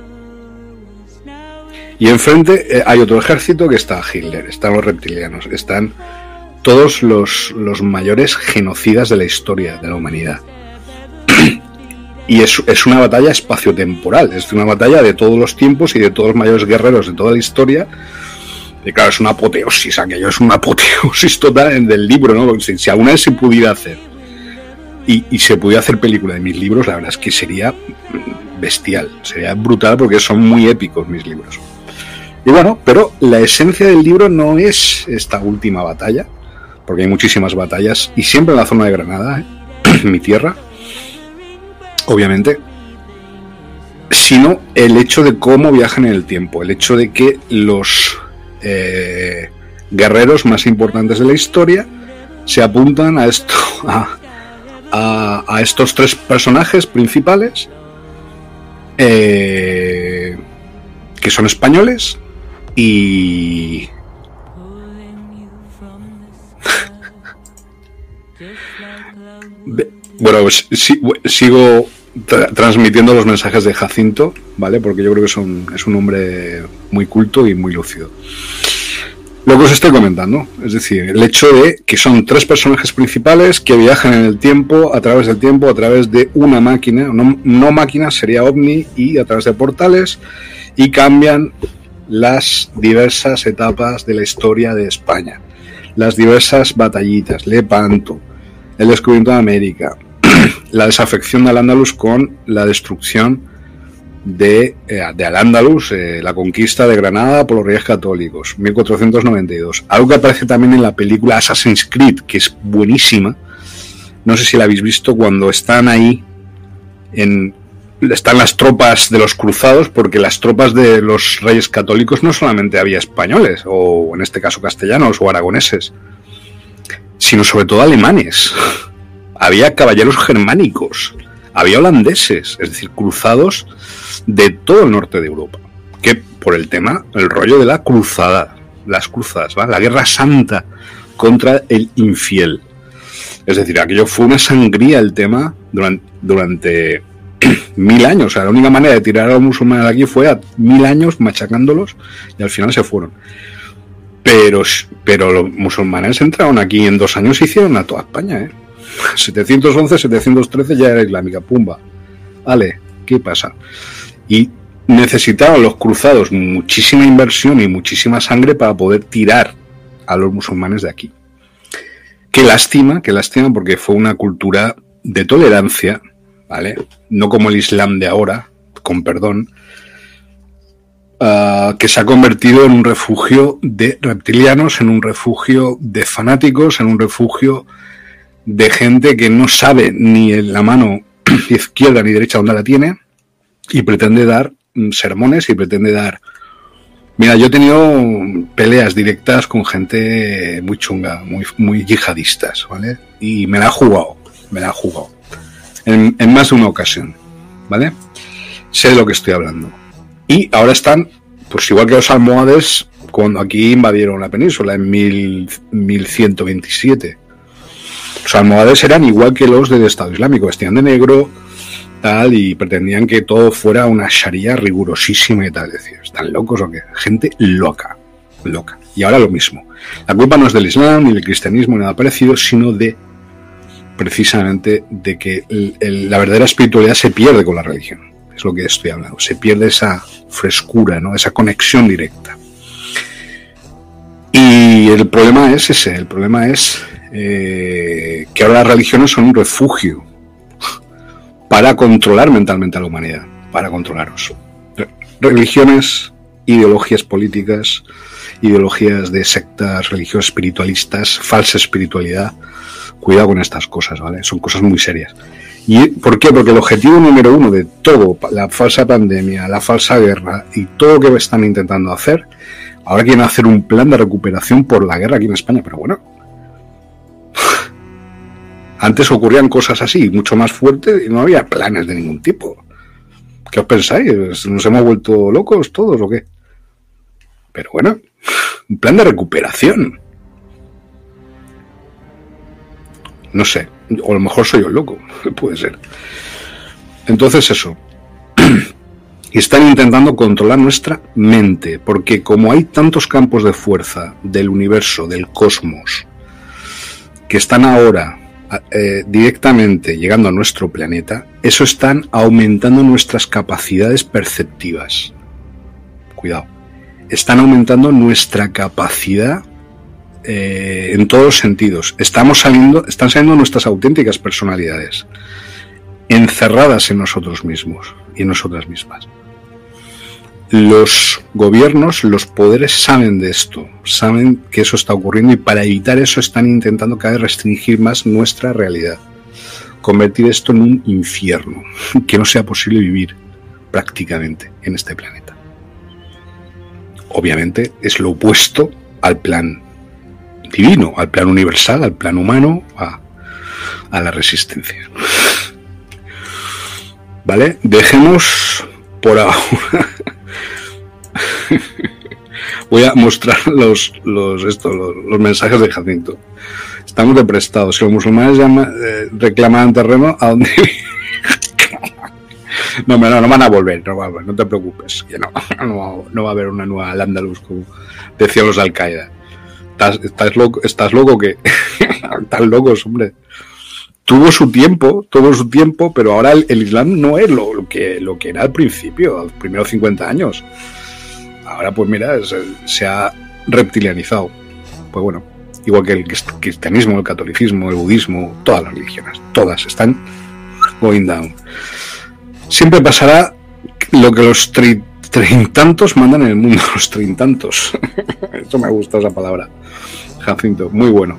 [SPEAKER 1] Y enfrente eh, hay otro ejército que está Hitler, están los reptilianos, están todos los, los mayores genocidas de la historia de la humanidad. y es, es una batalla espaciotemporal, es una batalla de todos los tiempos y de todos los mayores guerreros de toda la historia. Y claro, es una apoteosis, aquello es una apoteosis total del libro, ¿no? Si, si alguna vez se pudiera hacer y, y se pudiera hacer película de mis libros, la verdad es que sería bestial, sería brutal porque son muy épicos mis libros. Y bueno, pero la esencia del libro no es esta última batalla, porque hay muchísimas batallas y siempre en la zona de Granada, ¿eh? Mi tierra, obviamente, sino el hecho de cómo viajan en el tiempo, el hecho de que los eh, guerreros más importantes de la historia se apuntan a esto, a, a, a estos tres personajes principales, eh, que son españoles y bueno, pues, si, sigo tra- transmitiendo los mensajes de Jacinto, ¿vale? Porque yo creo que son, es un hombre muy culto y muy lúcido. Lo que os estoy comentando, es decir, el hecho de que son tres personajes principales que viajan en el tiempo, a través del tiempo, a través de una máquina, no, no máquina, sería ovni, y a través de portales, y cambian las diversas etapas de la historia de España, las diversas batallitas, Lepanto, el descubrimiento de América, la desafección de Al-Ándalus con la destrucción de, eh, de Al-Ándalus, eh, la conquista de Granada por los Reyes Católicos, mil cuatrocientos noventa y dos. Algo que aparece también en la película Assassin's Creed, que es buenísima. No sé si la habéis visto, cuando están ahí, en, están las tropas de los cruzados, porque las tropas de los Reyes Católicos no solamente había españoles, o en este caso castellanos o aragoneses, sino sobre todo alemanes. Había caballeros germánicos, había holandeses, es decir, cruzados de todo el norte de Europa, que por el tema, el rollo de la cruzada, las cruzadas, ¿vale? La guerra santa contra el infiel. Es decir, aquello fue una sangría el tema durante, durante mil años. O sea, la única manera de tirar a los musulmanes de aquí fue a mil años machacándolos y al final se fueron. Pero, pero los musulmanes entraron aquí en dos años y hicieron a toda España, ¿eh? setecientos once, setecientos trece ya era islámica, pumba. Vale, ¿qué pasa? Y necesitaban los cruzados muchísima inversión y muchísima sangre para poder tirar a los musulmanes de aquí. Qué lástima, qué lástima, porque fue una cultura de tolerancia, ¿vale? No como el Islam de ahora, con perdón, uh, que se ha convertido en un refugio de reptilianos, en un refugio de fanáticos, en un refugio de gente que no sabe ni en la mano izquierda ni derecha dónde la tiene y pretende dar sermones y pretende dar... Mira, yo he tenido peleas directas con gente muy chunga, muy, muy yihadistas, ¿vale? Y me la he jugado, me la he jugado. En, en más de una ocasión, ¿vale? Sé de lo que estoy hablando. Y ahora están, pues igual que los almohades, cuando aquí invadieron la península en mil ciento veintisiete. Los almohades eran igual que los del Estado Islámico, vestían de negro, tal, y pretendían que todo fuera una sharia rigurosísima y tal. Es decir, ¿están locos o qué? Gente loca, loca. Y ahora lo mismo. La culpa no es del Islam, ni del cristianismo, ni nada parecido, sino de, precisamente, de que el, el, la verdadera espiritualidad se pierde con la religión. Es lo que estoy hablando. Se pierde esa frescura, ¿no? Esa conexión directa. Y el problema es ese, el problema es eh, que ahora las religiones son un refugio para controlar mentalmente a la humanidad, para controlaros. Religiones, ideologías políticas, ideologías de sectas religiosas espiritualistas, falsa espiritualidad. Cuidado con estas cosas, ¿vale? Son cosas muy serias. ¿Y por qué? Porque el objetivo número uno de todo, la falsa pandemia, la falsa guerra y todo lo que están intentando hacer, ahora quieren hacer un plan de recuperación por la guerra aquí en España, pero bueno, antes ocurrían cosas así, mucho más fuertes, y no había planes de ningún tipo. ¿Qué os pensáis? ¿Nos hemos vuelto locos todos o qué? Pero bueno, un plan de recuperación. No sé, o a lo mejor soy yo el loco, puede ser. Entonces eso. Y están intentando controlar nuestra mente, porque como hay tantos campos de fuerza del universo, del cosmos, que están ahora eh, directamente llegando a nuestro planeta, eso están aumentando nuestras capacidades perceptivas. Cuidado. Están aumentando nuestra capacidad eh, en todos los sentidos. Estamos saliendo, están saliendo nuestras auténticas personalidades, encerradas en nosotros mismos y en nosotras mismas. Los gobiernos, los poderes saben de esto, saben que eso está ocurriendo y para evitar eso están intentando cada vez restringir más nuestra realidad, convertir esto en un infierno, que no sea posible vivir prácticamente en este planeta. Obviamente es lo opuesto al plan divino, al plan universal, al plan humano, a, a la resistencia. ¿Vale? Dejemos por ahora. Voy a mostrar los los, esto, los, los mensajes de Jacinto. Estamos de prestados. Si los musulmanes llaman, eh, reclaman terreno, ¿a dónde? No, no, no van a volver, no, va a volver, no te preocupes. Que no, no, no va a haber una nueva Al-Ándalus, como decían los Al-Qaeda. ¿Estás, estás loco? ¿Estás loco que? Están locos, hombre. Tuvo su tiempo, tuvo su tiempo, pero ahora el, el Islam no es lo, lo que lo que era al principio, a los primeros cincuenta años. Ahora, pues mira, se, se ha reptilianizado. Pues bueno, igual que el cristianismo, el catolicismo, el budismo, todas las religiones, todas están going down. Siempre pasará lo que los tri, treintantos mandan en el mundo, los treintantos. Eso me gusta esa palabra. Jacinto, muy bueno.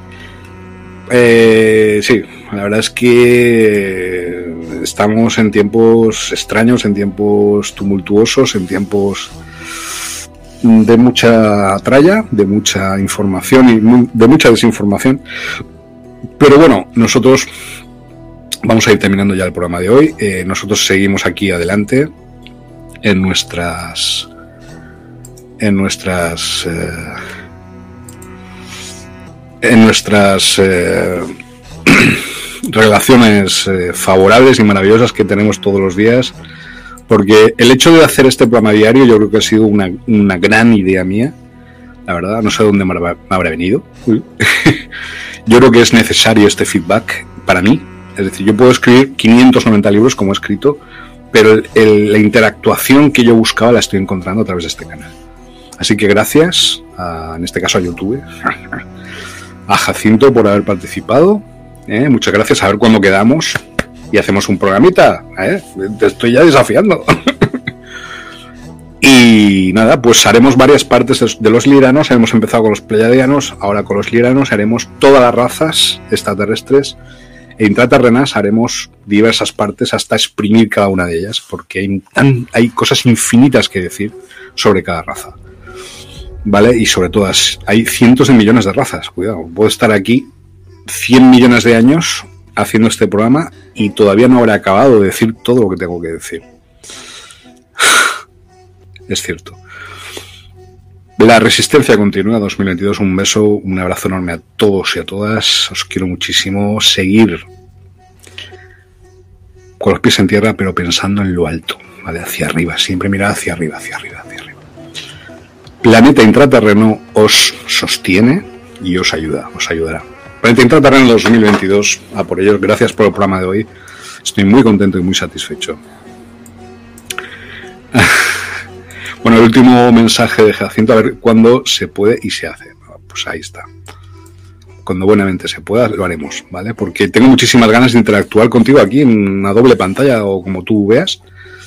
[SPEAKER 1] Eh, sí, la verdad es que estamos en tiempos extraños, en tiempos tumultuosos, en tiempos de mucha tralla, de mucha información y de mucha desinformación. Pero bueno, nosotros vamos a ir terminando ya el programa de hoy. Eh, nosotros seguimos aquí adelante en nuestras en nuestras eh, en nuestras eh, relaciones eh, favorables y maravillosas que tenemos todos los días, porque el hecho de hacer este programa diario yo creo que ha sido una, una gran idea mía, la verdad, no sé de dónde me habrá, me habrá venido. Yo creo que es necesario este feedback para mí, es decir, yo puedo escribir quinientos noventa libros como he escrito, pero el, el, la interactuación que yo buscaba la estoy encontrando a través de este canal. Así que gracias, a, en este caso a YouTube, a Jacinto por haber participado, ¿eh? Muchas gracias, a ver cuándo quedamos y hacemos un programita, ¿eh? Te estoy ya desafiando. Y nada, pues haremos varias partes de, de los liranos. Hemos empezado con los pleiadianos, ahora con los liranos haremos todas las razas extraterrestres e intraterrenas, haremos diversas partes hasta exprimir cada una de ellas, porque hay, tan, hay cosas infinitas que decir sobre cada raza, ¿vale? Y sobre todas, hay cientos de millones de razas, cuidado, puedo estar aquí cien millones de años haciendo este programa y todavía no habré acabado de decir todo lo que tengo que decir. Es cierto. La resistencia continúa, dos mil veintidós, un beso, un abrazo enorme a todos y a todas, os quiero muchísimo, seguir con los pies en tierra pero pensando en lo alto, ¿vale? Hacia arriba, siempre mirar hacia arriba, hacia arriba, hacia arriba. Planeta Intraterreno os sostiene y os ayuda, os ayudará. Planeta Intraterreno dos mil veintidós, a por ellos, gracias por el programa de hoy, estoy muy contento y muy satisfecho. Bueno, el último mensaje de Jacinto, a ver cuándo se puede y se hace. Pues ahí está. Cuando buenamente se pueda, lo haremos, ¿vale? Porque tengo muchísimas ganas de interactuar contigo aquí en una doble pantalla o como tú veas.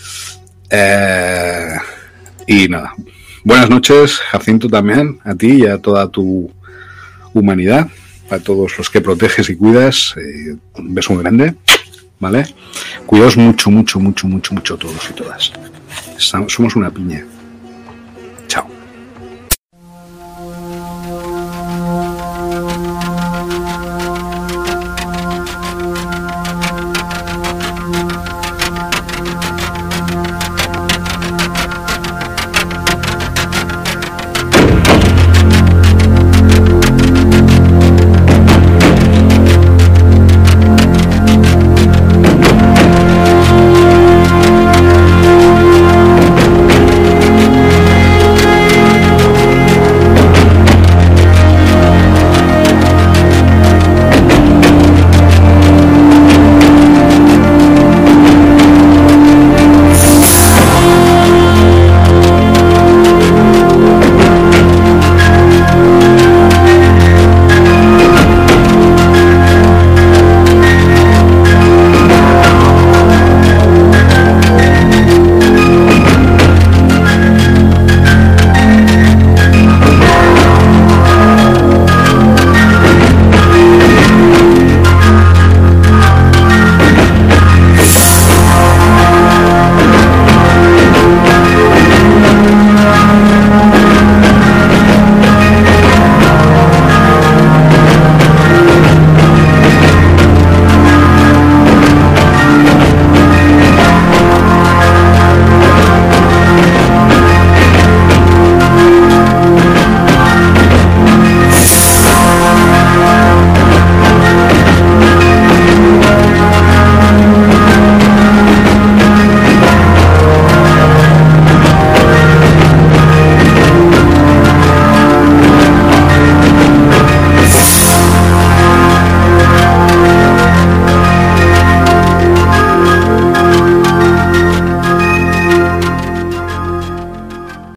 [SPEAKER 1] Eh, y nada. Buenas noches, Jacinto, también, a ti y a toda tu humanidad, a todos los que proteges y cuidas. Eh, un beso muy grande, ¿vale? Cuidaos mucho, mucho, mucho, mucho, mucho todos y todas. Somos una piña.